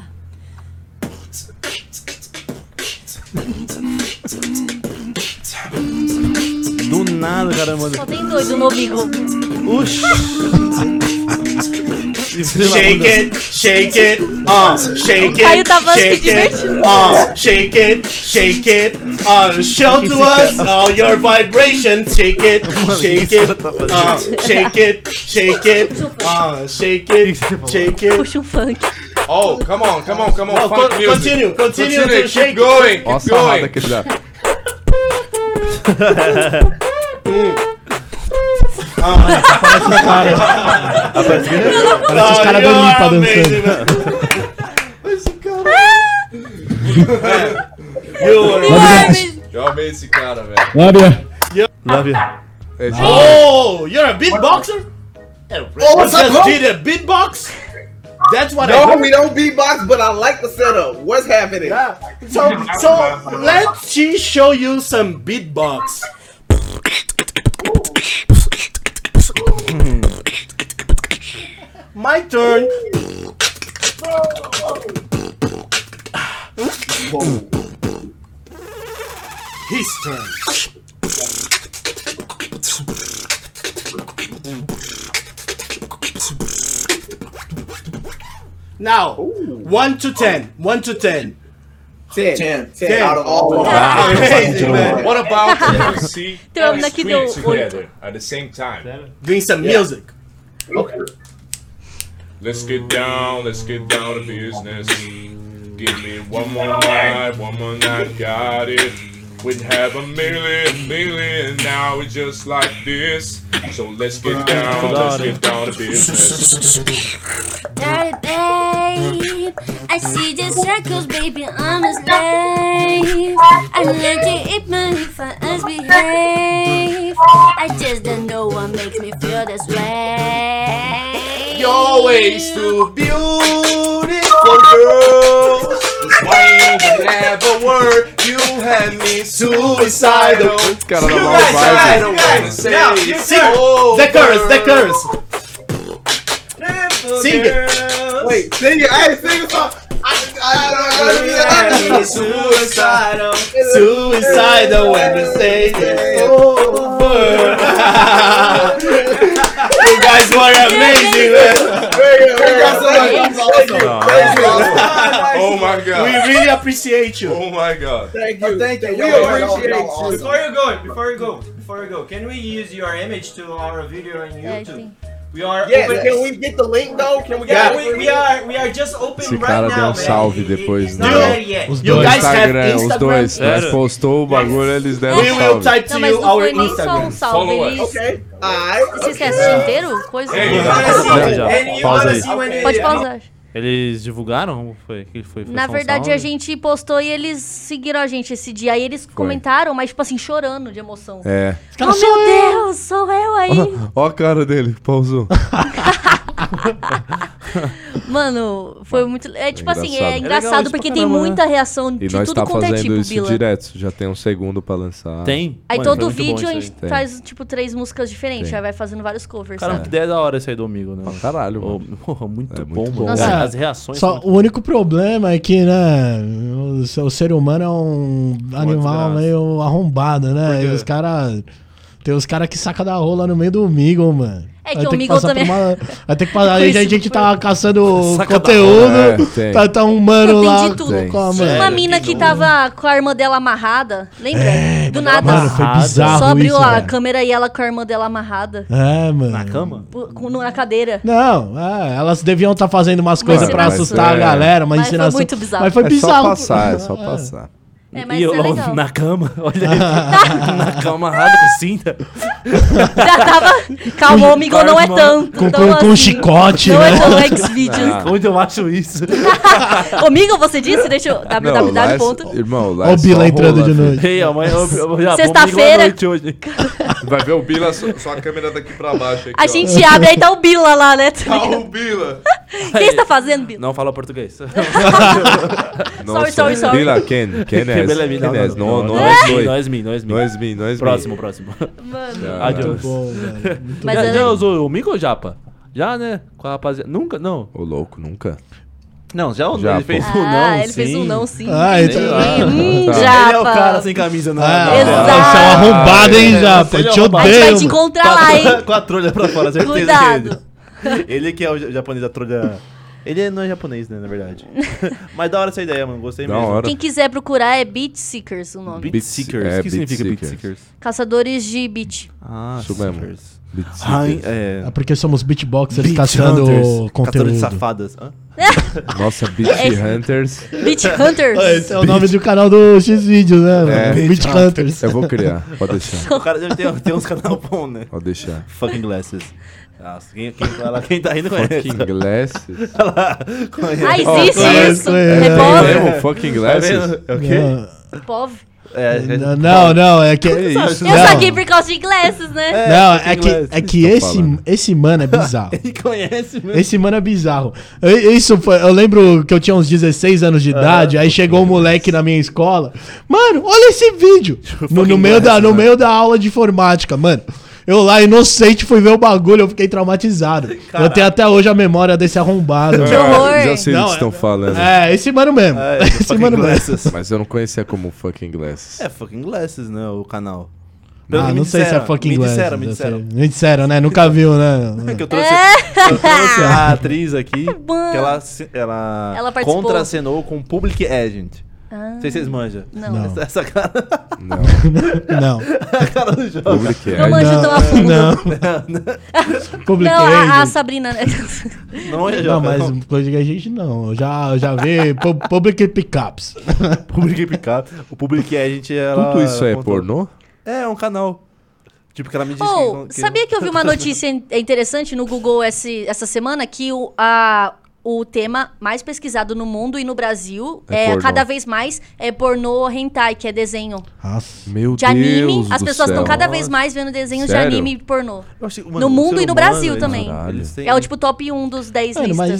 Do nada, caramba. Só tem doido no bico. Oxi. Shake it, shake it, shake Caio it, tava se shake it, divertindo. shake it, show to us all your vibrations, shake it, shake it, shake it, shake it, shake it. Puxa um funk. Oh, come on. No, Funk music. continue to Keep shake. going. Olha a Keep sarrada going. que ele dá. Parece os caras do Limpa dançando. Eu amei esse cara, velho. Love you. Love you. Oh, you're a beatboxer? Oh, just did a beatbox? That's what I No, heard. we don't beatbox, but I like the setup. What's happening? Yeah. So let's she show you some beatbox. My turn. His turn. Now, 1 to 10. 1 to 10. 10 10. out of all. Amazing, man. What about if we see Tem uma and menina que deu scream 8. together at the same time? Doing some music. Let's get down to business. Give me one more night, got it. We'd have a million, now it's just like this. So let's get down to business. Dirty babe, I see the circles, baby, I'm a slave. I let you eat my if I misbehave. I just don't know what makes me feel this way. You're always too beautiful, girls. The swine that never worked. You had me suicidal. Esse cara dá You uma guys, I vibe. don't wanna say Now, it's sing over. the chorus. Sing it. Wait, sing it. Hey, sing a song. Suicidal when you say it's over. You guys were amazing, man. Oh my god. We really appreciate you. Oh my god. Thank you. Thank you. We appreciate you. Before you go, can we use your image to our video on YouTube? We are Yeah, can we get the link though? Can we get we are just open Esse right cara now, deu um man. salve depois It's no not ready yet. os You dois guys have Instagram, os Instagram? dois. Nós postou o bagulho, eles deram We um will salve. type Não, to mas you não our foi nem só Instagram. um salve. Follow Eles... Okay. Alright. Vocês querem assistir inteiro? Coisa? Hey, You wanna see- Já. and you Pausa wanna aí. see when it- Pode pausar. Eles divulgaram? Como foi? Que foi? Na só um verdade, salve? a gente postou e eles seguiram a gente esse dia. Aí eles comentaram, mas tipo assim, chorando de emoção. É. Oh, meu Deus, sou eu aí. Ó a cara dele, pausou. Mano, foi muito... É tipo assim, é engraçado. É engraçado legal isso porque pra tem caramba, muita reação E de nós tudo tá quanto é fazendo tipo, isso Bila. direto. Já tem um segundo pra lançar. Tem? Aí Mano, todo foi muito bom vídeo a isso gente aí. faz, tipo, 3 músicas diferentes. Tem. Aí vai fazendo vários covers, Caramba, sabe? que ideia da hora esse aí do amigo, né? Pra caralho, Oh, mano. porra, muito É bom, muito mano. bom. Nossa. As reações Só são o único problema é que, né, o ser humano é um animal desgraça. meio arrombado, né? Por quê? E os caras... Tem os caras que sacam da rola no meio do Meagle, mano. É que Vai o ter Meagle passar também- por vai ter que passar... Aí a Conhecido gente por- tá caçando Saca da conteúdo, tem. tá um mano Tem lá... de tudo. Tem. com a Tinha mano. uma mina que tava com a irmã dela amarrada, lembra? Do nada. Mano, foi Amarrada. bizarro Só abriu isso, a velho. câmera e ela com a irmã dela amarrada. É, mano. na cama? Na cadeira. Não, elas deviam estar fazendo umas coisas pra ensinação. assustar a galera, uma Mas foi ensinação. muito bizarro. Mas foi É só bizarro. passar, é só passar. É, mas E eu é legal. na cama, olha aí. na cama amarrado com cinta. Já tava... Calma, o amigo não é tanto. Com, então, com assim, chicote, não né? é tão X-Videos. Onde eu acho isso? Ô, amigo, você disse? Deixa eu... Não, lá www. irmão, lá Ó é o Bila só entrando rola, de filho. noite. Ei, amanhã já Sexta-feira. hoje. Vai ver o Bila, só a câmera daqui pra baixo. Aqui, A gente abre, aí tá o Bila lá, né? Tá o Bila. O que você tá fazendo, Bila? Não fala português. Sorry. Bila, quem és? Não é és mim, dois. não és mim, não és mim. Não és mim, não és mim. Próximo. Mano. Adiós. Bom, velho. Muito Mas Já, é- já usou o Mico ou Japa? Já, né? Com a rapaziada. Nunca? Não. Ô, louco, nunca. Não, já usou. Já, Ele fez pô. um não, ele fez um não, sim. Ah, então- Sei lá. Tá. Ele Japa. é o cara sem camisa, não. Ah, Exato. Você é um arrombado, hein, Japa? Ele é Eu te arrombado. A gente vai te odeio. encontrar lá, hein? Com a trolha pra fora, certeza. Cuidado. Ele que é o japonês da trolha. Ele não é japonês, né, na verdade. Mas da hora essa ideia, mano. Gostei Da mesmo. hora. Quem quiser procurar é Beat Seekers o nome. Beat Seekers. É, O que Beat significa Beat Seekers. Seekers? Caçadores de beat. Ah, Isso mesmo. Seekers. Beat Ai, Seekers. é. É porque somos beatboxers Beat caçando Hunters, Caçadores conteúdo. de safadas. Hã? Nossa, Beat Hunters. Beat Hunters. Esse é o nome do canal do X-Videos, né? mano? É. Beat Hunters. Eu vou criar, pode deixar. O cara deve ter uns canal bom, né? Pode deixar. Fucking Glasses. Nossa, quem tá rindo conhece. Fucking glasses. Olha lá, conhece. Ah, Ó, existe conhece, isso. conhece. É Tem POV? mesmo? Fucking glasses? É o quê? Não, POV. É, não, é que... isso? Eu saquei por causa de glasses, né? Não, Fucking Glasses. é que Tô falando. esse mano é bizarro. Ele conhece mesmo. Esse mano é bizarro. Isso foi, eu lembro que eu tinha uns 16 anos de idade, aí chegou um moleque na minha escola. Mano, olha esse vídeo. No meio da aula de informática, mano. Eu lá, inocente, fui ver o bagulho, eu fiquei traumatizado. Caraca. Eu tenho até hoje a memória desse arrombado. Que horror. Já sei do Não, que estão falando. É, esse mano mesmo. É, Esse Fucking mano mesmo. Glasses. Mas eu não conhecia como Fucking glasses. É Fucking Glasses, né? O canal. Ah, Me não sei se é disseram, fucking me glass. disseram, me eu disseram. sei. Me disseram, né? Nunca viu, né? É que eu trouxe a atriz aqui, Bom. que ela Ela participou. contracenou com Public Agent. Ah, Não sei se vocês manjam. não. Essa cara, Não. Não. a cara do jogo. Public Não manjo tão a fundo. Não. Public Não, a Agent. Sabrina, né? Não manja Não, jogo. mas Public Agent não. Eu já vi Public Pickups. Public Pickup. O Public Agent, ela... Tudo isso é contou- pornô? É um canal. Tipo, que ela me disse Oh, que sabia que eu vi uma notícia interessante no Google essa semana que o tema mais pesquisado no mundo e no Brasil É pornô. cada vez mais é pornô hentai, que é desenho Nossa. Meu de anime. Deus As do pessoas estão céu. cada vez mais vendo desenhos Sério? de anime e pornô. Eu achei- mano, No o mundo ser e no humano, Brasil eles- também. Caralho. eles têm- É o tipo top 1 dos 10 Mano, listas. mas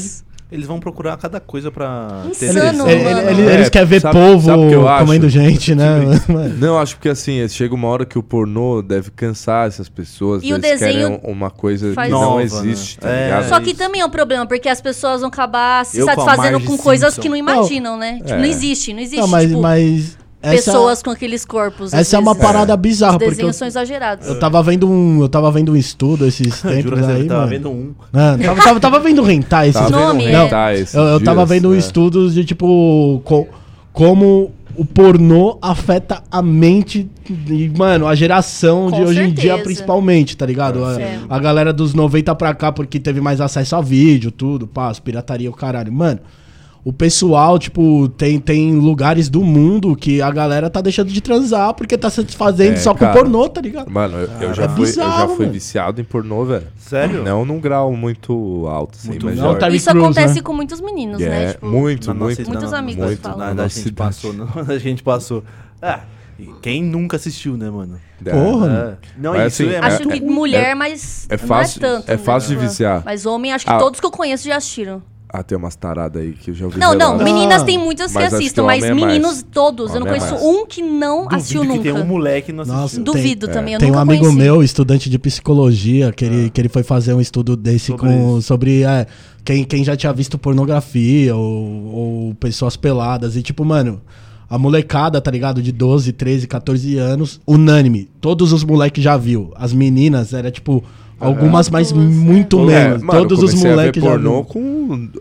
Eles vão procurar cada coisa pra... Insano, Eles querem ver povo comendo gente, né? Não, acho que assim, chega uma hora que o pornô deve cansar essas pessoas. E o desenho querem uma coisa que nova, não existe, tá É. ligado? Só que também é um problema, porque as pessoas vão acabar se Eu com a satisfazendo Marge com coisas Simpson. que não imaginam, né? Tipo, não existe. Não, mas pessoas com aqueles corpos. Essa é uma parada bizarra, Os porque desenhos são exagerados. eu tava vendo um estudo esses tempos aí, tava mano. vendo um. Tava vendo hentai esses Tava nome, vendo hentai esses eu tava dias, vendo estudos de tipo como o pornô afeta a mente e, mano, a geração de hoje em dia principalmente, tá ligado? A galera dos 90 pra cá, porque teve mais acesso a vídeo, tudo, pá, pirataria, o caralho. Mano, o pessoal, tipo, tem lugares do mundo que a galera tá deixando de transar porque tá satisfazendo só com pornô, tá ligado? Mano, eu já fui viciado em pornô, velho. Sério? Não num grau muito alto, assim, mas já... Isso acontece com muitos meninos, né? Tipo, muitos amigos falam. A gente passou. Quem nunca assistiu, né, mano? Porra. Não, mas, isso assim, acho que mulher, mas fácil, não é tanto. É fácil de viciar. Mas homem, acho que todos que eu conheço já assistiram. Tem umas taradas aí que eu já ouvi. Não, meninas tem muitas que Mas assistem, mas meninos todos. Eu não conheço um que não assistiu nunca. Tem um moleque que não assistiu. Duvido também, eu tem nunca um amigo conheci. meu, estudante de psicologia, que ele foi fazer um estudo desse sobre quem já tinha visto pornografia ou pessoas peladas. E tipo, mano, a molecada, tá ligado? De 12, 13, 14 anos, unânime. Todos os moleques já viu. As meninas, era tipo... Algumas, mas muito menos. Mano, todos os moleques já pornô com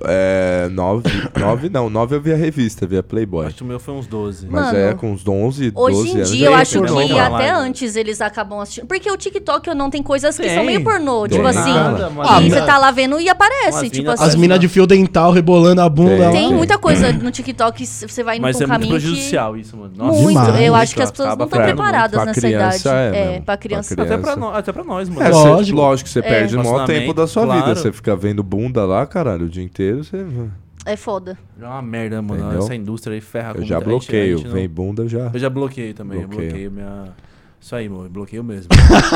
9 eu via revista, via Playboy. Acho que o meu foi uns 12. Mas Mano, com uns 11, 12 hoje em anos. dia eu acho pornô, que mano. até antes eles acabam assistindo. Porque o TikTok não tem coisas que são meio pornô. Tem. Tipo assim, Nada, e você tá lá vendo e aparece. Tipo assim. As minas de fio dental rebolando a bunda. Tem muita coisa no TikTok, você vai indo Mas pra um é muito caminho prejudicial isso, mano. Nossa, muito. demais. Eu acho que as pessoas não estão preparadas Pra nessa criança, idade. Pra criança. Até pra nós, mano. Lógico, você perde o maior tempo da sua vida. Claro. Você fica vendo bunda lá, caralho, o dia inteiro. Você... É foda. É uma merda, mano. Entendeu? Essa indústria aí ferra com Eu já muita gente, bloqueio. a gente não- Vem bunda, eu já. Eu já bloqueei também. Bloqueio. Eu bloqueio minha. Isso aí, amor. Eu bloqueio mesmo.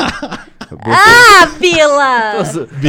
Ah, Bila!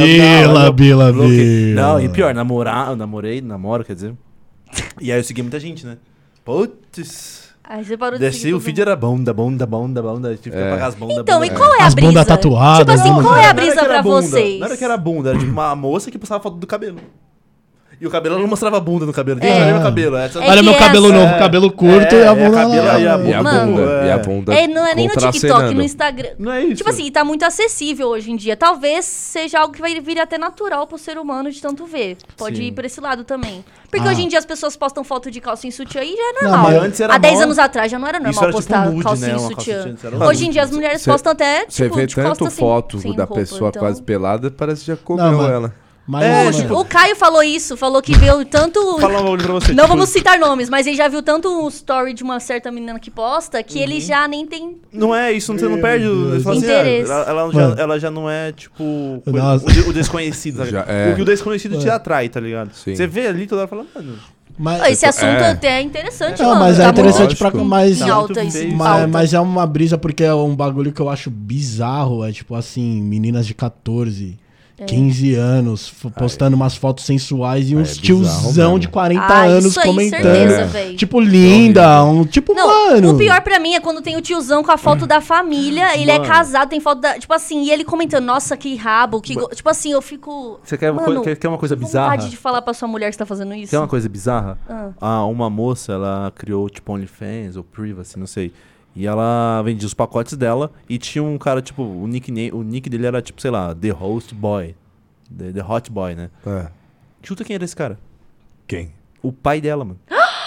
Bila. Não, e pior, namoro, quer dizer. E aí eu segui muita gente, né? Putz. Aí você parou de Desci, seguir o todo feed era bunda. Tive que pagar as bundas. Então, e qual é a As brisa? bundas tatuadas, Tipo assim, né? qual é a Não era brisa que era pra bunda, vocês? Não era que era bunda, era tipo uma moça que postava foto do cabelo. E o cabelo não mostrava a bunda no cabelo. É. Olha meu cabelo. Essa... Olha meu cabelo novo, cabelo curto e a bunda lá. E a bunda. Mano, E a bunda não é nem no TikTok, contracenando. no Instagram. Não é isso. Tipo assim, tá muito acessível hoje em dia. Talvez seja algo que vai vir até natural pro ser humano de tanto ver. Pode ir por esse lado também. Porque hoje em dia as pessoas postam foto de calça em sutiã e já é normal. mas antes era Há 10 mó- anos atrás já não era Isso normal era tipo postar nude, calça né? em Uma sutiã. calça de sutiã. Hoje em dia as mulheres postam até, Você tipo, vê de tanto costa foto sem da roupa, pessoa então- quase pelada, parece que já comeu Não, mas- ela. Mas, tipo, O Caio falou isso, falou que viu tanto... Fala um bagulho pra você. Não tipo, vamos citar nomes, mas ele já viu tanto um story de uma certa menina que posta que ele já nem tem... Não é isso, você não perde o fala assim, Interesse. ela já não é, tipo, Nossa. o desconhecido. Tá Já ligado? é. O que o desconhecido te atrai, tá ligado? Sim. Você vê ali toda hora falando, mano. Esse assunto até é interessante, Não, mano. mas tá é muito interessante pra... lógico. Mas, em alta isso. mas é uma brisa porque é um bagulho que eu acho bizarro. É tipo assim, meninas de 14... 15 anos, postando umas fotos sensuais e uns tiozão mesmo. de 40 Ah, anos isso aí, comentando. certeza, véi. Tipo, linda, tipo, Não, mano. o pior pra mim é quando tem o tiozão com a foto da família, ele é casado, tem foto da... Tipo assim, e ele comentando, nossa, que rabo, que... Tipo assim, eu fico... Você quer, Mano, quer uma coisa bizarra? vontade de falar pra sua mulher que você tá fazendo isso. Quer uma coisa bizarra? Ah. Uma moça, ela criou, tipo, OnlyFans ou Privacy, não sei. E ela vendia os pacotes dela e tinha um cara, tipo, o nick dele era, tipo, sei lá, The Host Boy. The Hot Boy, né? É. Chuta quem era esse cara? Quem? O pai dela, mano.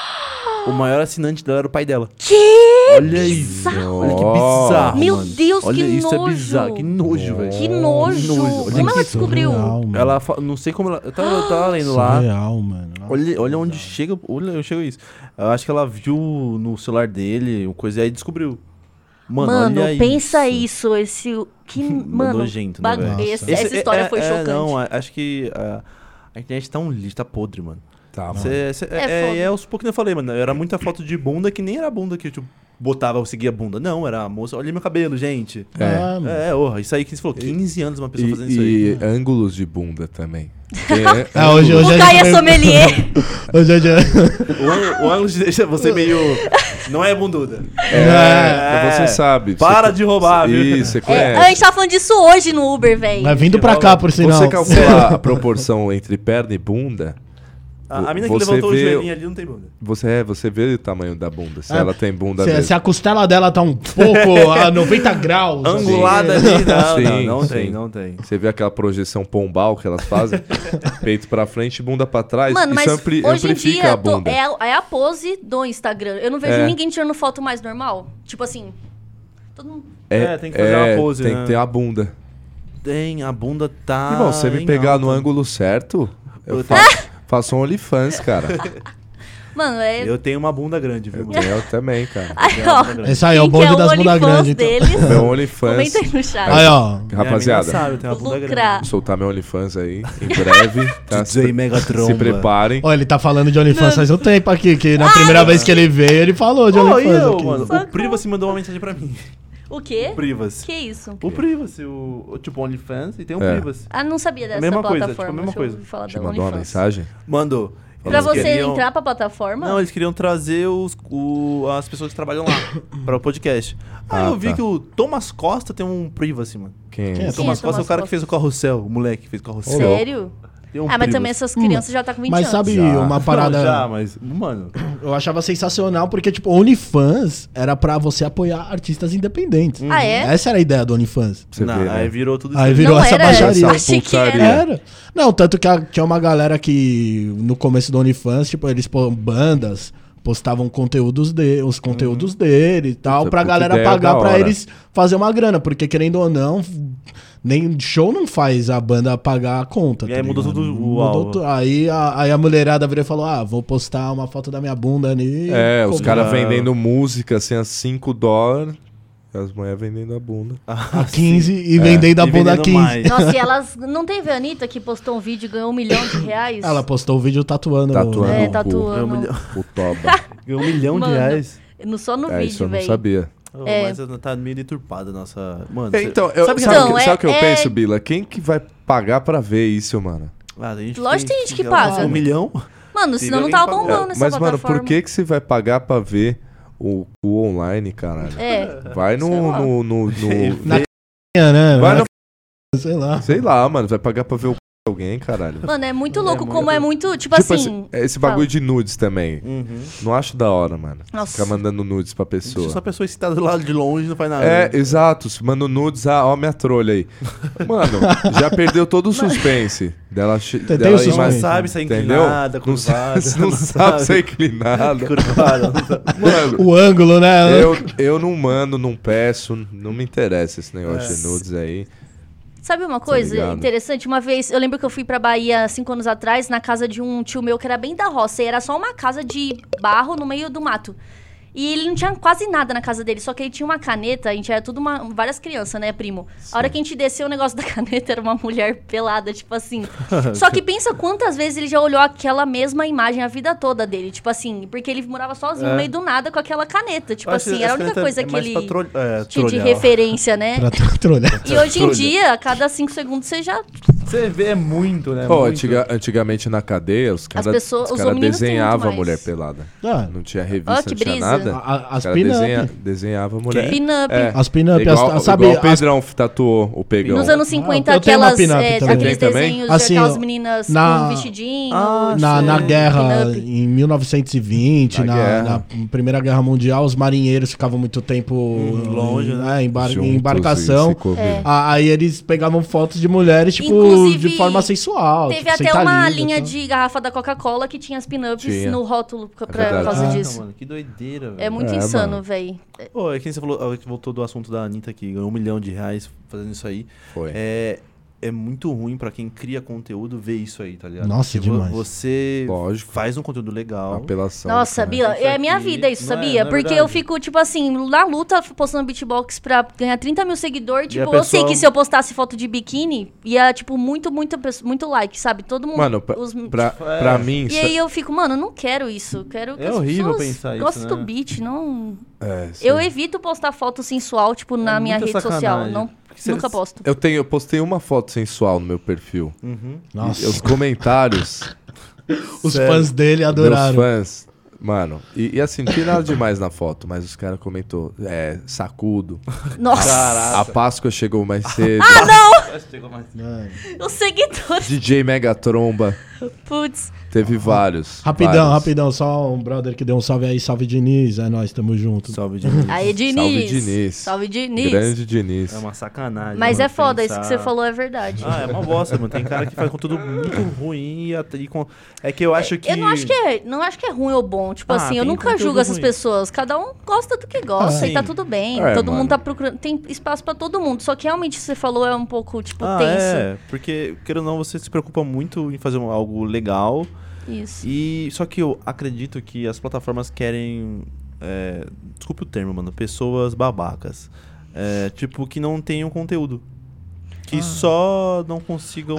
O maior assinante dela era o pai dela. Que Olha isso. Olha que bizarro, Meu mano. Deus, Olha, que isso nojo. é bizarro. Que nojo, velho. Que nojo. Como ela descobriu? Surreal, mano. Ela não sei como ela... Eu tava lendo lá. Surreal, mano. Olha onde chega... Olha, eu chego isso. Eu acho que ela viu no celular dele, uma coisa, e aí descobriu. Mano, olha pensa isso. Esse... Que, mano, nojento, né, velho? essa história foi chocante. Não, acho que a internet tá um lixo, tá podre, mano. Tá, mano. foda. É os poucos que eu falei, mano. Era muita foto de bunda que nem era bunda que eu tipo, botava, eu seguia a bunda. Não, era a moça, olha meu cabelo, gente. É, Isso aí que você falou, 15 anos uma pessoa fazendo isso aí. E ângulos de bunda também. Hoje o Caio é sommelier. Hoje O ângulo te deixa você meio... Não é bunduda. Você sabe. Para de roubar, viu? Isso, você conhece. A gente tava falando disso hoje no Uber, velho. Vai vindo pra cá, por sinal. Você calcular a proporção entre perna e bunda... A mina que levantou o joelhinho ali não tem bunda. Você vê o tamanho da bunda, se ela tem bunda mesmo. Se a costela dela tá um pouco a 90 graus. Angulada ali. Não tem. Você vê aquela projeção pombal que elas fazem? Peito pra frente e bunda pra trás. Mano, isso mas hoje em amplifica dia a bunda. é a pose do Instagram. Eu não vejo ninguém tirando foto mais normal. Tipo assim, todo mundo... tem que fazer uma pose, Tem que ter a bunda. A bunda tá... Irmão, você me pegar no ângulo certo, eu faço um OnlyFans, cara. Mano, Eu tenho uma bunda grande, viu? Eu também, cara. Esse aí é o bonde das bundas grandes. Então. Meu OnlyFans. Comenta aí no chat. Aí, ó. Rapaziada, sabe, eu tenho uma bunda grande. Lucrar. vou soltar meu OnlyFans aí, em breve. Tá? DJ Megatron. Se preparem. Ó, ele tá falando de OnlyFans faz um tempo aqui, que na primeira vez que ele veio, ele falou de OnlyFans aqui. Mano, o Privacy mandou uma mensagem pra mim. O quê? O Privacy. Que isso? O Privacy, tipo OnlyFans e tem um Privacy. Ah, não sabia dessa mesma plataforma. coisa, tipo a mesma coisa. Te mandou uma mensagem? Mandou. Pra você entrar pra plataforma? Não, eles queriam trazer as pessoas que trabalham lá para o podcast. Eu vi que o Thomas Costa tem um Privacy, mano. Quem é? Thomas Costa é o cara que fez o Carrossel, o moleque que fez o Carrossel. Sério? Mas privacy. Também essas crianças já tá com 20 mas anos. Mas sabe uma parada... mas, mano... Eu achava sensacional, porque, tipo, OnlyFans era pra você apoiar artistas independentes. Ah, é? Essa era a ideia do OnlyFans. Você vê, né? Aí virou tudo isso. Aí virou essa baixaria. Eu achei que era. Não, tanto que tinha uma galera que, no começo do OnlyFans, tipo, eles bandas... postavam conteúdos os conteúdos dele e tal, pra galera pagar pra eles fazer uma grana, porque querendo ou não, nem show não faz a banda pagar a conta. E aí mudou tudo aí a mulherada virou e falou: vou postar uma foto da minha bunda ali. Os caras vendendo música assim a $5. As mulheres vendendo a bunda. A 15 e vendendo a bunda a 15. Mais. Nossa, e elas... Não teve a Anitta que postou um vídeo e ganhou $1 milhão? Ela postou o vídeo tatuando. Tatuando. O toba. Ganhou $1 milhão? Só no vídeo, isso eu velho. não sabia. Mas tá meio deturpada a nossa... Mano, então, sabe o que eu penso, Bila? Quem que vai pagar pra ver isso, mano? Lógico que tem gente que paga. $1 milhão? Mano, senão não tava bombando essa plataforma. Mas, mano, por que você vai pagar pra ver o online, caralho? Vai no... Vai no... Sei lá, mano. Vai pagar pra ver o alguém, caralho. Mano, é muito louco como é muito... Tipo assim... Esse bagulho de nudes também. Não acho da hora, mano. Nossa. Ficar mandando nudes pra pessoa. Se a pessoa está do lado de longe, não faz nada. Exato. Se manda nudes, ó minha trolha aí. Mano, já perdeu todo o suspense. Dela não sabe se é inclinada, curvada. Não sabe se é inclinada. Curvada. Mano, o ângulo, né? Eu não mando, não peço. Não me interessa esse negócio de nudes aí. Sabe uma coisa interessante? Uma vez, eu lembro que eu fui pra Bahia 5 anos atrás, na casa de um tio meu que era bem da roça. E era só uma casa de barro no meio do mato. E ele não tinha quase nada na casa dele, só que ele tinha uma caneta, a gente era tudo várias crianças, né, primo? Sim. A hora que a gente desceu, o negócio da caneta era uma mulher pelada, tipo assim. Só que pensa quantas vezes ele já olhou aquela mesma imagem a vida toda dele, tipo assim, porque ele morava sozinho no meio do nada com aquela caneta, tipo assim, era a única coisa que ele tinha de referência, né? Pra trolhar. E hoje em dia, a cada 5 segundos você já... Você vê muito, né? Antigamente na cadeia, os caras desenhavam a mulher pelada. Não tinha revista, não tinha nada. As pin-up. Desenhava a mulher. Pin-up. As pin-up, sabe? Igual o Pedrão tatuou o pegão. Nos anos 50, aqueles desenhos assim, de aquelas meninas com vestidinho. Na guerra, em 1920, na Primeira Guerra Mundial, os marinheiros ficavam muito tempo longe, né? Em embarcação. Aí eles pegavam fotos de mulheres, tipo, de forma sensual. Teve até uma linha de garrafa da Coca-Cola que tinha as pin-ups no rótulo por causa disso. Mano, que doideira, velho. É muito insano, velho. Pô, é que você falou, que voltou do assunto da Anitta que ganhou $1 milhão fazendo isso aí. Foi. É muito ruim pra quem cria conteúdo ver isso aí, tá ligado? Nossa, demais. Você faz um conteúdo legal. Apelação. Nossa, Bila, é minha vida isso, sabia? Porque eu fico, tipo assim, na luta postando beatbox pra ganhar 30 mil seguidores. Tipo, eu sei que se eu postasse foto de biquíni, ia, tipo, muito like, sabe? Todo mundo... Mano, pra mim... E aí eu fico, mano, eu não quero isso. Quero que as horrível pessoas pensar isso, gostem do beat, não... Eu evito postar foto sensual, tipo, na minha rede social. Não Nunca posto. Eu postei uma foto sensual no meu perfil. Nossa. E os comentários... Os fãs dele adoraram. Meus fãs... Mano, e assim, não tem nada demais na foto, mas os caras comentou, sacudo. Nossa. A Páscoa chegou mais cedo. Ah, não! Chegou mais Os seguidores. DJ Mega Tromba. Putz. Teve vários. Rapidão, só um brother que deu um salve aí, salve Diniz, é nóis, tamo junto. Salve Diniz. Aí, Diniz. Salve Diniz. Salve Diniz. Grande Diniz. É uma sacanagem. Mas é foda, pensar... isso que você falou é verdade. É uma bosta, mano. Tem cara que faz conteúdo muito ruim é que eu acho que... Eu não acho que é ruim ou bom. Tipo assim, eu nunca julgo essas pessoas. Cada um gosta do que gosta e tá tudo bem. Todo mundo tá procurando... Tem espaço pra todo mundo. Só que realmente você falou é um pouco, tipo, tenso. Porque, querendo ou não, você se preocupa muito em fazer algo legal. Isso. Só que eu acredito que as plataformas querem... desculpe o termo, mano. Pessoas babacas. Tipo, que não tenham conteúdo. Que só não consigam...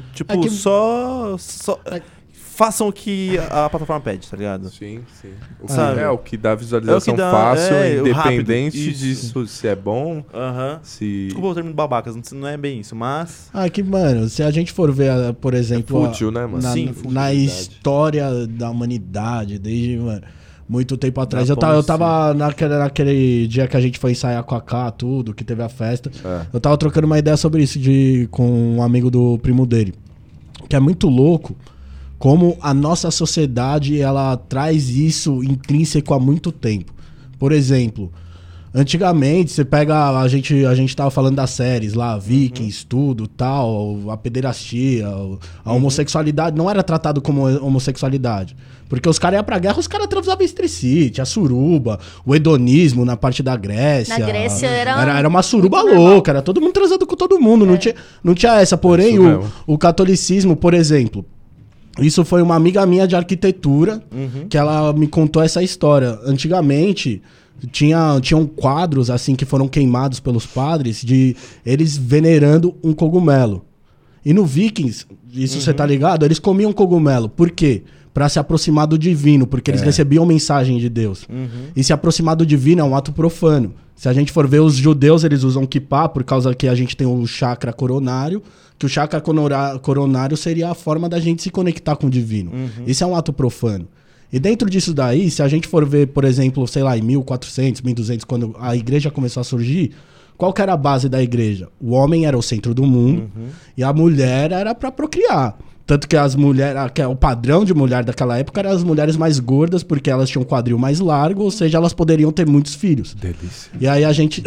façam o que a plataforma pede, tá ligado? Sim. Sabe? O que dá visualização fácil, independente rápido, disso se é bom. Desculpa o termo de babacas, não é bem isso, mas... Mano, se a gente for ver, por exemplo... fútil, né, mano? Na história da humanidade, desde, mano, muito tempo atrás. Eu tava naquele dia que a gente foi ensaiar com a K, tudo, que teve a festa. Eu tava trocando uma ideia sobre isso com um amigo do primo dele. Que é muito louco como a nossa sociedade, ela traz isso intrínseco há muito tempo. Por exemplo, antigamente, você pega... A gente tava falando das séries lá, Vikings, tudo, tal, a pederastia, a homossexualidade não era tratado como homossexualidade. Porque os caras iam pra guerra, os caras transavam entre si, tinha suruba, o hedonismo na parte da Grécia. Na Grécia era uma suruba louca, era todo mundo transando com todo mundo, não tinha essa. Porém, o catolicismo, por exemplo... Isso foi uma amiga minha de arquitetura que ela me contou essa história. Antigamente, tinham quadros assim que foram queimados pelos padres de eles venerando um cogumelo. E no Vikings, isso você tá ligado? Eles comiam cogumelo. Por quê? Pra se aproximar do divino, porque eles recebiam mensagem de Deus. E se aproximar do divino é um ato profano. Se a gente for ver os judeus, eles usam kippah por causa que a gente tem o chakra coronário, que o chakra coronário seria a forma da gente se conectar com o divino. Isso é um ato profano. E dentro disso daí, se a gente for ver, por exemplo, sei lá, em 1400, 1200, quando a igreja começou a surgir, qual que era a base da igreja? O homem era o centro do mundo e a mulher era pra procriar. Tanto que as mulheres, o padrão de mulher daquela época eram as mulheres mais gordas, porque elas tinham um quadril mais largo, ou seja, elas poderiam ter muitos filhos. Delícia. E aí a gente.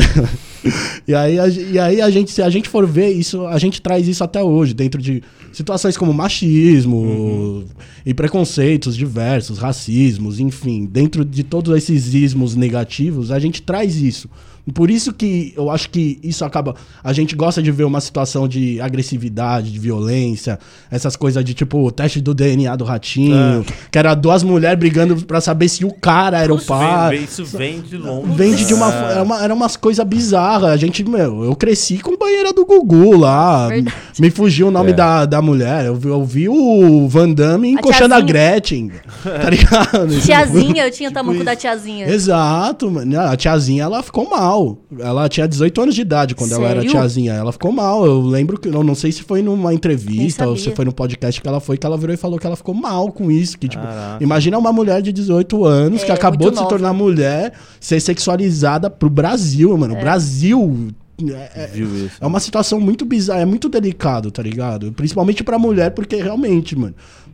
Se a gente for ver isso, a gente traz isso até hoje, dentro de situações como machismo e preconceitos diversos, racismos, enfim, dentro de todos esses ismos negativos, a gente traz isso. Por isso que eu acho que isso acaba... A gente gosta de ver uma situação de agressividade, de violência, essas coisas de tipo o teste do DNA do ratinho, que era duas mulheres brigando pra saber se o cara era o pai. Isso vem de longe. Vende de uma... Era umas coisas bizarras. A gente, eu cresci com banheira do Gugu lá. Me fugiu o nome da mulher. Eu vi o Van Damme encoxando a Gretchen. Tá ligado? Tiazinha, eu tinha o tamanco da tiazinha. Exato, mano. A tiazinha, ela ficou mal. Ela tinha 18 anos de idade quando ela era tiazinha. Ela ficou mal. Eu lembro que... Eu não sei se foi numa entrevista ou se foi no podcast que ela virou e falou que ela ficou mal com isso. Que, tipo, imagina uma mulher de 18 anos que acabou de se tornar mulher, ser sexualizada pro Brasil, mano. O Brasil... É uma situação muito bizarra, é muito delicado, tá ligado? Principalmente pra mulher, porque realmente, mano...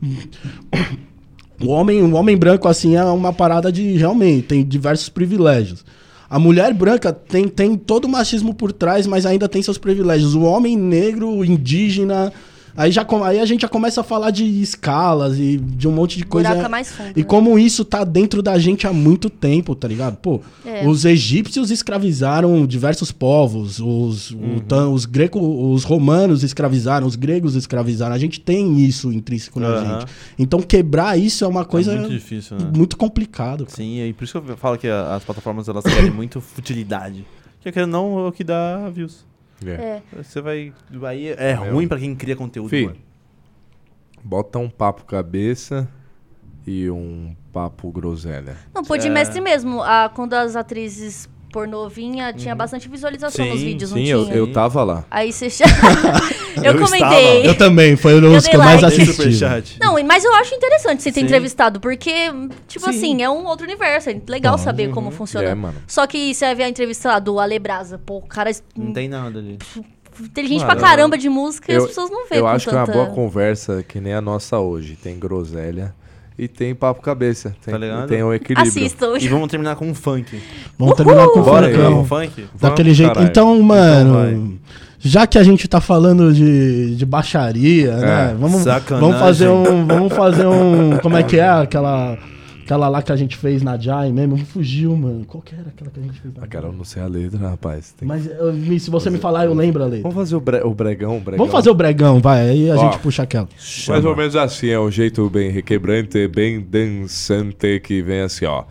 O homem branco, assim, é uma parada de... Realmente, tem diversos privilégios. A mulher branca tem todo o machismo por trás, mas ainda tem seus privilégios. O homem negro, indígena... Aí a gente já começa a falar de escalas e de um monte de coisa. Buraco mais fundo, e como isso tá dentro da gente há muito tempo, tá ligado? Pô, os egípcios escravizaram diversos povos, os romanos escravizaram, os gregos escravizaram. A gente tem isso intrínseco na gente. Então quebrar isso é uma coisa muito difícil, né? Muito complicado. Cara. Sim, e por isso que eu falo que as plataformas elas querem muito futilidade. Que querendo não é o que dá views. Você vai... Aí é ruim pra quem cria conteúdo, mano. Bota um papo cabeça e um papo groselha. Não, pô, de mestre mesmo. Quando as atrizes pornô vinha, tinha bastante visualização nos vídeos, não Sim, tinha? eu tava lá. Aí você... eu comentei. Eu também, foi um dos que eu mais assisti. Não, mas eu acho interessante você ter entrevistado, porque, tipo assim, é um outro universo. É legal saber como funciona. mano. Só que você vai ver a entrevista do Ale Brasa. Pô, o cara... Não tem nada ali. Inteligente pra caramba de música e as pessoas não veem. Eu acho que é uma boa conversa, que nem a nossa hoje. Tem groselha e tem papo cabeça. Tem, tá ligado? Tem um equilíbrio. Assista hoje. E vamos terminar com um funk. Vamos terminar com Bora funk. aí, um funk? Daquele Vamos, jeito. caralho. Então, mano... Já que a gente tá falando de baixaria, né? Vamos fazer um... Como é que é aquela lá que a gente fez na Jai mesmo? Fugiu, mano. Qual que era aquela que a gente fez na Jai? Cara, eu não sei a letra, rapaz. Mas se você me falar, eu lembro a letra. Vamos fazer o bregão. Vamos fazer o bregão, vai. Aí a gente puxa aquela. Mais ou menos assim, é um jeito bem requebrante, bem dançante, que vem assim, ó.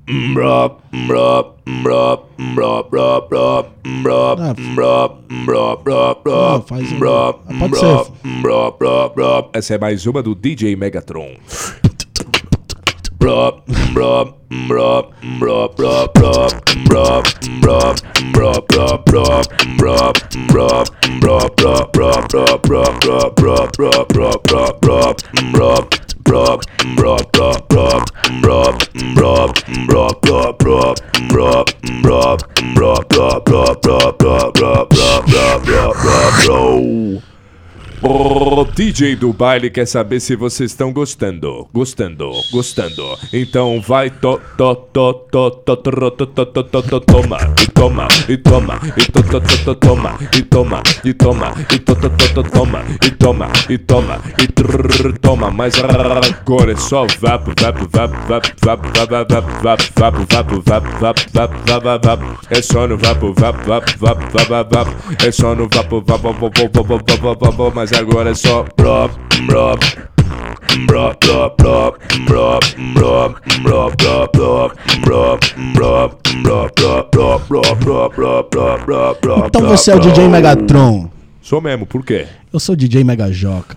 Pode ser. Essa é mais uma do DJ Megatron. O DJ do baile quer saber se vocês estão gostando. Então vai toma, mas agora é só vapo. É só no vapo. É só no vapo, mas agora é só Então você é o DJ Megatron. Sou mesmo, por quê? Eu sou o DJ Megajoca.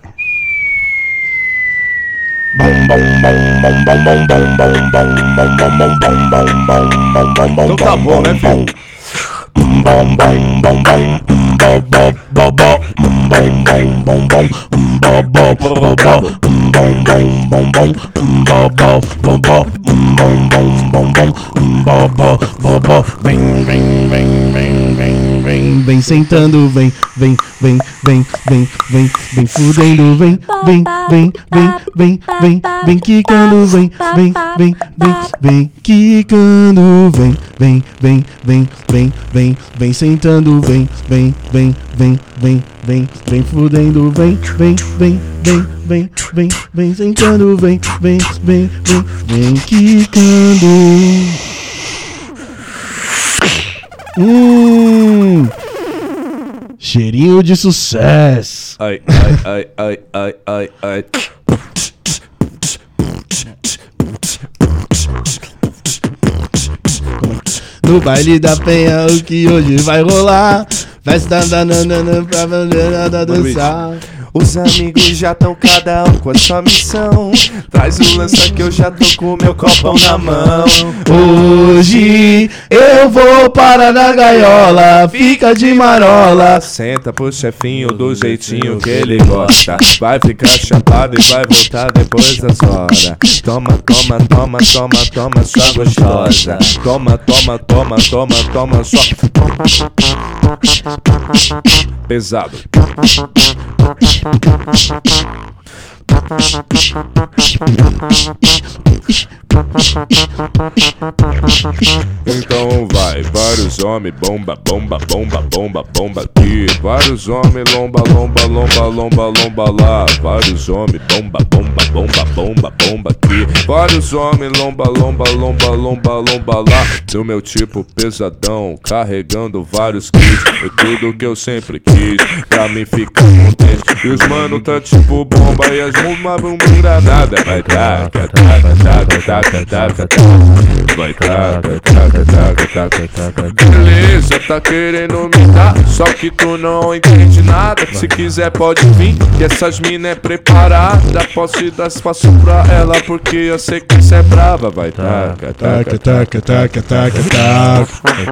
Então tá bom, né, filho? Vem sentando, vem fudendo, vem quicando, vem quicando, vem sentando, vem fudendo, vem sentando, vem quicando. Cheirinho de sucesso. Ai. No baile da Penha, o que hoje vai rolar? Festa da nanana pra bandeira dançar. Os amigos já tão cada um com a sua missão. Traz o lança que eu já tô com meu copão na mão. Hoje eu vou parar na gaiola, fica de marola. Senta pro chefinho do jeitinho que ele gosta. Vai ficar chapado e vai voltar depois das horas. Toma, sua gostosa. Toma, sua... Pesado. Então vai, vários homens, bomba aqui. Vários homens, lomba lá. Vários homens, bomba aqui. Vários homens, lomba lá. Do meu tipo pesadão, carregando vários kits. É tudo que eu sempre quis, pra mim ficar contente. E os mano tá tipo bomba e as uma granada. Vai taca. Vai taca, taca, taca, taca, taca. Beleza, tá querendo me dar, só que tu não entende nada. Se quiser pode vir, que essas mina é preparada. Posso te dar espaço pra ela, porque eu sei que cê é brava. Vai taca, taca, taca, taca, taca, taca.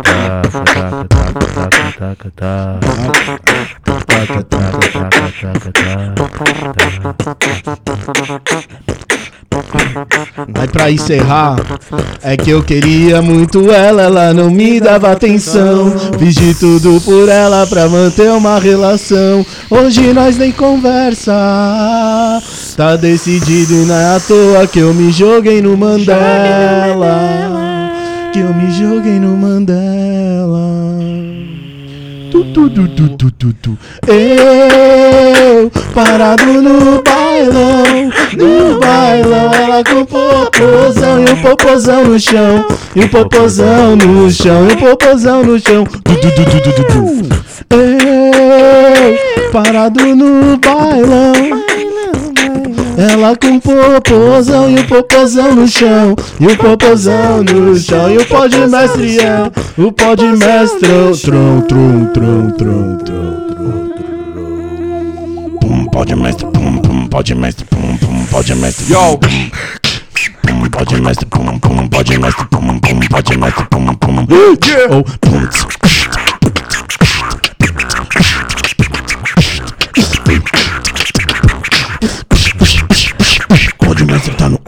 Aí pra encerrar, é que eu queria muito ela não me dava atenção. Fiz de tudo por ela pra manter uma relação. Hoje nós nem conversa, tá decidido e não é à toa que eu me joguei no Mandela. Que eu me joguei no Mandela. Eu parado no bailão, ela com popozão e o popozão no chão, e o popozão no chão, e o popozão no chão. Eu parado no bailão, ela com popozão e o popozão no chão, e o popozão no chão, e o pó de mestre é, o pó de mestre, trom, trom, trom, trom, trom. Pum, pó de mestre, pum, pum, pó de mestre, pum, pum, pó de mestre. Yo! Pum, pó de mestre, pum, pum, pó de mestre, pum, pum, pó de mestre, pum, pum. Oh, pum. Pode mais tá no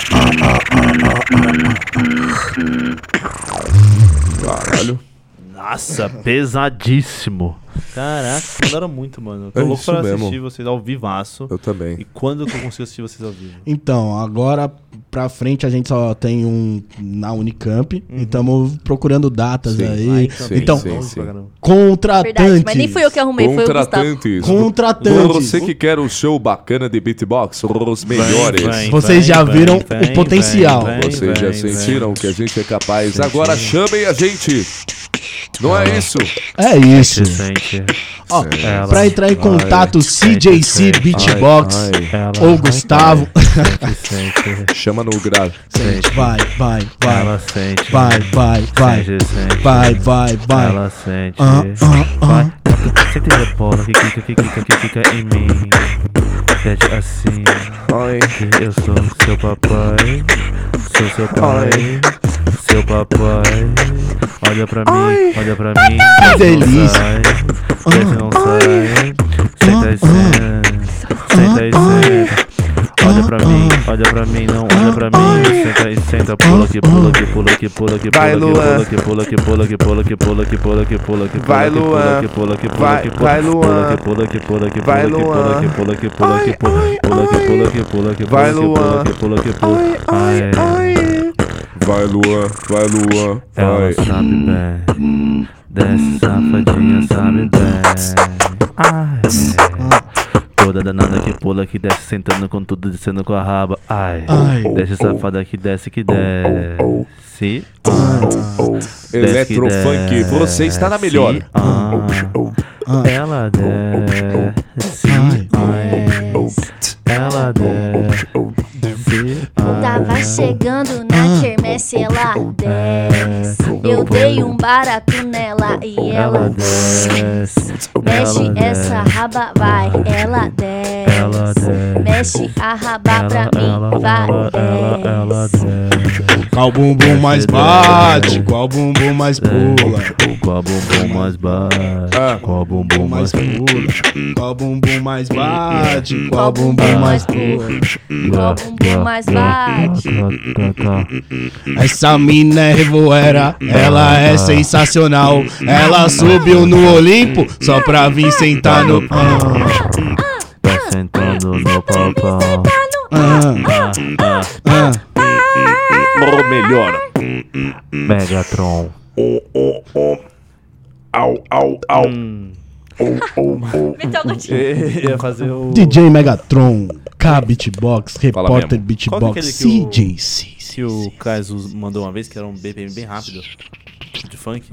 Caralho. Nossa, pesadíssimo. Caraca, mandaram muito, mano. Eu tô louco pra assistir vocês ao vivaço. Eu também. E quando que eu consigo assistir vocês ao vivo? Então, agora pra frente a gente só tem um na Unicamp e estamos procurando datas aí. Então, contratantes. Verdade, mas nem fui eu que arrumei, foi o Gustavo. Contratantes. Você que quer um show bacana de beatbox, os melhores. Vocês já viram o potencial. Vocês já sentiram que a gente é capaz. Agora chamem a gente. Não é isso? É isso. Ó, pra entrar em contato, CJC Beatbox ou Gustavo. Chama no grave. Vai. Vai. Ela sente. Vai. Sente a bola que fica em mim. Pede assim. Eu sou seu papai. Sou seu pai. Seu papai. Olha pra mim. Que delícia. Desce não sai. Senta e senta. Olha pra mim, não olha pra mim. Senta e senta, pula que pula. Vai, Luan. Vai, Luan. Vai, Luan. Vai, Luan. Vai, Luan. Vai, Luan. Ela sabe bem. Desce, safadinha, sabe bem. Ai. Toda danada que pula, que desce, sentando com tudo, descendo com a raba. Ai. Desce, safada, que desce, que desce. Eletrofunk, você está na melhor. Ela desce. Ela desce. Tava chegando na quermesse, ela desce. Eu dei um barato nela e ela desce. Mexe essa raba, vai, ela desce. Mexe a raba pra mim, vai, desce. Qual bumbum mais bate, qual bumbum mais pula. Qual bumbum mais bate, qual bumbum mais pula. Qual bumbum mais bate, qual bumbum mais pula. Qual bumbum mais bate. Essa mina é revoera, ela é sensacional. Ela subiu no Olimpo só pra vir sentar no pão. Tá sentando no pau. O melhor. Megatron. Au. Meteu o gatinho. Ia fazer o... DJ Megatron, K Beatbox, Repórter Qual Beatbox, que é aquele CJC. que o Kaiso mandou uma vez, que era um BPM bem rápido, de funk?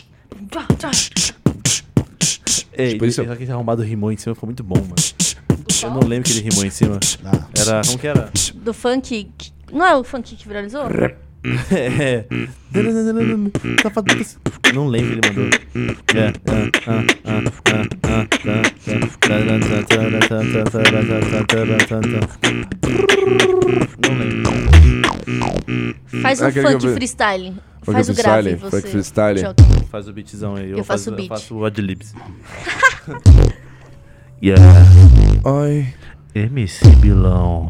Ei, Tipo isso. aquele arrombado rimou em cima, ficou muito bom, mano. Eu não lembro que ele rimou em cima. Era... Como que era? Do funk... Não é o funk que viralizou? É. Não lembro que ele mandou. Não lembro. Faz um funk freestyle. Faz o grave, você. Funk freestyle. Faz o beatzão aí. Eu faço o beat. Eu faço o adlibs. Yeah. Ai. MC Bilão.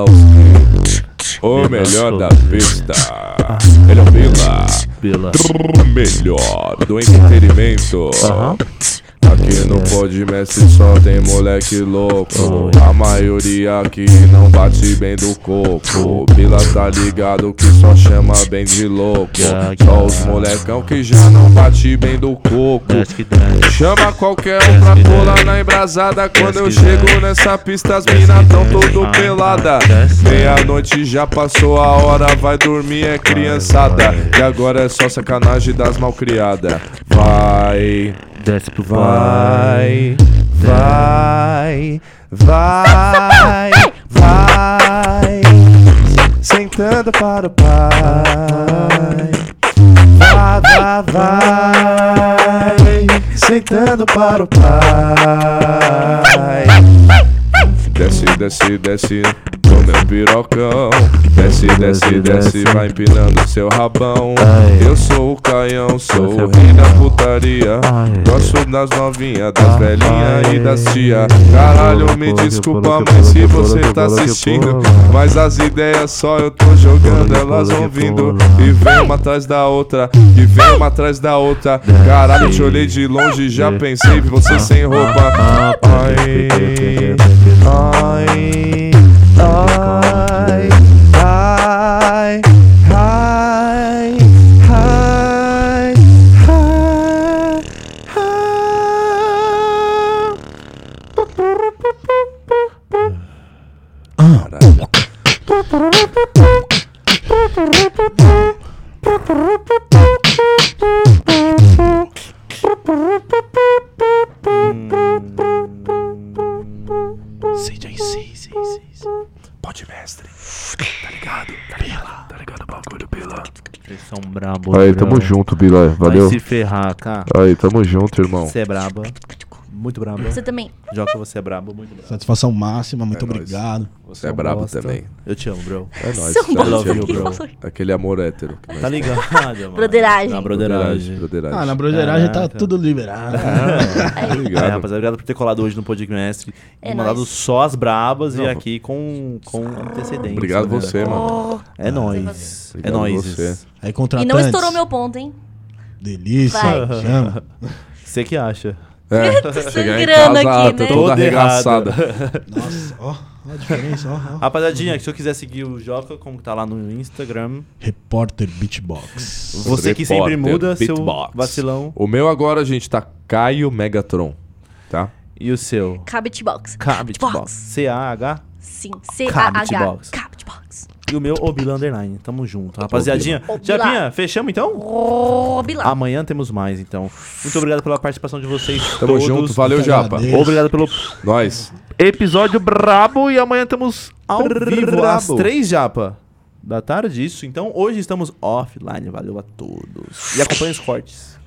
O melhor da pista. Ele é o Bila. Melhor do entretenimento. Aqui no Podmestre só tem moleque louco. A maioria aqui não bate bem do coco. Bila tá ligado que só chama bem de louco. Só os molecão que já não bate bem do coco. Chama qualquer um pra pular na embrasada. Quando eu chego nessa pista as mina tão todo pelada. Meia-noite já passou a hora, vai dormir é criançada. E agora é só sacanagem das malcriadas. Vai, desce pro vai, sentando para o pai. Vai, sentando para o pai. Desce no meu pirocão. Desce, vai empinando seu rabão. Eu sou o Caião, sou o rei da putaria. Gosto das novinhas, das velhinhas e das tia. Caralho, me desculpa, mãe, se você tá assistindo. Mas as ideias só eu tô jogando, elas vão vindo. E vem uma atrás da outra, e vem uma atrás da outra. Caralho, te olhei de longe e já pensei em você sem roupa. Ai. Podmestre. Tá ligado? Tá ligado o bagulho, Bila? Vocês são brabos. Aí, tamo junto, Bila. Valeu. Vai se ferrar, cara. Aí, tamo junto, irmão. Você é braba. Muito brabo. Você também. Joca, você é brabo, muito brabo. Satisfação máxima, muito obrigado. Você é brabo também. Eu te amo, bro. É nóis. São I love you, bro. Aquele amor hétero. Tá ligado, mano? Broderagem. Na broderagem. Ah, na broderagem tá tudo liberado. Obrigado. Rapaziada, obrigado por ter colado hoje no Podmestre. Mandado só as brabas e aqui com antecedência. Obrigado você, mano. É nóis. É Obrigado nóis. você. Aí, E contratantes. não estourou meu ponto, hein? Delícia. Vai. Chama. Você que acha. Chegar em sangrando casa aqui, né? toda arregaçada. Nossa, ó a diferença, ó. Rapaziadinha, se eu quiser seguir o Joca, como que tá lá no Instagram. Repórter Beatbox. Você que sempre muda Beatbox. seu vacilão. O meu agora, gente, tá Caio Megatron, tá? E o seu? Cabitbox. Cabitbox. C-A-H? Sim, C-A-H. Cabitbox. E o meu, Obila Underline. Tamo junto, rapaziadinha. Obila. Japinha, fechamos então? Obila. Amanhã temos mais, então. Muito obrigado pela participação de vocês Tamo todos. junto, valeu, Japa. Obrigado pelo Nós. episódio brabo. E amanhã estamos ao vivo às Brabo. 3, Japa. Da tarde, isso. Então, hoje estamos offline. Valeu a todos. E acompanha os cortes.